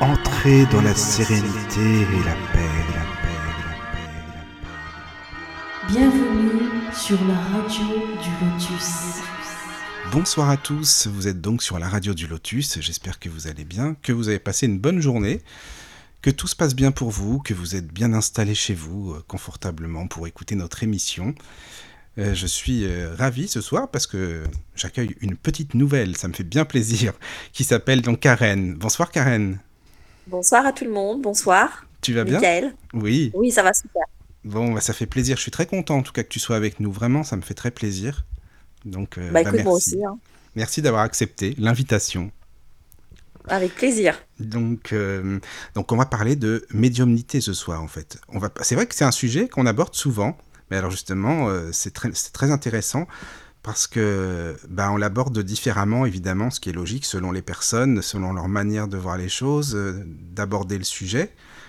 Entrez dans la sérénité et la paix, la paix, la paix, la paix. Bienvenue sur la radio du Lotus. Bonsoir à tous, vous êtes donc sur la radio du Lotus, j'espère que vous allez bien, que vous avez passé une bonne journée, que tout se passe bien pour vous, que vous êtes bien installés chez vous, confortablement pour écouter notre émission. Je suis ravi ce soir parce que j'accueille une petite nouvelle, ça me fait bien plaisir, qui s'appelle donc Karen. Bonsoir Karen. Bonsoir à tout le monde, bonsoir, Tu vas bien? Mickaël. Oui. Oui, ça va super. Bon, bah, ça fait plaisir, je suis très content en tout cas que tu sois avec nous, vraiment, ça me fait très plaisir. Donc, Écoute, moi merci. aussi, hein. Merci d'avoir accepté l'invitation. Avec plaisir. Donc on va parler de médiumnité ce soir en fait. C'est vrai que c'est un sujet qu'on aborde souvent, mais alors justement c'est très intéressant parce que on l'aborde différemment évidemment, ce qui est logique selon les personnes, selon leur manière de voir les choses, d'aborder le sujet.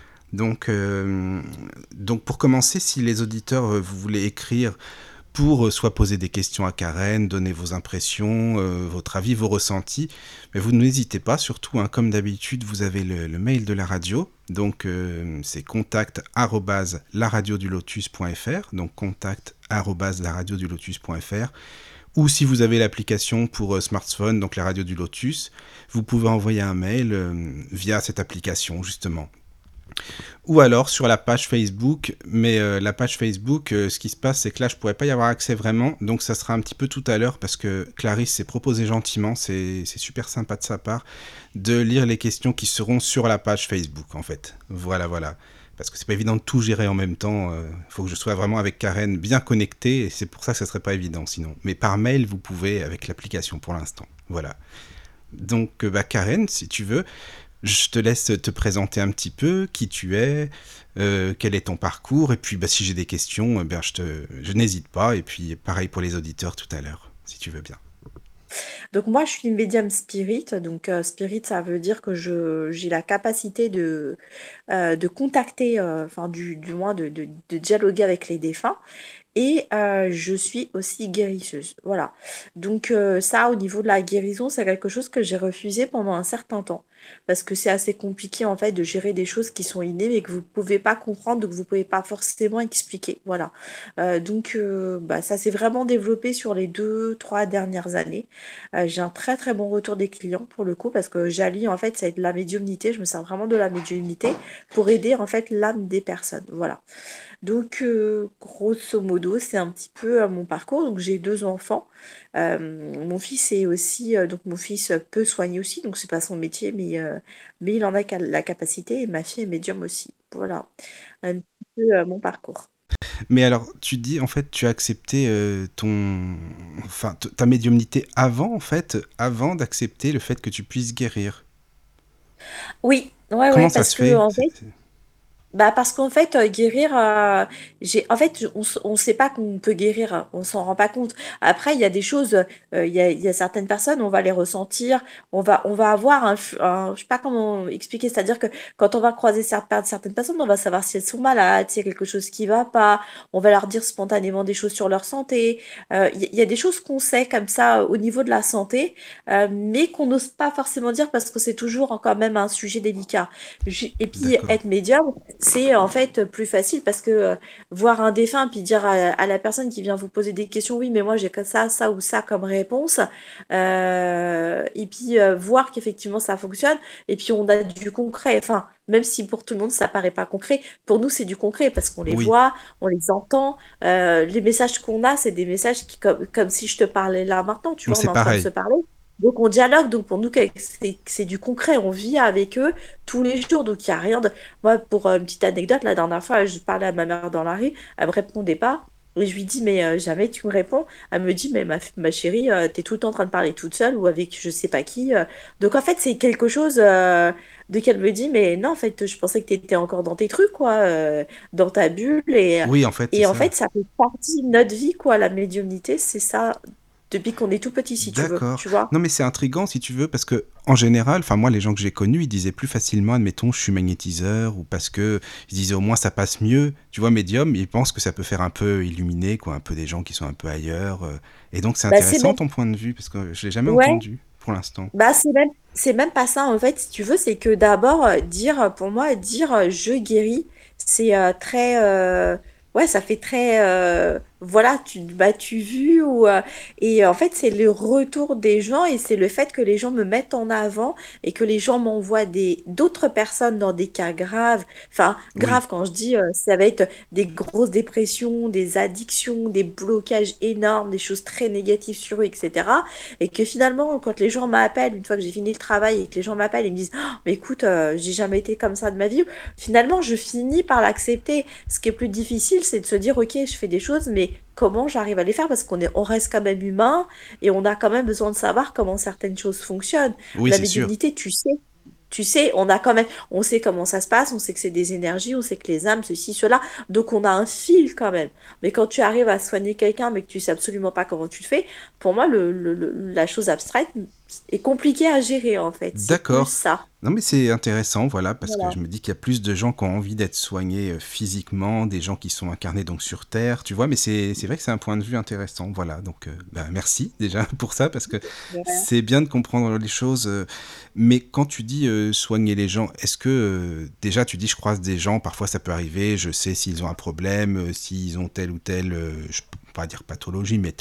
Donc pour commencer, si les auditeurs vous voulez écrire pour soit poser des questions à Karen, donner vos impressions, votre avis, vos ressentis. Mais vous n'hésitez pas, surtout, hein, comme d'habitude, vous avez le mail de la radio, donc c'est contact@laradiodulotus.fr, donc contact@laradiodulotus.fr, ou si vous avez l'application pour smartphone, donc la radio du Lotus, vous pouvez envoyer un mail via cette application, justement. Ou alors sur la page Facebook, mais la page Facebook, ce qui se passe, c'est que là, je pourrais pas y avoir accès vraiment, donc ça sera un petit peu tout à l'heure, parce que Clarisse s'est proposé gentiment, c'est super sympa de sa part, de lire les questions qui seront sur la page Facebook, en fait. Voilà. Parce que c'est pas évident de tout gérer en même temps, faut que je sois vraiment avec Karen bien connecté, et c'est pour ça que ça serait pas évident sinon. Mais par mail, vous pouvez, avec l'application pour l'instant. Voilà. Donc, Karen, si tu veux, je te laisse te présenter un petit peu, qui tu es, quel est ton parcours, et puis si j'ai des questions, je n'hésite pas, et puis pareil pour les auditeurs tout à l'heure, si tu veux bien. Donc moi, je suis une médium spirit. Donc spirit, ça veut dire que j'ai la capacité de contacter, enfin du moins de dialoguer avec les défunts. Et je suis aussi guérisseuse. Voilà. Donc ça, au niveau de la guérison, c'est quelque chose que j'ai refusé pendant un certain temps. Parce que c'est assez compliqué, en fait, de gérer des choses qui sont innées, mais que vous ne pouvez pas comprendre, donc vous ne pouvez pas forcément expliquer. Voilà. Ça s'est vraiment développé sur les 2, 3 dernières années. J'ai un très, très bon retour des clients, pour le coup, parce que j'allie, en fait, c'est de la médiumnité. Je me sers vraiment de la médiumnité pour aider, en fait, l'âme des personnes. Voilà. Donc, grosso modo, c'est un petit peu mon parcours. Donc, j'ai 2 enfants. Mon fils est aussi, donc mon fils peut soigner aussi, donc c'est pas son métier, mais il en a la capacité. Et ma fille est médium aussi. Voilà, un petit peu mon parcours. Mais alors, tu dis, en fait, tu as accepté ta médiumnité avant, en fait, avant d'accepter le fait que tu puisses guérir. Oui, ouais, Comment ouais, ça parce se que fait? en fait, parce qu'en fait, guérir, en fait, on sait pas qu'on peut guérir, hein, on s'en rend pas compte. Après, il y a des choses, il y a certaines personnes, on va les ressentir, on va avoir je sais pas comment expliquer, c'est-à-dire que quand on va croiser certaines personnes, on va savoir si elles sont malades, s'il y a quelque chose qui va pas, on va leur dire spontanément des choses sur leur santé. Il y a des choses qu'on sait comme ça au niveau de la santé, mais qu'on n'ose pas forcément dire parce que c'est toujours quand même un sujet délicat. Et puis, D'accord. être médium, c'est en fait plus facile parce que voir un défunt puis dire à la personne qui vient vous poser des questions, oui, mais moi j'ai que ça ou ça comme réponse, et puis voir qu'effectivement ça fonctionne, et puis on a du concret. Enfin, même si pour tout le monde ça paraît pas concret, pour nous c'est du concret parce qu'on les Oui, voit, on les entend. Les messages qu'on a, c'est des messages qui, comme si je te parlais là maintenant, tu bon, vois, on c'est est en train de pareil. se parler. Donc on dialogue, donc pour nous c'est du concret, on vit avec eux tous les jours, donc il n'y a rien de... Moi, pour une petite anecdote, la dernière fois, je parlais à ma mère dans la rue, elle me répondait pas, et je lui dis, mais jamais tu me réponds. Elle me dit, mais ma chérie, t'es tout le temps en train de parler toute seule ou avec je sais pas qui. Donc en fait, c'est quelque chose de qu'elle me dit, mais non, en fait, je pensais que t'étais encore dans tes trucs, quoi, dans ta bulle, Oui, en fait, c'est et en ça. fait, ça fait partie de notre vie, quoi, la médiumnité, c'est ça, depuis qu'on est tout petit, si tu veux, D'accord. tu vois. Non, mais c'est intriguant si tu veux, parce que en général, enfin moi, les gens que j'ai connus, ils disaient plus facilement, admettons, je suis magnétiseur, ou parce que ils disaient au moins ça passe mieux. Tu vois, médium, ils pensent que ça peut faire un peu illuminer, quoi, un peu des gens qui sont un peu ailleurs. Et donc c'est Bah, c'est intéressant même, ton point de vue, parce que je l'ai jamais ouais, entendu pour l'instant. bah, c'est même C'est même pas ça en fait, si tu veux, c'est que d'abord pour moi dire je guéris, c'est très ouais, ça fait très voilà, tu vu ou et en fait, c'est le retour des gens et c'est le fait que les gens me mettent en avant et que les gens m'envoient des d'autres personnes dans des cas graves. Enfin, Oui, grave quand je dis ça va être des grosses dépressions, des addictions, des blocages énormes, des choses très négatives sur eux, etc. Et que finalement, quand les gens m'appellent, une fois que j'ai fini le travail et que les gens m'appellent et me disent, oh, mais écoute, j'ai jamais été comme ça de ma vie, finalement, je finis par l'accepter. Ce qui est plus difficile, c'est de se dire, ok, je fais des choses, mais comment j'arrive à les faire? Parce on reste quand même humain et on a quand même besoin de savoir comment certaines choses fonctionnent. oui, La c'est sûr. médiumnité, tu sais. Tu sais, on a quand même, on sait comment ça se passe, on sait que c'est des énergies, on sait que les âmes, ceci, cela, donc on a un fil quand même. Mais quand tu arrives à soigner quelqu'un, mais que tu sais absolument pas comment tu le fais, pour moi, la chose abstraite est compliquée à gérer en fait. C'est plus D'accord. ça. Non, mais c'est intéressant, voilà, parce que Voilà. je me dis qu'il y a plus de gens qui ont envie d'être soignés physiquement, des gens qui sont incarnés donc sur Terre, tu vois, mais c'est vrai que c'est un point de vue intéressant, voilà. Donc, bah, merci déjà pour ça, parce que Ouais. c'est bien de comprendre les choses. Mais quand tu dis soigner les gens, est-ce que déjà tu dis je croise des gens, parfois ça peut arriver, je sais s'ils ont un problème, s'ils ont telle ou telle, je peux pas dire pathologie, mais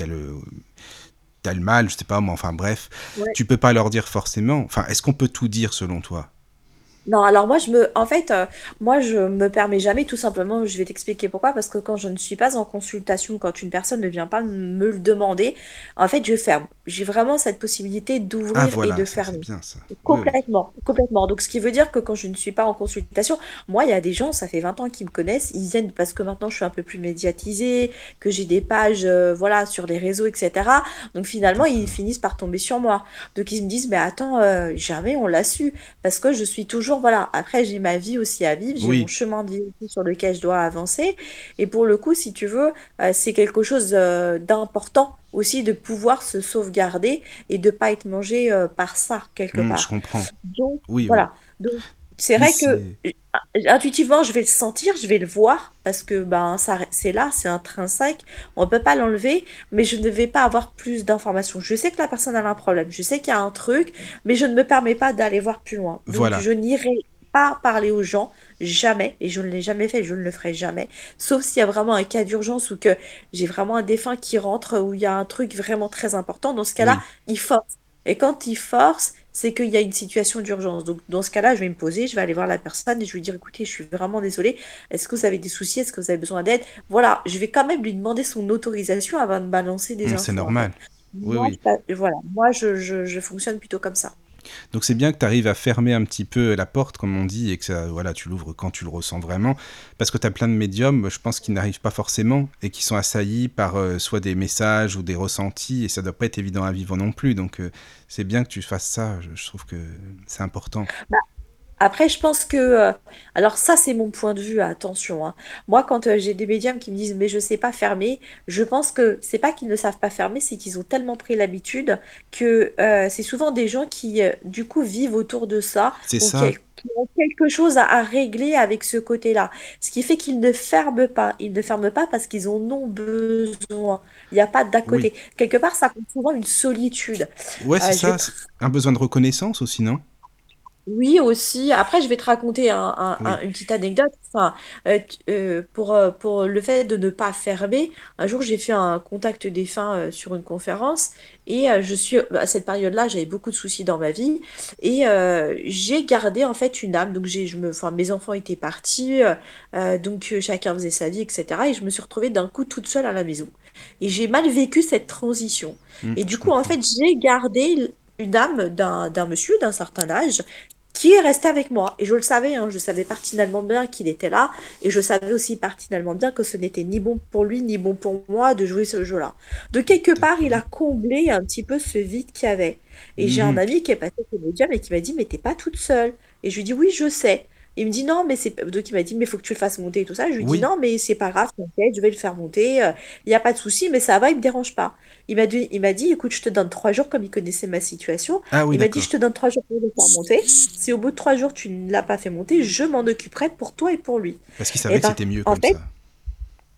tel mal, je sais pas moi, enfin bref, Ouais. tu peux pas leur dire forcément. Enfin, est-ce qu'on peut tout dire selon toi? Non, alors en fait, moi, je me permets jamais, tout simplement, je vais t'expliquer pourquoi, parce que quand je ne suis pas en consultation, quand une personne ne vient pas me le demander, en fait, je ferme. J'ai vraiment cette possibilité Ah d'ouvrir et voilà, de ça c'est fermer. bien ça. Oui, oui. Complètement, complètement. Donc, ce qui veut dire que quand je ne suis pas en consultation, moi, il y a des gens, ça fait 20 ans qu'ils me connaissent, ils viennent parce que maintenant je suis un peu plus médiatisée, que j'ai des pages, voilà, sur les réseaux, etc. Donc, finalement, ils D'accord. finissent par tomber sur moi. Donc, ils me disent, mais attends, jamais on l'a su. Parce que je suis toujours, voilà, après j'ai ma vie aussi à vivre, j'ai mon Oui, chemin de vie aussi sur lequel je dois avancer. Et pour le coup, si tu veux, c'est quelque chose d'important aussi de pouvoir se sauvegarder et de pas être mangé par ça quelque je part. comprends. Donc Oui, oui. voilà. Donc c'est Mais vrai que c'est... intuitivement je vais le sentir, je vais le voir parce que ben ça c'est là, c'est intrinsèque, on peut pas l'enlever, mais je ne vais pas avoir plus d'informations. Je sais que la personne a un problème, je sais qu'il y a un truc, mais je ne me permets pas d'aller voir plus loin. Donc Voilà. je n'irai pas parler aux gens jamais et je ne l'ai jamais fait, je ne le ferai jamais, sauf s'il y a vraiment un cas d'urgence ou que j'ai vraiment un défunt qui rentre où il y a un truc vraiment très important. Dans ce cas-là, Oui. il force. Et quand il force, c'est qu'il y a une situation d'urgence. Donc, dans ce cas-là, je vais me poser, je vais aller voir la personne et je vais lui dire, écoutez, je suis vraiment désolée. Est-ce que vous avez des soucis? Est-ce que vous avez besoin d'aide? Voilà, je vais quand même lui demander son autorisation avant de balancer des C'est infos, en fait. normal. Oui, oui. Voilà, moi, je fonctionne plutôt comme ça. Donc c'est bien que tu arrives à fermer un petit peu la porte, comme on dit, et que ça, voilà, tu l'ouvres quand tu le ressens vraiment. Parce que tu as plein de médiums, je pense, qui n'arrivent pas forcément et qui sont assaillis par soit des messages ou des ressentis, et ça doit pas être évident à vivre non plus. Donc c'est bien que tu fasses ça, je trouve que c'est important. Après, je pense que, alors ça, c'est mon point de vue, attention, hein. Moi, quand j'ai des médiums qui me disent, mais je sais pas fermer, je pense que c'est pas qu'ils ne savent pas fermer, c'est qu'ils ont tellement pris l'habitude que c'est souvent des gens qui, du coup, vivent autour de ça C'est ou ça. qui ont quelque chose à régler avec ce côté-là. Ce qui fait qu'ils ne ferment pas. Ils ne ferment pas parce qu'ils en ont besoin. Il n'y a pas d'à Oui. côté. Quelque part, ça compte souvent une solitude. Ouais, c'est Je vais ça. C'est un besoin de reconnaissance aussi, non? Oui, aussi. Après, je vais te raconter Oui. une petite anecdote. Enfin, pour le fait de ne pas fermer, un jour, j'ai fait un contact défunt sur une conférence et à cette période-là, j'avais beaucoup de soucis dans ma vie et j'ai gardé en fait une âme. Donc, enfin, mes enfants étaient partis, donc chacun faisait sa vie, etc. Et je me suis retrouvée d'un coup toute seule à la maison. Et j'ai mal vécu cette transition. Et Je du coup, en comprends. fait, j'ai gardé une âme d'un monsieur d'un certain âge qui est resté avec moi. Et je le savais, hein, je savais pertinemment bien qu'il était là, et je savais aussi pertinemment bien que ce n'était ni bon pour lui, ni bon pour moi de jouer ce jeu-là. De quelque part, il a D'accord. comblé un petit peu ce vide qu'il y avait. Et j'ai un Mhm. ami qui est passé au médium et qui m'a dit, mais t'es pas toute seule. Et je lui dis, oui, je sais. Il me dit non, mais c'est. Donc il m'a dit, mais il faut que tu le fasses monter et tout ça. Je lui dis Oui. non, mais c'est pas grave, t'inquiète, je vais le faire monter. Il n'y a pas de souci, mais ça va, il me dérange pas. Il m'a dit, écoute, je te donne 3 jours, comme il connaissait ma situation. Ah oui, Il m'a dit, je d'accord. te donne 3 jours pour le faire monter. Si au bout de 3 jours, tu ne l'as pas fait monter, je m'en occuperai pour toi et pour lui. Parce qu'il Et savait que ben, c'était mieux en comme fait, ça.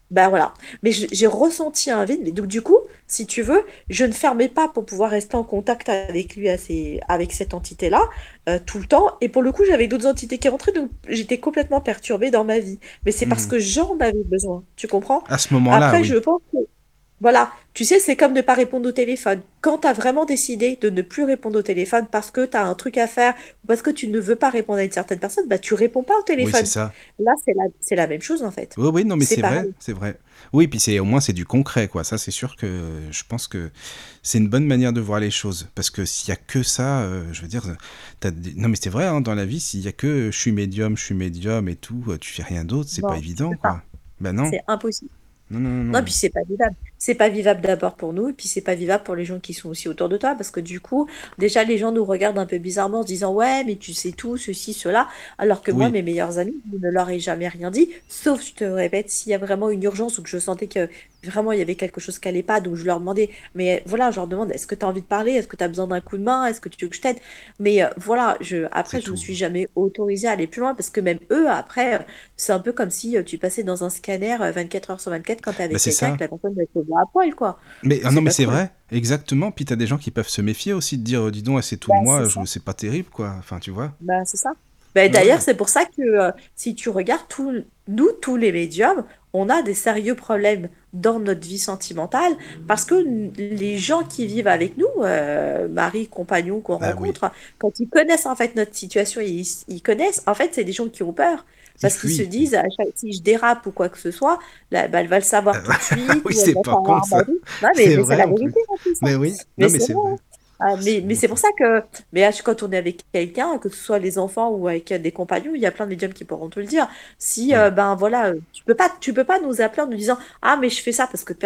Ben voilà. Mais j'ai ressenti un vide. Mais donc, du coup, si tu veux, je ne fermais pas pour pouvoir rester en contact avec lui, avec cette entité-là, tout le temps. Et pour le coup, j'avais d'autres entités qui rentraient, donc j'étais complètement perturbée dans ma vie. Mais c'est parce Mhm. que j'en avais besoin. Tu comprends? À ce moment-là, Après, je oui. pense que voilà, tu sais, c'est comme ne pas répondre au téléphone. Quand tu as vraiment décidé de ne plus répondre au téléphone parce que tu as un truc à faire ou parce que tu ne veux pas répondre à une certaine personne, bah tu réponds pas au Oui, c'est téléphone. ça. Là, c'est la même chose en fait. Oui, oui, non, mais C'est c'est vrai, pareil. c'est vrai. Oui, puis c'est au moins c'est du concret, quoi. Ça, c'est sûr que je pense que c'est une bonne manière de voir les choses, parce que s'il y a que ça, je veux dire, non, mais c'est vrai, hein, dans la vie, s'il y a que je suis médium et tout, tu fais rien d'autre, c'est pas Non, tu évident, peux pas. quoi. Ben non, C'est impossible. non, non, non, Non, non. puis c'est pas vivable. C'est pas vivable d'abord pour nous, et puis c'est pas vivable pour les gens qui sont aussi autour de toi, parce que du coup, déjà les gens nous regardent un peu bizarrement en se disant ouais, mais tu sais tout, ceci, cela, alors que moi, Oui, mes meilleurs amis, je ne leur ai jamais rien dit, sauf, je te répète, s'il y a vraiment une urgence ou que je sentais que vraiment il y avait quelque chose qui allait pas, donc je leur demandais, mais voilà, je leur demande, est-ce que tu as envie de parler, est-ce que tu as besoin d'un coup de main, est-ce que tu veux que je t'aide? Mais voilà, c'est après, je me tout. suis jamais autorisée à aller plus loin, parce que même eux, après, c'est un peu comme si tu passais dans un scanner 24 heures sur 24 quand t'es Ben avec c'est quelqu'un et ça. que la personne elle te voit à poil, quoi. Mais ah C'est non, mais pas c'est cool. vrai, exactement. Puis t'as des gens qui peuvent se méfier aussi de dire, dis donc, c'est tout de Bah, c'est moi, ça. c'est pas terrible, quoi. Enfin, tu vois. Bah, c'est ça. Bah, Ouais, d'ailleurs, ouais. c'est pour ça que si tu regardes, nous, tous les médiums, on a des sérieux problèmes dans notre vie sentimentale parce que les gens qui vivent avec nous, mari, compagnon qu'on Ah oui. rencontre, quand ils connaissent en fait notre situation, ils connaissent, en fait, c'est des gens qui ont peur. Il Parce qu'ils se fuit. disent, si je dérape ou quoi que ce soit, là, bah, elle va le savoir tout de suite, Oui, ou elle c'est va pas con, savoir ma ça. vie. Non, C'est mais c'est vrai, la en plus. vérité en plus, hein. Mais oui, Mais non, mais c'est c'est vrai, hein. vrai. Ah, mais Bon, c'est enfin. pour ça que quand on est avec quelqu'un, que ce soit les enfants ou avec des compagnons, il y a plein de médiums qui pourront te le dire. Si Oui. ben voilà, tu peux pas nous appeler en nous disant ah mais je fais ça parce que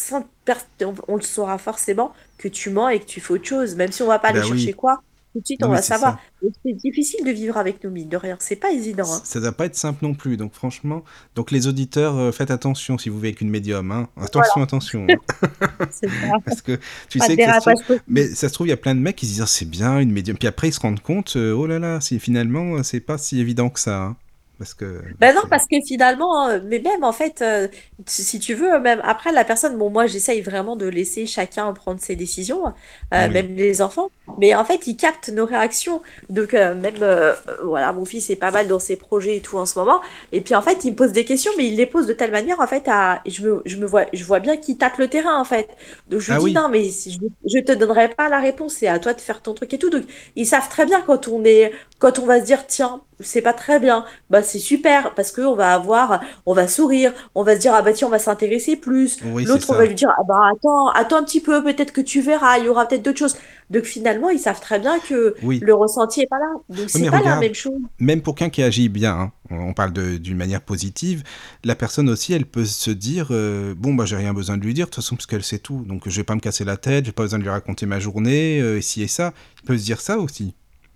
on le saura forcément que tu mens et que tu fais autre chose, même si on va pas aller Bah chercher oui. quoi, tout de suite Non, on mais va c'est savoir. ça. Donc, c'est difficile de vivre avec nous mine de rien, c'est pas évident, hein. Ça doit pas être simple non plus. Donc, franchement, donc les auditeurs, faites attention si vous vivez avec une médium, hein. Voilà, Attention, attention, hein. c'est ça. Parce que tu Pas de sais que ça se trouve. dérapage possible. Mais ça se trouve, il y a plein de mecs qui se disent, ah, c'est bien une médium. Puis après, ils se rendent compte, oh là là, finalement, c'est pas si évident que ça, hein. Parce que Ben non, c'est. parce que finalement, mais même en fait, si tu veux, même après la personne, bon, moi j'essaye vraiment de laisser chacun prendre ses décisions, Oui. même les enfants, mais en fait, ils captent nos réactions. Donc, même, voilà, mon fils est pas mal dans ses projets et tout en ce moment, et puis en fait, il me pose des questions, mais il les pose de telle manière, en fait, et je vois bien qu'il tâte le terrain, en fait. Donc, je lui Ah dis, oui. non, mais je te donnerai pas la réponse, c'est à toi de faire ton truc et tout. Donc, ils savent très bien quand on va se dire, tiens, c'est pas très bien bah c'est super parce que on va sourire, on va se dire ah bah tiens on va s'intéresser plus. Oui, c'est L'autre on va ça. lui dire ah bah attends un petit peu, peut-être que tu verras, il y aura peut-être d'autres choses. Donc finalement ils savent très bien que Oui. le ressenti est pas là. Donc Oui, c'est mais pas la regarde, même chose. même pour quelqu'un qui agit bien, hein, on parle d'une manière positive, la personne aussi, elle peut se dire, bon, bah, j'ai rien besoin de lui dire, de toute façon, parce qu'elle sait tout. Donc, je vais pas me casser la tête, j'ai pas besoin de lui raconter ma journée, et ci et ça. Il peut se dire ça aussi.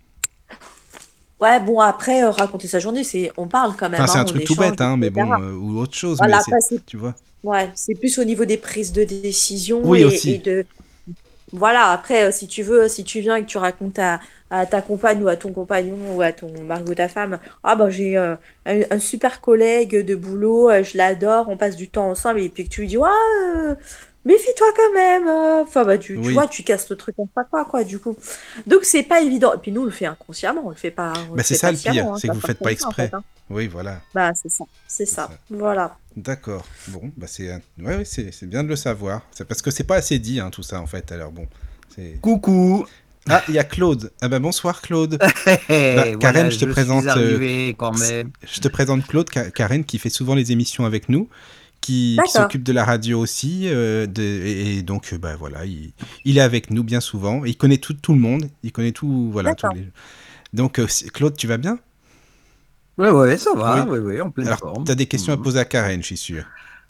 Ouais bon après raconter sa journée c'est on parle quand Enfin, même c'est hein, un on truc tout échange bête, hein, mais etc. bon, ou autre chose, mais Voilà c'est, après c'est tu vois. ouais c'est plus au niveau des prises de décision Oui, et aussi. de voilà, après, si tu veux, si tu viens et que tu racontes à ta compagne ou à ton compagnon ou à ton mari ou ta femme, ah ben j'ai un super collègue de boulot, je l'adore, on passe du temps ensemble, et puis que tu lui dis, ouais, méfie-toi quand même. Enfin, bah, tu Oui. vois, tu casses le truc en quoi, du coup. Donc, c'est pas évident. Et puis nous, on le fait inconsciemment, on le Bah, c'est fait ça pas le pire, sciemment, hein, c'est que ça vous sort faites pas comme ça, en fait, exprès. hein. Oui, voilà. Bah, c'est C'est ça. ça. Voilà. D'accord. Bon, bah, ouais, ouais, c'est bien de le savoir. C'est parce que c'est pas assez dit, hein, tout ça, en fait. Alors, bon. C'est. Coucou. Ah, il y a Claude. Ah bah bonsoir Claude. Bah, Karen, Voilà, je suis arrivé quand même. je te présente Claude, Karen qui fait souvent les émissions avec nous, qui D'accord. s'occupe de la radio aussi, et donc bah voilà, il est avec nous bien souvent, et il connaît tout le monde, il connaît tout, voilà, tous D'accord. les. Donc Claude, tu vas bien? Ouais, ouais, ça va, Oui. ouais, ouais, en pleine Alors, tu forme. as des questions à Mhm. poser à Karen, je suis sûr.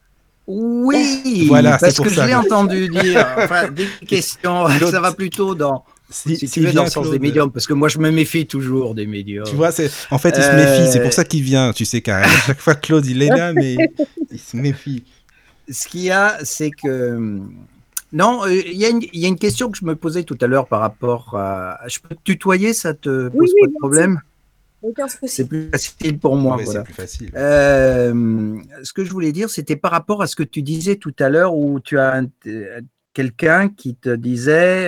Oui, Voilà, c'est parce pour que je ça. l'ai entendu dire, enfin, des questions, Claude, ça va plutôt dans, si tu s'il veux, dans vient le sens des Claude, médiums, parce que moi, je me méfie toujours des tu médiums. vois, en fait, il se méfie, c'est pour Euh, ça qu'il vient, tu sais Karen. À chaque fois Claude, il est là, mais il se méfie. Ce qu'il y a, c'est que... Non, il y a une question que je me posais tout à l'heure par rapport à... Je peux te tutoyer, ça te Oui, pose oui, pas de bien sûr. problème? aucun C'est souci. plus facile pour moi, Ouais, c'est voilà. plus facile. Ce que je voulais dire, c'était par rapport à ce que tu disais tout à l'heure, où tu as quelqu'un qui te disait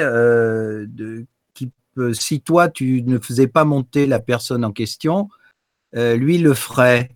si toi tu ne faisais pas monter la personne en question, lui le ferait.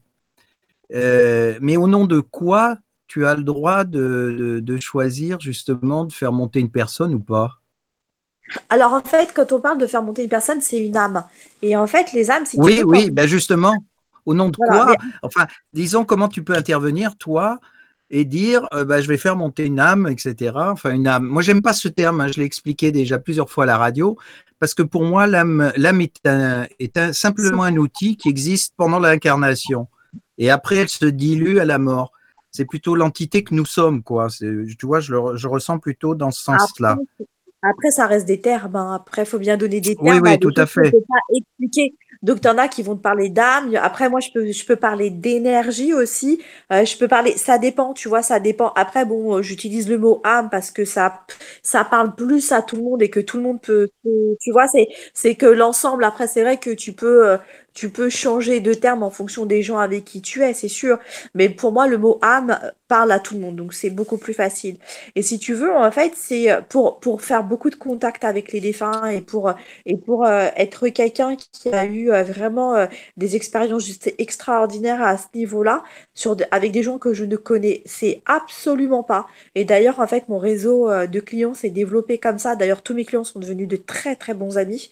Mais au nom de quoi tu as le droit de choisir justement de faire monter une personne ou pas? Alors en fait, quand on parle de faire monter une personne, c'est une âme. Et en fait, les âmes, si tu Oui, veux, oui, ben justement, au nom de voilà, mais quoi? Enfin, disons comment tu peux intervenir, toi, et dire, je vais faire monter une âme, etc. Enfin, une âme. Moi, j'aime pas ce terme, hein, je l'ai expliqué déjà plusieurs fois à la radio, parce que pour moi, l'âme simplement un outil qui existe pendant l'incarnation. Et après, elle se dilue à la mort. C'est plutôt l'entité que nous sommes, quoi. Tu vois, je ressens plutôt dans ce après, sens-là. Après, ça reste des termes, hein. Après, il faut bien donner des Oui, termes à oui, des tout à choses qu'on ne fait. peut pas expliquer. Donc, tu en as qui vont te parler d'âme. Après, moi, je peux parler d'énergie aussi. Je peux parler, ça dépend, tu vois, ça dépend. Après, bon, j'utilise le mot âme parce que ça parle plus à tout le monde et que tout le monde tu vois, c'est que l'ensemble. Après, c'est vrai que tu peux changer de terme en fonction des gens avec qui tu es, c'est sûr. Mais pour moi, le mot âme parle à tout le monde. Donc, c'est beaucoup plus facile. Et si tu veux, en fait, c'est pour faire beaucoup de contacts avec les défunts et pour être quelqu'un qui a eu vraiment des expériences juste extraordinaires à ce niveau-là, avec des gens que je ne connais, c'est absolument pas. Et d'ailleurs, en fait, mon réseau de clients s'est développé comme ça. D'ailleurs, tous mes clients sont devenus de très, très bons amis.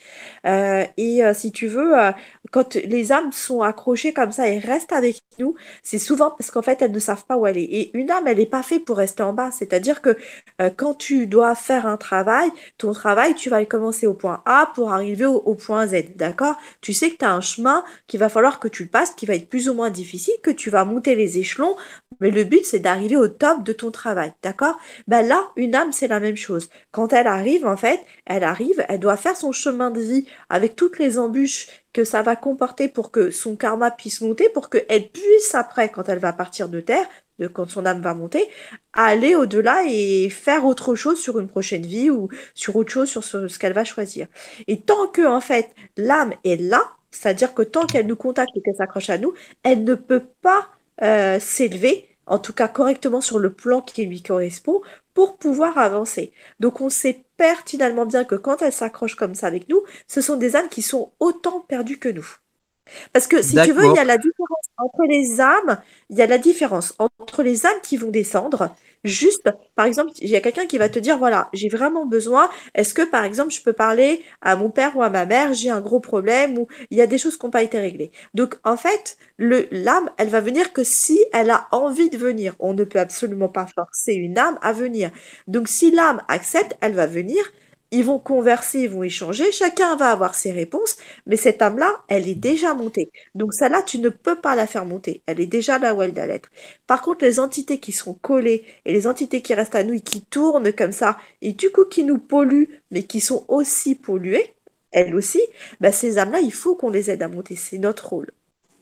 Si tu veux, quand les âmes sont accrochées comme ça et restent avec nous, c'est souvent parce qu'en fait, elles ne savent pas où aller. Et une âme, elle n'est pas faite pour rester en bas. C'est-à-dire que quand tu dois faire un travail, ton travail, tu vas commencer au point A pour arriver au point Z. D'accord? Tu sais que tu as un chemin qu'il va falloir que tu le passes, qui va être plus ou moins difficile, que tu vas monter les échelons. Mais le but, c'est d'arriver au top de ton travail. D'accord? Ben là, une âme, c'est la même chose. Quand elle arrive, en fait, elle doit faire son chemin de vie avec toutes les embûches que ça va comporter pour que son karma puisse monter, pour qu'elle puisse après, quand elle va partir de terre, quand son âme va monter, aller au-delà et faire autre chose sur une prochaine vie ou sur autre chose sur ce qu'elle va choisir. Et tant que, en fait, l'âme est là, c'est-à-dire que tant qu'elle nous contacte et qu'elle s'accroche à nous, elle ne peut pas s'élever, en tout cas correctement sur le plan qui lui correspond, pour pouvoir avancer. Donc on sait pertinemment bien que quand elle s'accroche comme ça avec nous, ce sont des âmes qui sont autant perdues que nous. Parce que si tu veux, il y D'accord. a la différence entre les âmes, il y a la différence entre les âmes qui vont descendre. Juste, par exemple, il y a quelqu'un qui va te dire, voilà, j'ai vraiment besoin. Est-ce que, par exemple, je peux parler à mon père ou à ma mère, j'ai un gros problème ou il y a des choses qui n'ont pas été réglées. Donc, en fait, l'âme, elle va venir que si elle a envie de venir. On ne peut absolument pas forcer une âme à venir. Donc, si l'âme accepte, elle va venir. Ils vont converser, ils vont échanger. Chacun va avoir ses réponses. Mais cette âme-là, elle est déjà montée. Donc celle-là, tu ne peux pas la faire monter. Elle est déjà là où elle doit être. Par contre, les entités qui sont collées et les entités qui restent à nous et qui tournent comme ça, et du coup qui nous polluent, mais qui sont aussi polluées, elles aussi, bah, ces âmes-là, il faut qu'on les aide à monter. C'est notre rôle.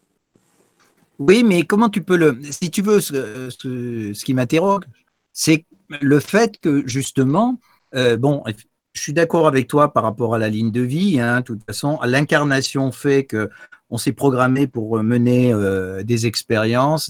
Oui, mais comment tu peux si tu veux, ce qui m'interroge, c'est le fait que justement, bon, je suis d'accord avec toi par rapport à la ligne de vie, hein, de toute façon, l'incarnation fait que on s'est programmé pour mener des expériences,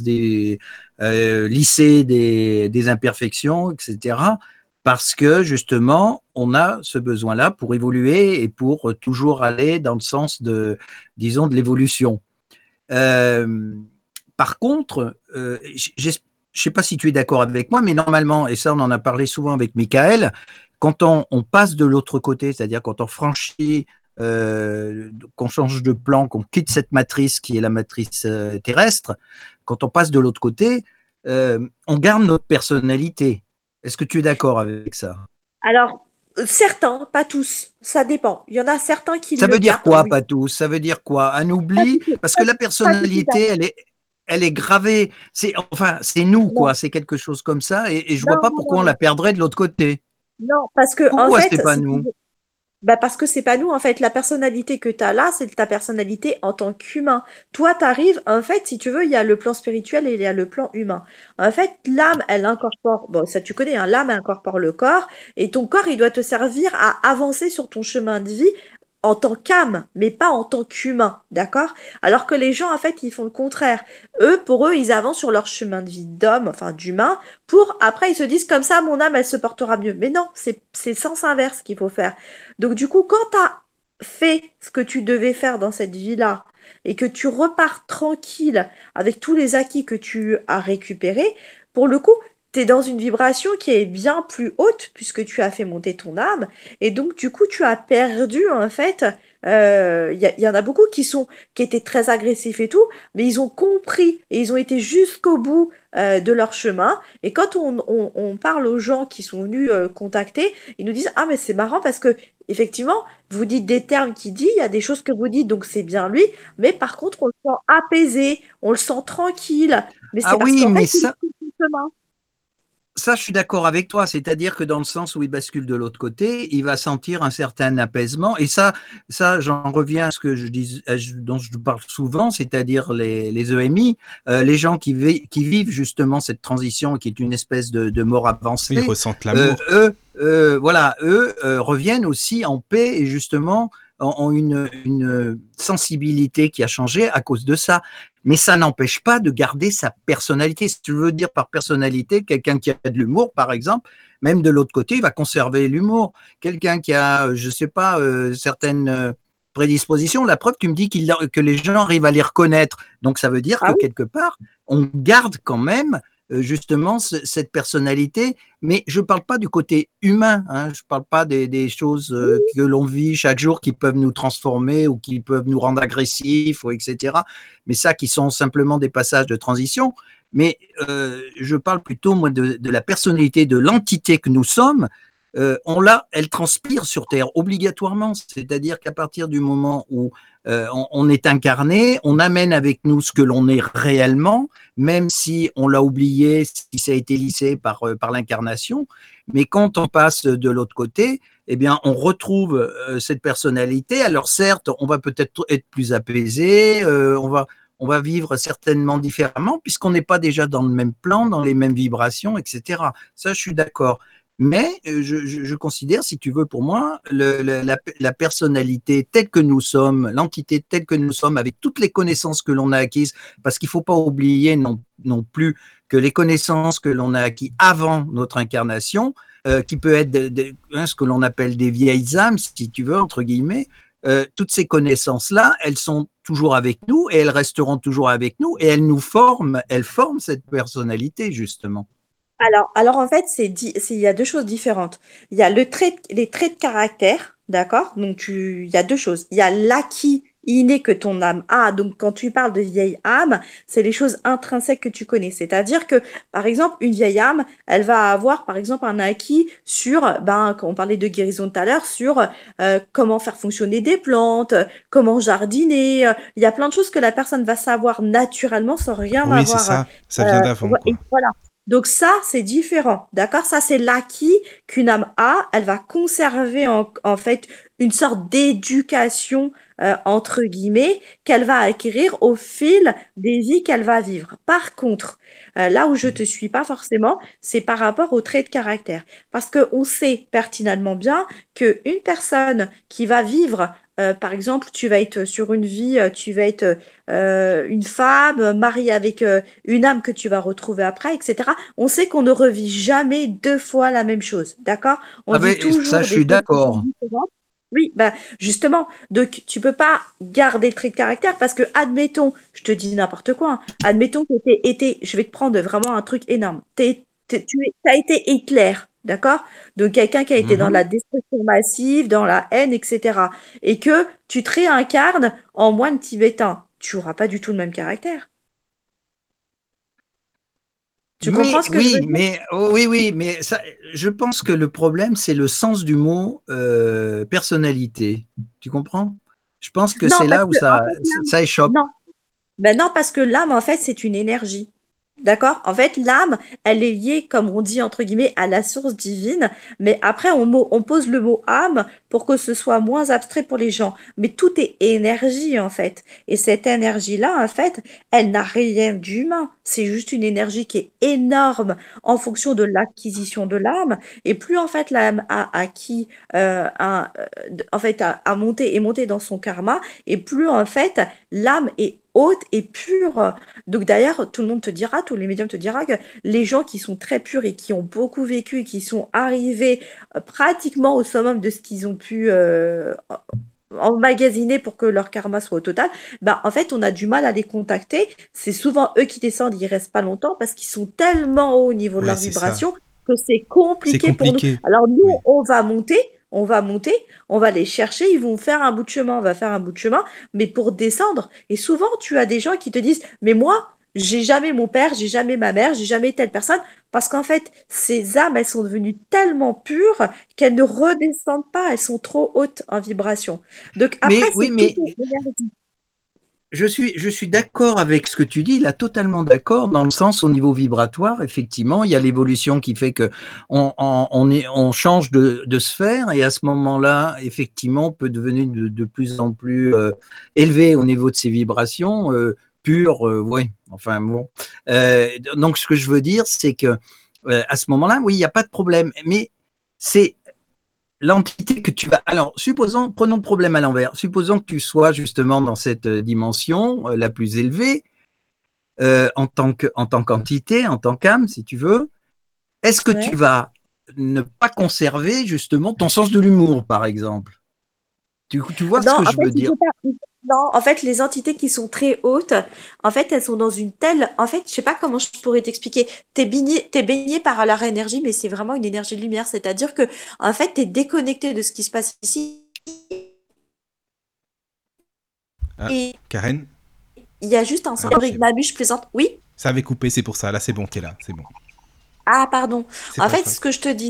lisser des imperfections, etc. Parce que justement, on a ce besoin-là pour évoluer et pour toujours aller dans le sens disons, de l'évolution. Euh, Par contre, je ne sais pas si tu es d'accord avec moi, mais normalement, et ça on en a parlé souvent avec Michael, quand on passe de l'autre côté, c'est-à-dire quand on franchit, qu'on change de plan, qu'on quitte cette matrice qui est la matrice terrestre, quand on passe de l'autre côté, on garde notre personnalité. Est-ce que tu es d'accord avec ça? Alors, certains, pas tous, ça dépend. Il y en a certains qui Ça le veut dire gardent, quoi, oui. pas tous? Ça veut dire quoi? Un Pas oubli? du tout, Parce que la pas du tout personnalité, d'accord. elle est gravée. Enfin, c'est nous, Non, quoi. C'est quelque chose comme ça. Et je vois non, pas non, non, pourquoi on non. la perdrait de l'autre côté. Non, parce que en Pourquoi c'est fait, pas si tu nous? veux, bah parce que c'est pas nous, en fait. La personnalité que tu as là, c'est ta personnalité en tant qu'humain. Toi, tu arrives, en fait, si tu veux, il y a le plan spirituel et il y a le plan humain. En fait, l'âme, elle incorpore, bon, ça tu connais, hein, l'âme incorpore le corps et ton corps, il doit te servir à avancer sur ton chemin de vie en tant qu'âme, mais pas en tant qu'humain, d'accord? Alors que les gens, en fait, ils font le contraire. Pour eux, ils avancent sur leur chemin de vie d'homme, enfin d'humain, pour après, ils se disent comme ça, mon âme, elle se portera mieux. Mais non, c'est le sens inverse qu'il faut faire. Donc, du coup, quand tu as fait ce que tu devais faire dans cette vie-là, et que tu repars tranquille avec tous les acquis que tu as récupérés, pour le coup, tu es dans une vibration qui est bien plus haute puisque tu as fait monter ton âme. Et donc, du coup, tu as perdu, en fait. Il y en a beaucoup qui étaient très agressifs et tout, mais ils ont compris et ils ont été jusqu'au bout de leur chemin. Et quand on parle aux gens qui sont venus contacter, ils nous disent, ah, mais c'est marrant parce que, effectivement, vous dites des termes qu'il dit, il y a des choses que vous dites, donc c'est bien lui, mais par contre, on le sent apaisé, on le sent tranquille. Mais Ah c'est parce oui, qu'en fait, mais il est sur son chemin. ça, je suis d'accord avec toi. C'est-à-dire que dans le sens où il bascule de l'autre côté, il va sentir un certain apaisement. Et ça, j'en reviens à ce que je dis, dont je parle souvent, c'est-à-dire les EMI, les gens qui vivent justement cette transition, qui est une espèce de mort Ils avancée. ressentent l'amour. Voilà, eux reviennent aussi en paix et justement ont une sensibilité qui a changé à cause de ça. Mais ça n'empêche pas de garder sa personnalité. Si tu veux dire par personnalité, quelqu'un qui a de l'humour, par exemple, même de l'autre côté, il va conserver l'humour. Quelqu'un qui a, je sais pas, certaines prédispositions, la preuve, tu me dis que les gens arrivent à les reconnaître. Donc ça veut dire que Ah oui, quelque part, on garde quand même justement cette personnalité, mais je ne parle pas du côté humain, hein, je ne parle pas des choses que l'on vit chaque jour qui peuvent nous transformer ou qui peuvent nous rendre agressifs, ou etc. Mais ça qui sont simplement des passages de transition. Mais je parle plutôt moi de la personnalité, de l'entité que nous sommes. Elle transpire sur Terre obligatoirement. C'est-à-dire qu'à partir du moment où on est incarné, on amène avec nous ce que l'on est réellement, même si on l'a oublié, si ça a été lissé par l'incarnation. Mais quand on passe de l'autre côté, eh bien, on retrouve cette personnalité. Alors certes, on va peut-être être plus apaisé, on va vivre certainement différemment, puisqu'on n'est pas déjà dans le même plan, dans les mêmes vibrations, etc. Ça, je suis d'accord. Mais je considère, si tu veux, pour moi, la personnalité telle que nous sommes, l'entité telle que nous sommes, avec toutes les connaissances que l'on a acquises, parce qu'il ne faut pas oublier non plus que les connaissances que l'on a acquises avant notre incarnation, qui peut être ce que l'on appelle des vieilles âmes, si tu veux, entre guillemets, toutes ces connaissances-là, elles sont toujours avec nous et elles resteront toujours avec nous et elles forment cette personnalité, justement. Alors en fait, il y a deux choses différentes. Il y a les traits de caractère, d'accord? Donc il y a deux choses. Il y a l'acquis inné que ton âme a. Donc quand tu parles de vieille âme, c'est les choses intrinsèques que tu connais. C'est-à-dire que, par exemple, une vieille âme, elle va avoir, par exemple, un acquis sur, quand on parlait de guérison tout à l'heure, sur comment faire fonctionner des plantes, comment jardiner. Il y a plein de choses que la personne va savoir naturellement sans rien Oui, c'est avoir. ça. Ça vient d'avant, Et quoi. voilà. Donc ça, c'est différent, d'accord? Ça, c'est l'acquis qu'une âme a. Elle va conserver en fait une sorte d'éducation, entre guillemets, qu'elle va acquérir au fil des vies qu'elle va vivre. Par contre, là où je te suis pas forcément, c'est par rapport aux traits de caractère. Parce qu'on sait pertinemment bien qu'une personne qui va vivre, par exemple, tu vas être sur une vie, tu vas être une femme mariée avec une âme que tu vas retrouver après, etc. On sait qu'on ne revit jamais deux fois la même chose, d'accord? On Ah ben, vit ça, toujours je des suis choses qui sont d'accord. différentes. Oui, justement, donc tu peux pas garder le trait de caractère parce que, admettons, je te dis n'importe quoi, hein, admettons que je vais te prendre vraiment un truc énorme. T'as été Hitler, d'accord? Donc quelqu'un qui a été dans la destruction massive, dans la haine, etc. Et que tu te réincarnes en moine tibétain. Tu n'auras pas du tout le même caractère. Tu comprends ce que je veux dire? Oui, mais ça, je pense que le problème, c'est le sens du mot personnalité. Tu comprends? Je pense que Non, c'est parce là où que, en fait, ça échoppe. non. Non, parce que l'âme, en fait, c'est une énergie. D'accord? En fait, l'âme, elle est liée, comme on dit, entre guillemets, à la source divine. Mais après, on pose le mot âme pour que ce soit moins abstrait pour les gens. Mais tout est énergie, en fait. Et cette énergie-là, en fait, elle n'a rien d'humain. C'est juste une énergie qui est énorme en fonction de l'acquisition de l'âme. Et plus, en fait, l'âme a acquis, en fait, a monté et monté dans son karma, et plus, en fait, l'âme est haute et pure. Donc d'ailleurs, tout le monde te dira, tous les médiums te dira que les gens qui sont très purs et qui ont beaucoup vécu et qui sont arrivés pratiquement au summum de ce qu'ils ont pu emmagasiner pour que leur karma soit au total, bah, en fait, on a du mal à les contacter. C'est souvent eux qui descendent, ils restent pas longtemps parce qu'ils sont tellement hauts au niveau de Ouais, leur c'est ça. vibration que c'est C'est compliqué pour nous. compliqué. Alors nous, Oui. on va monter, on va les chercher, ils vont faire un bout de chemin, on va faire un bout de chemin, mais pour descendre, et souvent tu as des gens qui te disent, mais moi, j'ai jamais mon père, j'ai jamais ma mère, j'ai jamais telle personne, parce qu'en fait, ces âmes, elles sont devenues tellement pures qu'elles ne redescendent pas, elles sont trop hautes en vibration. Donc après, Mais oui, c'est tout mais énergie. je suis d'accord avec ce que tu dis, là, totalement d'accord, dans le sens au niveau vibratoire, effectivement, il y a l'évolution qui fait que on change de sphère et à ce moment-là, effectivement, on peut devenir de plus en plus élevé au niveau de ses vibrations, pures, oui, enfin bon. Donc, ce que je veux dire, c'est que à ce moment-là, oui, il n'y a pas de problème, mais c'est l'entité que tu vas. Alors, prenons le problème à l'envers. Supposons que tu sois justement dans cette dimension la plus élevée en tant qu'entité, en tant qu'âme, si tu veux. Est-ce que tu Ouais. vas ne pas conserver justement ton sens de l'humour, par exemple? Tu vois ce Non, que en je fait, veux il dire? faut pas. Non, en fait, les entités qui sont très hautes, en fait, elles sont dans une telle. En fait, je sais pas comment je pourrais t'expliquer. T'es baigné par leur énergie, mais c'est vraiment une énergie de lumière. C'est-à-dire que, en fait, t'es déconnecté de ce qui se passe ici. Ah, Et Karen? il y a juste un Ah, symbole ok. Mabu, je plaisante. Oui? Ça avait coupé, c'est pour ça. Là, c'est bon, t'es là. C'est bon. Ah, pardon. C'est En pas fait, grave.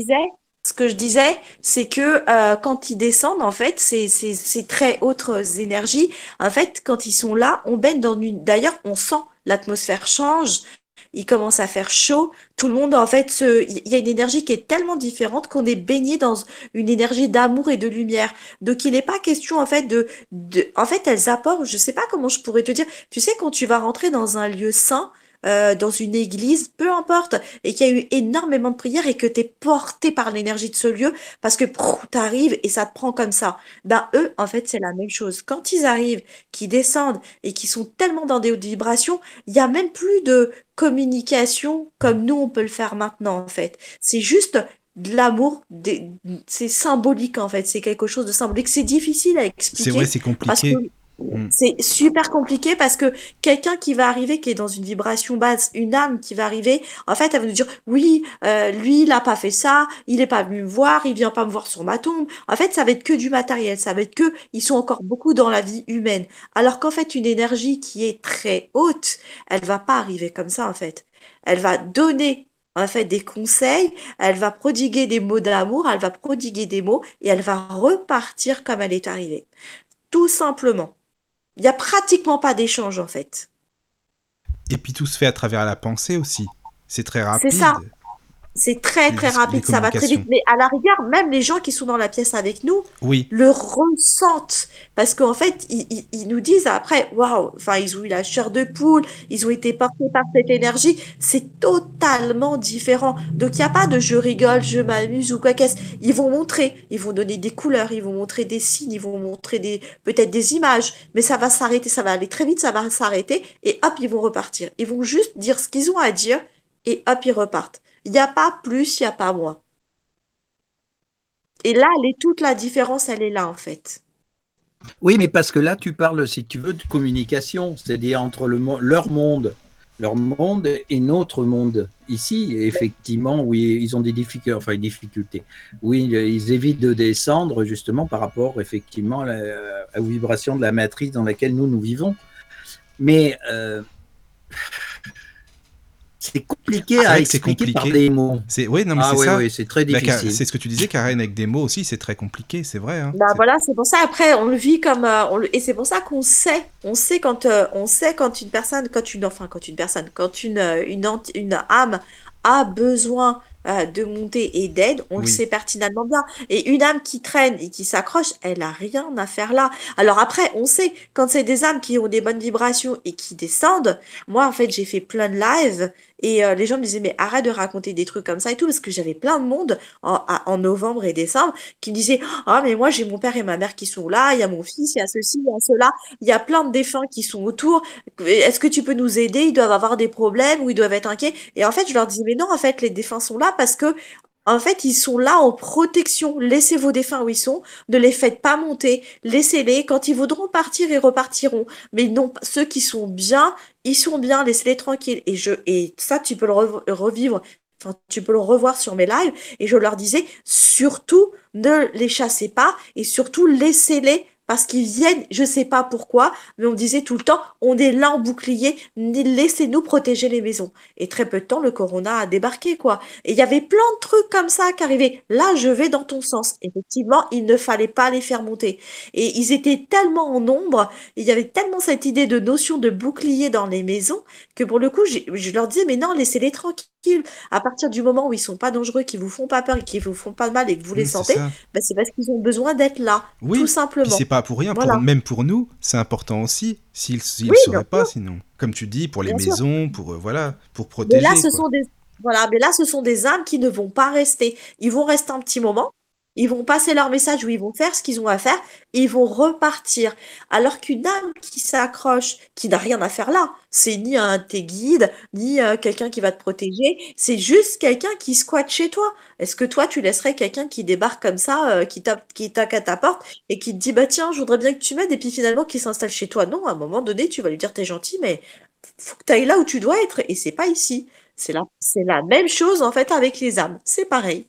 ce que je disais, c'est que quand ils descendent, en fait, c'est très hautes énergies. En fait, quand ils sont là, on baigne dans une. D'ailleurs, on sent l'atmosphère change. Il commence à faire chaud. Tout le monde, en fait, il y a une énergie qui est tellement différente qu'on est baigné dans une énergie d'amour et de lumière. Donc, il n'est pas question, en fait, en fait, elles apportent, je sais pas comment je pourrais te dire. Tu sais, quand tu vas rentrer dans un lieu saint, dans une église, peu importe, et qu'il y a eu énormément de prières et que tu es porté par l'énergie de ce lieu parce que tu arrives et ça te prend comme ça. Ben, eux, en fait, c'est la même chose. Quand ils arrivent, qu'ils descendent et qu'ils sont tellement dans des hautes vibrations, il y a même plus de communication comme nous, on peut le faire maintenant, en fait. C'est juste de l'amour, c'est symbolique, en fait. C'est quelque chose de symbolique. C'est difficile à C'est vrai, expliquer c'est parce que compliqué. Hmm. c'est super compliqué parce que quelqu'un qui va arriver, qui est dans une vibration basse, une âme qui va arriver, en fait, elle va nous dire, oui, lui, il a pas fait ça, il est pas venu me voir, il vient pas me voir sur ma tombe. En fait, ça va être que du matériel, ça va être que, ils sont encore beaucoup dans la vie humaine. Alors qu'en fait, une énergie qui est très haute, elle va pas arriver comme ça, en fait. Elle va donner, en fait, des conseils, elle va prodiguer des mots d'amour, elle va prodiguer des mots et elle va repartir comme elle est arrivée. Tout simplement. Il y a pratiquement pas d'échange, en fait. Et puis tout se fait à travers la pensée aussi. C'est très C'est ça. rapide, C'est très, très les rapide, ça va très vite. communications. Mais à la rigueur, même les gens qui sont dans la pièce avec nous Oui, le ressentent. Parce qu'en fait, ils nous disent après, waouh, enfin, ils ont eu la chair de poule, ils ont été portés par cette énergie. C'est totalement différent. Donc, il n'y a pas de je rigole, je m'amuse ou quoi qu'est-ce. Ils vont montrer, ils vont donner des couleurs, ils vont montrer des signes, ils vont montrer peut-être des images. Mais ça va s'arrêter, ça va aller très vite, ça va s'arrêter. Et hop, ils vont repartir. Ils vont juste dire ce qu'ils ont à dire et hop, ils repartent. Il n'y a pas plus, il n'y a pas moins. Et là, toute la différence, elle est là, en fait. Oui, mais parce que là, tu parles, si tu veux, de communication, c'est-à-dire entre leur monde et notre monde. Ici, effectivement, oui, ils ont des difficultés, enfin, des difficultés. Oui, ils évitent de descendre justement par rapport, effectivement, à la vibration de la matrice dans laquelle nous vivons. Mais c'est compliqué c'est à vrai que c'est expliquer par compliqué. des mots. Oui, non, mais Ah c'est oui, ça. oui, c'est très Bah, difficile. c'est ce que tu disais, Karen, avec des mots aussi, c'est très compliqué, c'est vrai. Hein. Bah voilà, c'est pour ça après on le vit comme et c'est pour ça on sait quand une personne, quand une personne, quand une âme a besoin de montée et d'aide, on le Oui. sait pertinemment bien. Et une âme qui traîne et qui s'accroche, elle a rien à faire là. Alors après, on sait, quand c'est des âmes qui ont des bonnes vibrations et qui descendent, moi, en fait, j'ai fait plein de lives et les gens me disaient, mais arrête de raconter des trucs comme ça et tout, parce que j'avais plein de monde en novembre et décembre qui me disaient, ah, mais moi, j'ai mon père et ma mère qui sont là, il y a mon fils, il y a ceci, il y a cela, il y a plein de défunts qui sont autour. Est-ce que tu peux nous aider? Ils doivent avoir des problèmes ou ils doivent être inquiets. Et en fait, je leur disais, mais non, en fait, les défunts sont là parce que, en fait, ils sont là en protection. Laissez vos défunts où ils sont. Ne les faites pas monter. Laissez-les. Quand ils voudront partir, ils repartiront. Mais non, ceux qui sont bien, ils sont bien. Laissez-les tranquilles. Et ça, tu peux le revivre. Enfin, tu peux le revoir sur mes lives. Et je leur disais, surtout, ne les chassez pas. Et surtout, laissez-les parce qu'ils viennent, je sais pas pourquoi, mais on disait tout le temps, on est là en bouclier, laissez-nous protéger les maisons. Et très peu de temps, le corona a débarqué, quoi. Et il y avait plein de trucs comme ça qui arrivaient. Là, je vais dans ton sens. Effectivement, il ne fallait pas les faire monter. Et ils étaient tellement en nombre, il y avait tellement cette idée de notion de bouclier dans les maisons, que pour le coup, je leur disais, mais non, laissez-les tranquilles. À partir du moment où ils sont pas dangereux, qu'ils vous font pas peur, et qu'ils vous font pas de mal et que vous les C'est sentez, ça. ben c'est parce qu'ils ont besoin d'être là, tout Oui, puis simplement. c'est pas pour rien, Voilà. même pour nous, c'est important aussi, s'ils Oui, sauraient bien pas sûr, sinon. Comme tu dis, pour les bien sûr. maisons, pour voilà, pour Mais là, protéger, ce quoi. sont des, voilà, mais là, ce sont des âmes qui ne vont pas rester. Ils vont rester un petit moment. Ils vont passer leur message où ils vont faire ce qu'ils ont à faire et ils vont repartir. Alors qu'une âme qui s'accroche, qui n'a rien à faire là, c'est ni un de tes guides, ni quelqu'un qui va te protéger, c'est juste quelqu'un qui squatte chez toi. Est-ce que toi, tu laisserais quelqu'un qui débarque comme ça, qui tape à ta porte et qui te dit, bah tiens, je voudrais bien que tu m'aides, et puis finalement qui s'installe chez toi? Non, à un moment donné, tu vas lui dire, t'es gentil, mais faut que tu ailles là où tu dois être et c'est pas ici. C'est la même chose en fait avec les âmes. C'est pareil.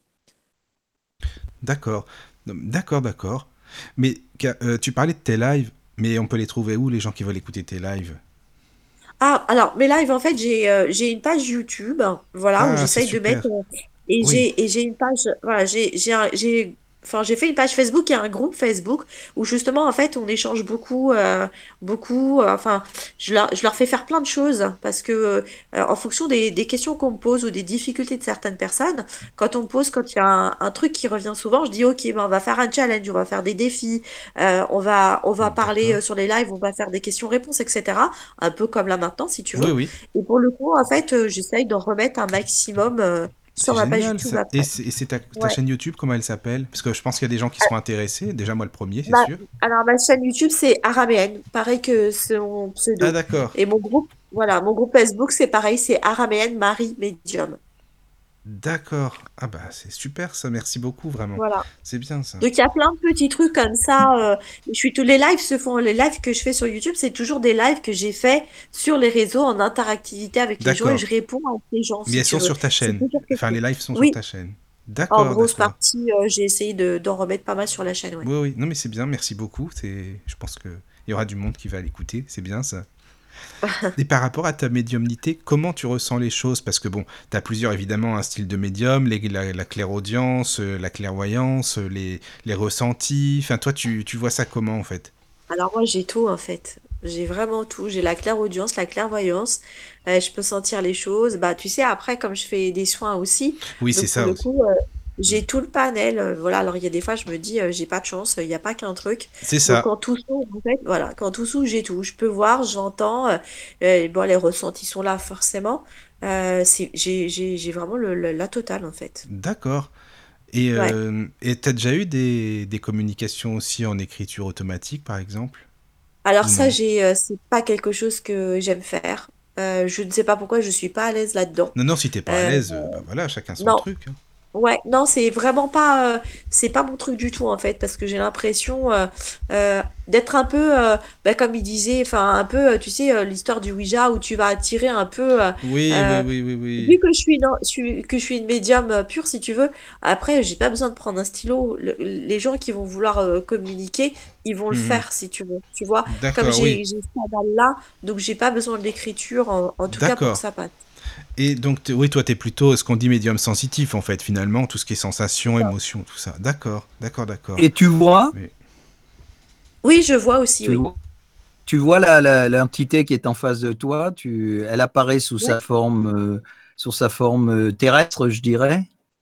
D'accord. D'accord, d'accord. Mais tu parlais de tes lives, mais on peut les trouver où, les gens qui veulent écouter tes lives? Ah, alors, mes lives, en fait, j'ai une page YouTube, hein, voilà, où Ah, c'est j'essaye de mettre, super. et Oui. j'ai une page, voilà, enfin, j'ai fait une page Facebook et un groupe Facebook où justement, en fait, on échange beaucoup, enfin, je leur fais faire plein de choses parce que, en fonction des questions qu'on me pose ou des difficultés de certaines personnes, quand il y a un truc qui revient souvent, je dis, OK, ben, on va faire un challenge, on va faire des défis, on va parler D'accord. sur les lives, on va faire des questions-réponses, etc. Un peu comme là maintenant, si tu Oui, veux. oui. Et pour le coup, en fait, j'essaye d'en remettre un maximum C'est sur ma page génial YouTube ça. Et après. c'est ta Ouais. chaîne YouTube, comment elle s'appelle? Parce que je pense qu'il y a des gens qui seront intéressés. Déjà, moi le premier, c'est Ma- sûr. alors, ma chaîne YouTube, c'est Araméenne, pareil que son Ah, pseudo. d'accord. Et mon groupe Facebook, c'est pareil, c'est Araméenne Marie Medium. D'accord. Ah bah c'est super ça, merci beaucoup vraiment. Voilà. C'est bien ça. Donc, il y a plein de petits trucs comme ça. Tous les lives que je fais sur YouTube, c'est toujours des lives que j'ai fait sur les réseaux en interactivité avec les gens et D'accord. je réponds avec les gens, Mais si elles tu sont veux. sur ta C'est chaîne. toujours quelque Enfin, chose. les lives sont sur Oui, ta chaîne. en D'accord, grosse d'accord. partie, j'ai essayé d'en remettre pas mal sur la chaîne, ouais. Oui, oui. Non, mais c'est bien, merci beaucoup. Je pense que il y aura du monde qui va l'écouter. C'est bien ça. Et par rapport à ta médiumnité, comment tu ressens les choses? Parce que bon, tu as plusieurs, évidemment, un style de médium, la clairaudience, la clairvoyance, les ressentis. Enfin, toi, tu vois ça comment, en fait? Alors moi, j'ai tout en fait. J'ai vraiment tout. J'ai la clairaudience, la clairvoyance. Je peux sentir les choses. Bah, tu sais, après, comme je fais des soins aussi, Oui, c'est donc pour ça le aussi. coup, j'ai tout le panel. Voilà. Alors il y a des fois, je me dis, j'ai pas de chance. Il n'y a pas qu'un truc. C'est Donc ça. quand tout s'ouvre, en fait, voilà, quand tout s'ouvre, j'ai tout. Je peux voir, j'entends. Bon, les ressentis sont là forcément. J'ai vraiment la totale en fait. D'accord. Et Ouais. t'as déjà eu des communications aussi en écriture automatique, par exemple? Alors Ou ça, non? c'est pas quelque chose que j'aime faire. Je ne sais pas pourquoi je suis pas à l'aise là-dedans. Non, non, si t'es pas à Euh, l'aise, bah voilà, chacun son non, truc, hein. ouais, non, c'est pas mon truc du tout en fait, parce que j'ai l'impression d'être un peu, bah, comme il disait, enfin un peu, tu sais, l'histoire du Ouija où tu vas attirer un peu. Oui, oui, Euh, oui, oui, Vu oui. que je suis une médium pure, si tu veux, après, j'ai pas besoin de prendre un stylo. Les gens qui vont vouloir communiquer, ils vont le Mhm. faire, si tu veux. Tu vois, comme D'accord, oui. j'ai ce canal-là, donc j'ai pas besoin de l'écriture, en tout cas pour que D'accord. ça passe. Et donc, oui, toi, t'es plutôt ce qu'on dit médium sensitif, en fait, finalement, tout ce qui est sensation, Ça. émotion, tout ça. D'accord, d'accord, d'accord. Et tu vois, Mais... Oui, je vois aussi, tu oui. vois, tu vois l'entité qui est en face de toi, elle apparaît Ouais. sous sa forme terrestre, je dirais.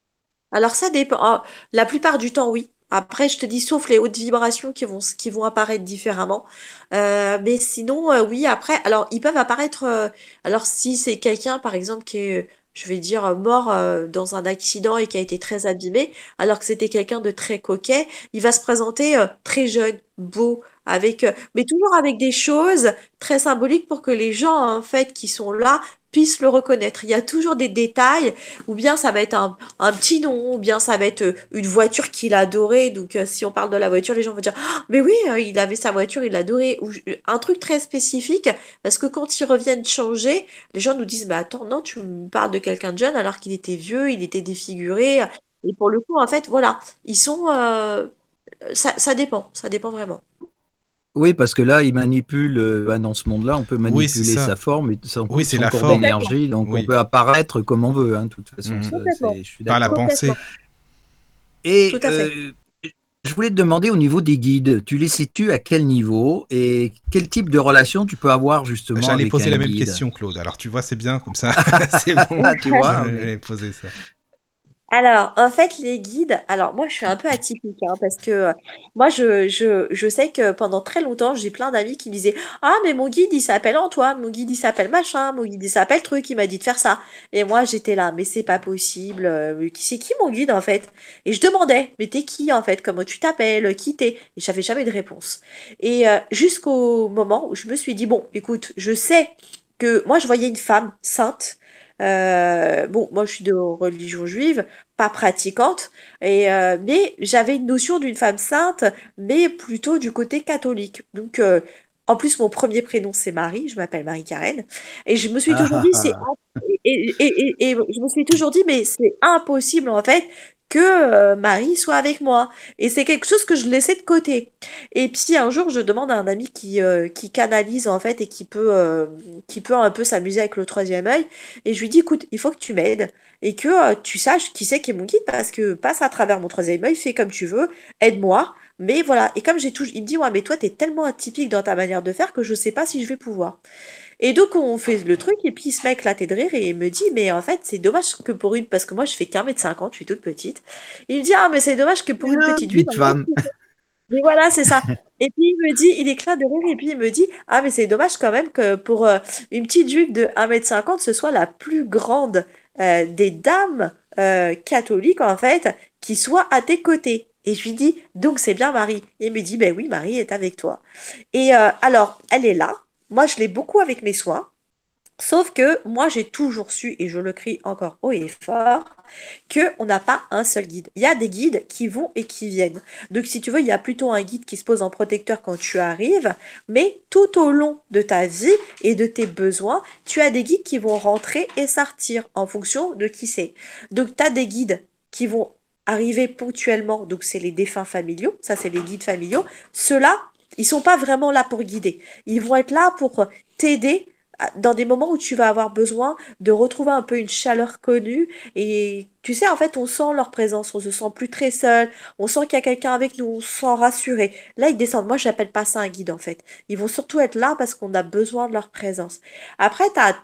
Alors ça dépend. La plupart du temps, oui. Après, je te dis, sauf les hautes vibrations qui vont apparaître différemment. Mais sinon, oui, après, alors ils peuvent apparaître. Alors si c'est quelqu'un, par exemple, qui est, je vais dire, mort dans un accident et qui a été très abîmé, alors que c'était quelqu'un de très coquet, il va se présenter très jeune, beau, mais toujours avec des choses très symboliques pour que les gens, en fait, qui sont là, puissent le reconnaître. Il y a toujours des détails, ou bien ça va être un petit nom, ou bien ça va être une voiture qu'il adorait. Donc, si on parle de la voiture, les gens vont dire, ah, mais oui, il avait sa voiture, il l'adorait. Ou un truc très spécifique, parce que quand ils reviennent changer, les gens nous disent, mais attends, non, tu me parles de quelqu'un de jeune alors qu'il était vieux, il était défiguré. Et pour le coup, en fait, voilà, ils sont, ça dépend vraiment. Oui, parce que là, il manipule, dans ce monde-là, on peut Oui, c'est manipuler ça. sa forme et Oui, c'est son la corps forme. Complètement, d'énergie, donc on Oui. peut apparaître comme on veut, hein, de toute façon, Mhm. complètement, je suis Par la d'accord. pensée. complètement, tout Et à fait. je voulais te demander au niveau des guides, tu les situes à quel niveau et quel type de relation tu peux avoir justement J'allais avec poser un la même guide? question, Claude. Alors, tu vois, c'est bien, comme ça. C'est bon. Ah, tu vois, mais J'allais poser ça. Alors, en fait, les guides, alors moi, je suis un peu atypique, hein, parce que moi, je sais que pendant très longtemps, j'ai plein d'amis qui me disaient, ah, mais mon guide, il s'appelle Antoine, mon guide, il s'appelle machin, mon guide, il s'appelle truc, il m'a dit de faire ça. Et moi, j'étais là, mais c'est pas possible, c'est qui mon guide, en fait? Et je demandais, mais t'es qui, en fait? Comment tu t'appelles? Qui t'es? Et j'avais jamais de réponse. Et jusqu'au moment où je me suis dit, bon, écoute, je sais que moi, je voyais une femme sainte. Bon, moi, je suis de religion juive pas pratiquante, mais j'avais une notion d'une femme sainte, mais plutôt du côté catholique. Donc, en plus, mon premier prénom, c'est Marie, je m'appelle Marie-Karen, et je me suis ah, toujours ah, dit, ah. et je me suis toujours dit, mais c'est impossible, en fait, que Marie soit avec moi. Et c'est quelque chose que je laissais de côté. Et puis, un jour, je demande à un ami qui canalise, en fait, et qui peut un peu s'amuser avec le troisième œil, et je lui dis, écoute, il faut que tu m'aides et que tu saches qui c'est qui est mon guide parce que passe à travers mon troisième œil, fais comme tu veux, aide-moi. Mais voilà, et comme j'ai toujours, il me dit, ouais, mais toi, t'es tellement atypique dans ta manière de faire que je sais pas si je vais pouvoir. Et donc, on fait le truc, et puis il se met à éclater de rire, et il me dit, mais en fait, c'est dommage que pour une, parce que moi, je fais qu'1,50 m, je suis toute petite. Il me dit, ah, mais c'est dommage que pour une Ah, petite petite en fait, femme. mais voilà, c'est ça. Et puis il me dit, il éclate de rire, et puis il me dit, ah, mais c'est dommage quand même que pour une petite juive de 1,50 m, ce soit la plus grande des dames catholiques, en fait, qui soit à tes côtés. Et je lui dis, donc c'est bien Marie. Et il me dit, ben oui, Marie est avec toi. Et alors, elle est là. Moi, je l'ai beaucoup avec mes soins. Sauf que moi, j'ai toujours su, et je le crie encore haut et fort, qu'on n'a pas un seul guide. Il y a des guides qui vont et qui viennent. Donc, si tu veux, il y a plutôt un guide qui se pose en protecteur quand tu arrives, mais tout au long de ta vie et de tes besoins, tu as des guides qui vont rentrer et sortir en fonction de qui c'est. Donc, tu as des guides qui vont arriver ponctuellement, donc c'est les défunts familiaux, ça c'est les guides familiaux. Ceux-là, ils sont pas vraiment là pour guider. Ils vont être là pour t'aider dans des moments où tu vas avoir besoin de retrouver un peu une chaleur connue et tu sais, en fait, on sent leur présence, on se sent plus très seul, on sent qu'il y a quelqu'un avec nous, on se sent rassuré. Là, ils descendent. Moi, j'appelle pas ça un guide, en fait. Ils vont surtout être là parce qu'on a besoin de leur présence. Après,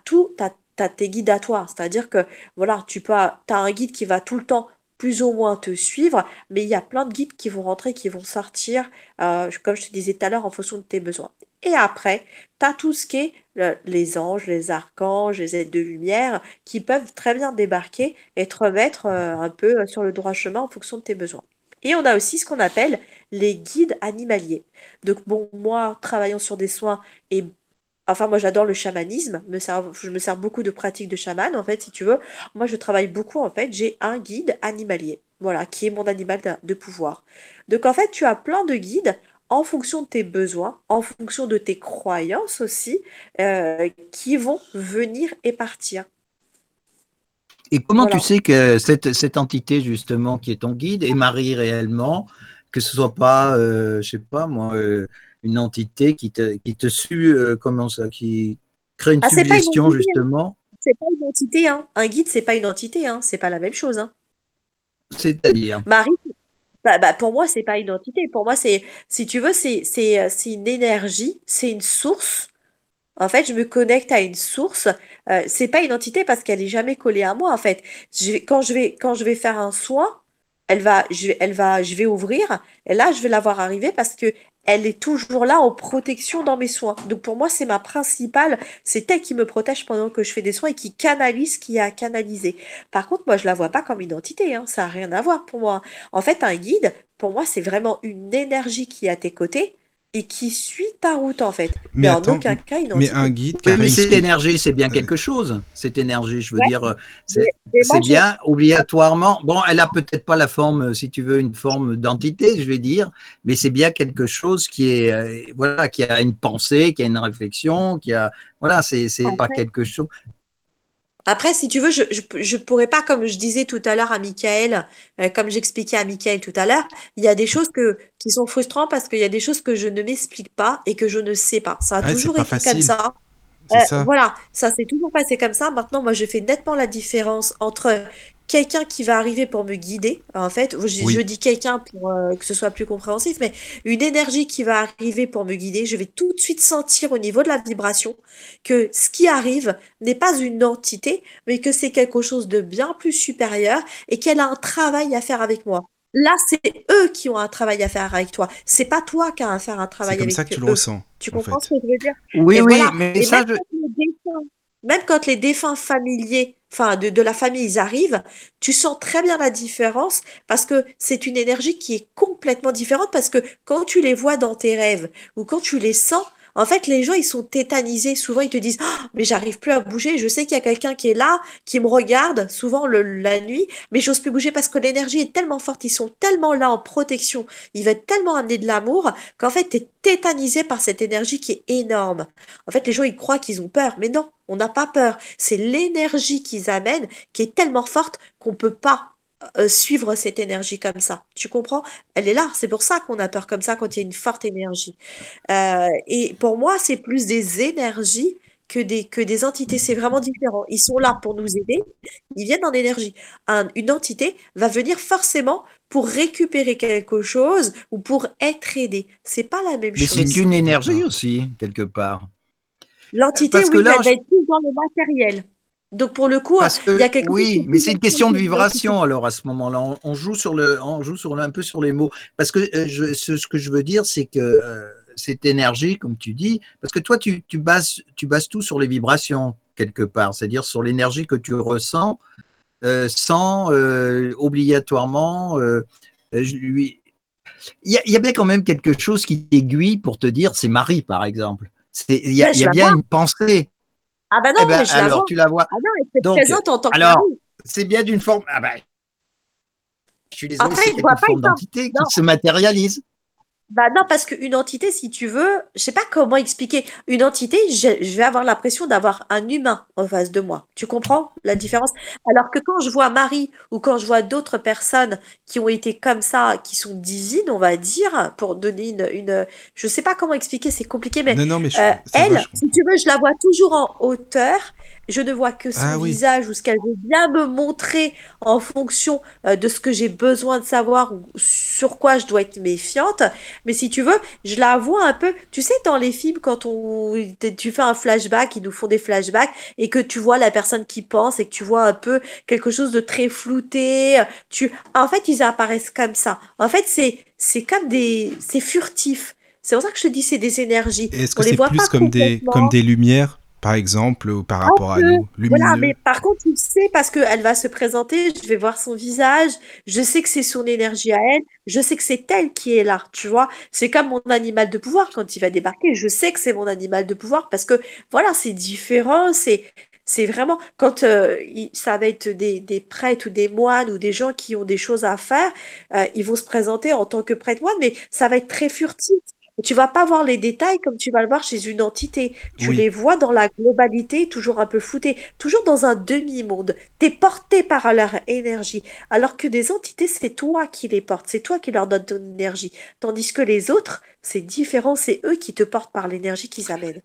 t'as tes guides à toi. C'est-à-dire que, voilà, t'as un guide qui va tout le temps plus ou moins te suivre, mais il y a plein de guides qui vont rentrer, qui vont sortir, comme je te disais tout à l'heure, en fonction de tes besoins. Et après, tu as tout ce qui est les anges, les archanges, les aides de lumière, qui peuvent très bien débarquer et te remettre un peu sur le droit chemin en fonction de tes besoins. Et on a aussi ce qu'on appelle les guides animaliers. Donc bon, moi, travaillant sur des soins, et enfin moi j'adore le chamanisme, je me sers beaucoup de pratiques de chaman, en fait, si tu veux. Moi, je travaille beaucoup, en fait, j'ai un guide animalier, voilà, qui est mon animal de pouvoir. Donc en fait, tu as plein de guides en fonction de tes besoins, en fonction de tes croyances aussi, qui vont venir et partir. Et comment tu Voilà. sais que cette entité, justement, qui est ton guide, est Marie réellement, que ce soit pas, je sais pas moi, une entité qui te suit, comment ça, qui crée une Ah, c'est pas une suggestion, entité, hein. justement, C'est pas une entité, hein. Un guide, c'est pas une entité, hein. C'est pas la même chose, hein. c'est-à-dire. Marie, pour moi, c'est pas une entité. Pour moi, si tu veux, c'est une énergie, c'est une source En fait, je me connecte à une source. C'est pas une entité parce qu'elle est jamais collée à moi. En fait, quand je vais faire un soin, je vais ouvrir et là, je vais la voir arriver parce que elle est toujours là en protection dans mes soins. Donc pour moi, c'est ma principale. C'est elle qui me protège pendant que je fais des soins et qui canalise ce qui a à canaliser. Par contre, moi, je la vois pas comme une entité, hein. Ça a rien à voir pour moi. En fait, un guide, pour moi, c'est vraiment une énergie qui est à tes côtés et qui suit ta route, en fait. Mais Mais en attends, aucun cas une mais un entité. guide, Oui, mais Karine, cette énergie, c'est bien quelque chose. Cette énergie, je veux Ouais, dire, mais moi, c'est bien obligatoirement. Bon, elle a peut-être pas la forme, si tu veux, une forme d'entité, je vais dire, mais c'est bien quelque chose qui est, voilà, qui a une pensée, qui a une réflexion, qui a, voilà, c'est pas après, quelque chose. après, si tu veux, je pourrais pas, comme je disais tout à l'heure à Michael, comme j'expliquais à Michael tout à l'heure, il y a des choses qui sont frustrantes parce qu'il y a des choses que je ne m'explique pas et que je ne sais pas. Ça a ah, c'est toujours pas été comme facile, ça. c'est ça. Voilà, ça s'est toujours passé comme ça. Maintenant, moi, je fais nettement la différence entre quelqu'un qui va arriver pour me guider. En fait, je Oui, dis quelqu'un pour que ce soit plus compréhensif, mais une énergie qui va arriver pour me guider. Je vais tout de suite sentir au niveau de la vibration que ce qui arrive n'est pas une entité, mais que c'est quelque chose de bien plus supérieur et qu'elle a un travail à faire avec moi. Là, c'est eux qui ont un travail à faire avec toi. C'est pas toi qui as à faire un c'est travail comme ça que tu avec le eux. ressens, Tu en comprends ce fait. que je veux dire? Oui, Et oui, voilà. mais Et ça, je, même quand les défunts familiers, enfin de la famille, ils arrivent, tu sens très bien la différence parce que c'est une énergie qui est complètement différente parce que quand tu les vois dans tes rêves ou quand tu les sens, en fait, les gens, ils sont tétanisés. Souvent, ils te disent, oh, mais j'arrive plus à bouger. Je sais qu'il y a quelqu'un qui est là, qui me regarde, souvent la nuit, mais j'ose plus bouger parce que l'énergie est tellement forte. Ils sont tellement là en protection. Ils veulent tellement amener de l'amour qu'en fait, tu es tétanisé par cette énergie qui est énorme. En fait, les gens, ils croient qu'ils ont peur, mais non, on n'a pas peur. C'est l'énergie qu'ils amènent qui est tellement forte qu'on ne peut pas suivre cette énergie comme ça. Tu comprends? Elle est là. C'est pour ça qu'on a peur comme ça quand il y a une forte énergie. Et pour moi, c'est plus des énergies que des entités. C'est vraiment différent. Ils sont là pour nous aider. Ils viennent en énergie. Une entité va venir forcément pour récupérer quelque chose ou pour être aidé. C'est pas la même mais c'est chose. une énergie D'accord. aussi, quelque part. L'entité, Parce que oui, mais là, elle va être plus dans le matériel. Donc pour le coup, parce il y a que quelque chose qui est oui, mais plus c'est une ancien question que de l'identité. vibration. Alors à ce moment-là, on joue sur un peu sur les mots. Parce que ce que je veux dire, c'est que cette énergie, comme tu dis, parce que toi, tu bases tout sur les vibrations quelque part, c'est-à-dire sur l'énergie que tu ressens sans obligatoirement lui. Il y a bien quand même quelque chose qui t'aiguille pour te dire c'est Marie, par exemple. Ben, Il je y a la bien vois. une pensée. Ah ben non, Eh ben mais je la alors, vois. tu la vois. Ah non, elle était Donc, présente en tant que alors, Marie. c'est bien d'une forme. Ah ben, je suis désolé, Après, c'est je vois une pas forme une forme. d'entité qui Non, se matérialise. bah non, parce qu'une entité, si tu veux, je sais pas comment expliquer. Une entité, je vais avoir l'impression d'avoir un humain en face de moi. Tu comprends la différence? Alors que quand je vois Marie ou quand je vois d'autres personnes qui ont été comme ça, qui sont divines, on va dire, pour donner je sais pas comment expliquer, c'est compliqué, mais Non, non, mais ça va, elle, je si comprends. tu veux, je la vois toujours en hauteur. Je ne vois que son Ah oui, visage ou ce qu'elle veut bien me montrer en fonction de ce que j'ai besoin de savoir ou sur quoi je dois être méfiante. Mais si tu veux, je la vois un peu, tu sais, dans les films, quand tu fais un flashback, ils nous font des flashbacks, et que tu vois la personne qui pense, et que tu vois un peu quelque chose de très flouté, en fait, ils apparaissent comme ça. En fait, c'est comme c'est furtif. C'est pour ça que je te dis, c'est des énergies. est-ce On que les c'est voit plus pas comme complètement. des lumières, par exemple, ou par Un rapport à peu. nous, Voilà, lumineux? mais par contre, tu sais, parce qu'elle va se présenter, je vais voir son visage, je sais que c'est son énergie à elle, je sais que c'est elle qui est là, tu vois. C'est comme mon animal de pouvoir quand il va débarquer, je sais que c'est mon animal de pouvoir parce que, voilà, c'est différent, c'est vraiment, quand ça va être des prêtres ou des moines ou des gens qui ont des choses à faire, ils vont se présenter en tant que prêtre-moine, mais ça va être très furtif. Tu vas pas voir les détails comme tu vas le voir chez une entité. Tu Oui, les vois dans la globalité, toujours un peu flouté, toujours dans un demi-monde. Tu es porté par leur énergie. Alors que des entités, c'est toi qui les portes, c'est toi qui leur donnes ton énergie. Tandis que les autres, c'est différent, c'est eux qui te portent par l'énergie qu'ils amènent.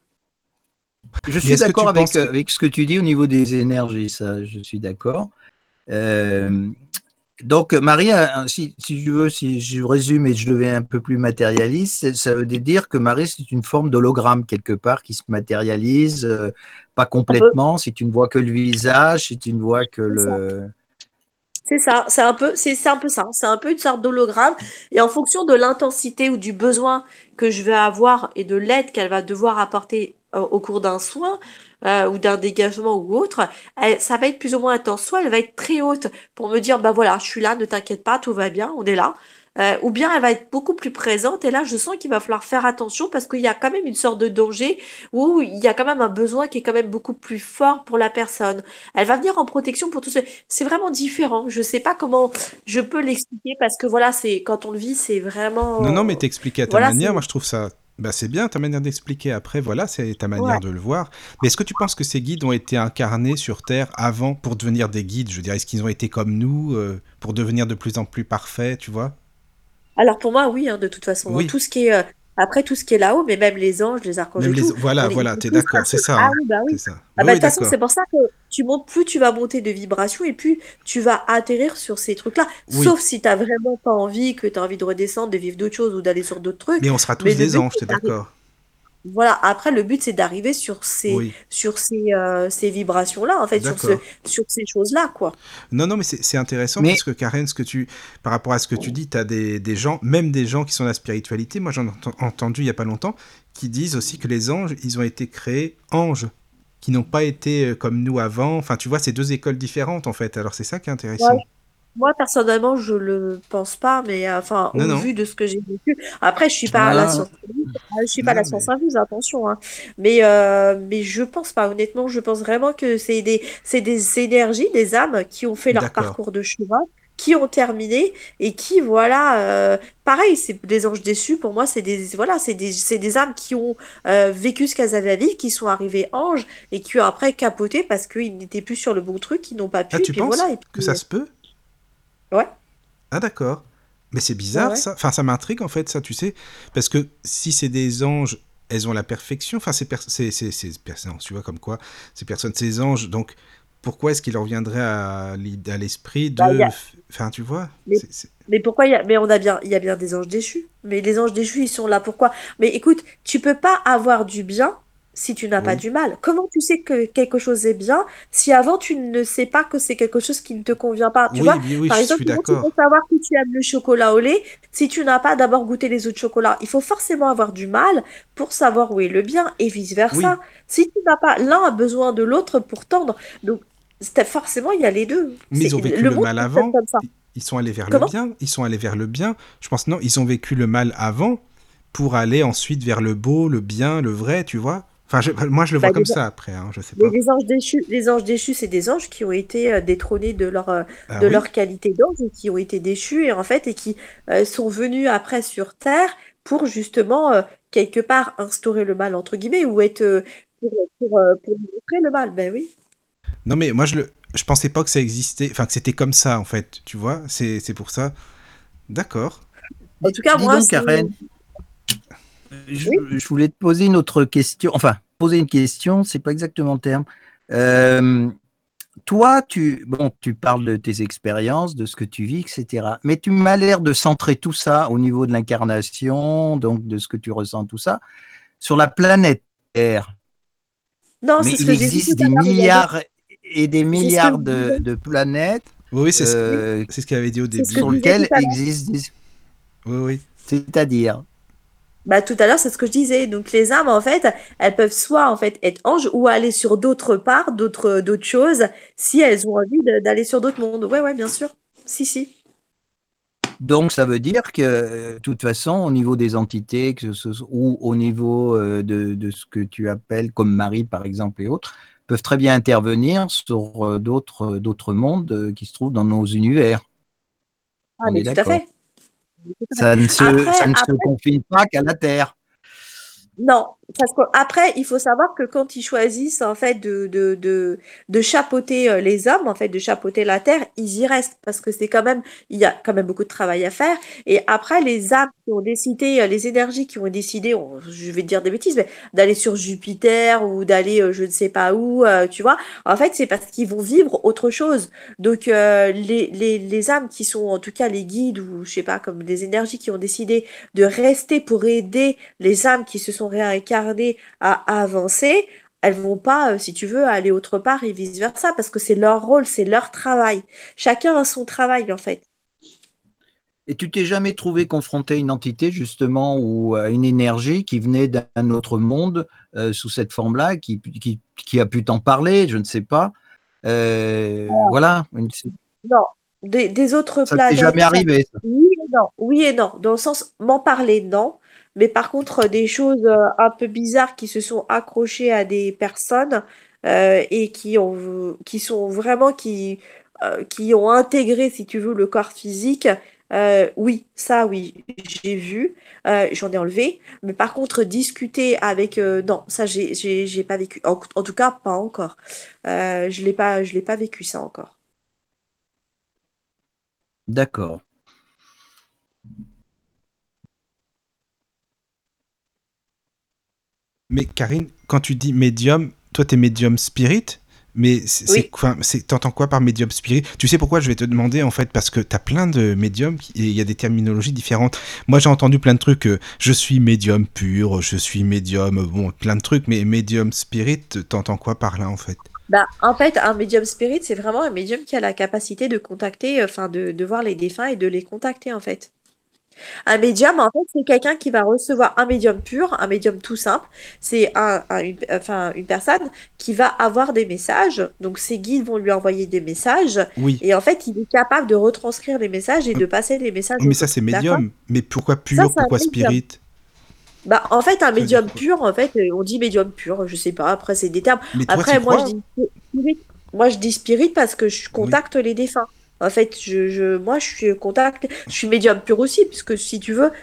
Je mais suis est-ce que d'accord tu penses que... avec ce que tu dis au niveau des énergies, ça, je suis d'accord. Euh, Donc, Marie, si tu veux, si je résume et je deviens un peu plus matérialiste, ça veut dire que Marie, c'est une forme d'hologramme quelque part qui se matérialise, pas Un peu, complètement, si tu ne vois que le visage, si tu ne vois que c'est ça. le… C'est ça, c'est un peu ça. C'est un peu une sorte d'hologramme. Et en fonction de l'intensité ou du besoin que je vais avoir et de l'aide qu'elle va devoir apporter au cours d'un soin ou d'un dégagement ou autre, ça va être plus ou moins intense. Soit elle va être très haute pour me dire, bah voilà, je suis là, ne t'inquiète pas, tout va bien, on est là. Ou bien elle va être beaucoup plus présente et là je sens qu'il va falloir faire attention parce qu'il y a quand même une sorte de danger où il y a quand même un besoin qui est quand même beaucoup plus fort pour la personne. Elle va venir en protection pour tout ce. C'est vraiment différent. Je sais pas comment je peux l'expliquer parce que voilà, c'est quand on le vit, c'est Non, mais vraiment t'expliquer à ta voilà, c'est manière, moi je trouve ça. Bah, c'est bien ta manière d'expliquer. Après, voilà, c'est ta ouais. manière de le voir. Mais est-ce que tu penses que ces guides ont été incarnés sur Terre avant pour devenir des guides? Je veux dire, est-ce qu'ils ont été comme nous pour devenir de plus en plus parfaits, tu vois? Alors pour moi, oui, hein, de toute façon, hein. Oui, Tout ce qui est après tout ce qui est là-haut, mais même les anges, les archanges même et les. tout, Voilà, ils voilà, sont t'es tous d'accord, c'est ça, ah hein. oui, bah C'est oui. ça. Ah Oui, bah de oui, toute façon, c'est d'accord. pour ça que tu montes, plus tu vas monter de vibrations et plus tu vas atterrir sur ces trucs-là. Oui, Sauf si t'as vraiment pas envie, que t'as envie de redescendre, de vivre d'autres choses ou d'aller sur d'autres trucs. mais on sera Mais tous le des but, anges, c'est t'es d'arriver. d'accord? Voilà, après le but c'est d'arriver Oui, sur ces vibrations-là, en fait, d'accord. sur ces choses-là, quoi. Non, non, mais c'est intéressant Mais puisque Karen, par rapport à ce que tu dis, tu as des gens, même des gens qui sont dans la spiritualité, moi j'en ai entendu il n'y a pas longtemps, qui disent aussi que les anges, ils ont été créés anges, qui n'ont pas été comme nous avant. Enfin, tu vois, c'est deux écoles différentes en fait. Alors c'est ça qui est Ouais, intéressant. moi personnellement, je le pense pas, mais enfin, Non, au non, vu de ce que j'ai vécu, après, ah, je suis pas non, la non, science mais infuse, attention, hein. Mais je pense pas, honnêtement, je pense vraiment que c'est des énergies, des âmes qui ont fait leur d'accord. parcours de chemin, qui ont terminé et qui, voilà, pareil, c'est des anges déçus. Pour moi, voilà, c'est des âmes qui ont vécu ce qu'elles avaient à vivre, qui sont arrivées anges et qui ont après capoté parce qu'ils n'étaient plus sur le bon truc, ils n'ont pas Ah, pu, et tu puis voilà, penses et que puis ça se peut? ouais. Ah, d'accord. Mais c'est Ouais, bizarre ouais. ça. Enfin, ça m'intrigue en fait, ça, tu sais. Parce que si c'est des anges, elles ont la perfection. Enfin, non, tu vois, comme quoi, ces personnes, ces anges, donc pourquoi est-ce qu'il leur viendrait à l'esprit Bah, de. Enfin, tu vois, mais, mais pourquoi mais il y a bien des anges déchus. Mais les anges déchus, ils sont là pourquoi? Mais écoute, tu peux pas avoir du bien si tu n'as pas Oui. du mal. Comment tu sais que quelque chose est bien si avant tu ne sais pas que c'est quelque chose qui ne te convient pas? Tu vois, Oui, oui, oui, par je exemple, suis comment tu peux d'accord. savoir que tu aimes le chocolat au lait si tu n'as pas d'abord goûté les autres chocolats? Il faut forcément avoir du mal pour savoir où est le bien et vice-versa. Oui. Si tu n'as pas, l'un a besoin de l'autre pour tendre. Donc, forcément, il y a les deux. Mais ils ont vécu Le le monde mal fonctionne avant. comme ça. Ils sont allés vers le Comment? bien. Ils sont allés vers le bien. Je pense, non, ils ont vécu le mal avant pour aller ensuite vers le beau, le bien, le vrai, tu vois. Enfin, moi, je le vois Bah, comme ça après, hein, je sais mais pas. les anges déchus, c'est des anges qui ont été détrônés Ah de oui? leur qualité d'ange et qui ont été déchus et en fait et qui sont venus après sur Terre pour justement quelque part instaurer le mal entre guillemets ou être pour montrer le mal. Ben oui. Non, mais moi, je pensais pas que ça existait, enfin, que c'était comme ça, en fait, tu vois, c'est pour ça. D'accord. En tout cas, dis moi, donc, c'est Karen, oui. je voulais te poser une autre question. Enfin, poser une question, c'est pas exactement le terme. Euh, Toi, tu parles de tes expériences, de ce que tu vis, etc. Mais tu m'as l'air de centrer tout ça au niveau de l'incarnation, donc de ce que tu ressens, tout ça, sur la planète Terre. Non, Mais c'est ce il que j'ai dit tout existe à des l'heure. milliards et des C'est ce que milliards je disais. de planètes Oui, oui, Oui, c'est ce qu'il avait dit au c'est ce que je début. sur disais tout lesquelles à l'heure. existent des… Oui, oui. C'est-à-dire, Bah, tout à l'heure, c'est ce que je disais. Donc, les âmes, en fait, elles peuvent soit, en fait, être anges ou aller sur d'autres parts, d'autres choses, si elles ont envie d'aller sur d'autres mondes. Ouais, ouais, bien sûr. Si, si. donc ça veut dire que, de toute façon, au niveau des entités, ou au niveau de ce que tu appelles, comme Marie, par exemple, et autres, peuvent très bien intervenir sur d'autres mondes qui se trouvent dans nos univers. Ah, On mais est tout à d'accord. fait. Tout à fait. Ça ne se Après, confine pas qu'à la Terre. non. Parce qu'après, il faut savoir que quand ils choisissent en fait de chapeauter les hommes, en fait, de chapeauter la terre, ils y restent parce que c'est quand même, il y a quand même beaucoup de travail à faire. Et après, les âmes qui ont décidé, les énergies qui ont décidé, je vais te dire des bêtises, mais d'aller sur Jupiter ou d'aller je ne sais pas où, tu vois, en fait, c'est parce qu'ils vont vivre autre chose. Donc, les âmes qui sont, en tout cas, les guides ou je sais pas, comme des énergies qui ont décidé de rester pour aider les âmes qui se sont réincarnées à avancer, elles vont pas, si tu veux, aller autre part et vice-versa, parce que c'est leur rôle, c'est leur travail. Chacun a son travail, en fait. Et tu t'es jamais trouvé confronté à une entité, justement, ou à une énergie qui venait d'un autre monde sous cette forme-là, qui a pu t'en parler, je ne sais pas. Voilà. Non, des autres Ça t'est jamais planètes, ça, arrivé, ça. oui et non, oui et non. Dans le sens, m'en parler, non. Mais par contre, des choses un peu bizarres qui se sont accrochées à des personnes et qui sont vraiment, qui ont intégré, si tu veux, le corps physique, oui, ça, oui, j'ai vu, j'en ai enlevé. Mais par contre, discuter avec, non, ça, j'ai pas vécu. En tout cas, pas encore. Je l'ai pas vécu, ça encore. D'accord. Mais Karine, quand tu dis médium, toi t'es médium spirit, mais Oui. t'entends quoi par médium spirit? Tu sais pourquoi je vais te demander en fait, parce que t'as plein de médiums et il y a des terminologies différentes. Moi j'ai entendu plein de trucs, je suis médium pur, je suis médium, bon plein de trucs, mais médium spirit, t'entends quoi par là en fait? Bah, en fait, un médium spirit, c'est vraiment un médium qui a la capacité de contacter, enfin, de voir les défunts et de les contacter, en fait. Un médium, en fait, c'est quelqu'un qui va recevoir un médium pur, un médium tout simple. C'est enfin, une personne qui va avoir des messages. Donc, ses guides vont lui envoyer des messages. Oui, Et en fait, il est capable de retranscrire les messages et de passer les messages mais aux ça autres. c'est D'accord? médium, mais pourquoi Ça, pur, c'est un pourquoi médium. spirit? Bah, en fait, un Ça veut dire médium quoi? pur, en fait, on dit médium pur, je sais pas, après, c'est des termes. Mais toi t'y Après, moi, je crois? dis spirit. Moi, je dis spirit parce que je Oui. contacte les défunts. En fait, moi, je suis contact, je suis médium pur aussi, puisque si tu veux,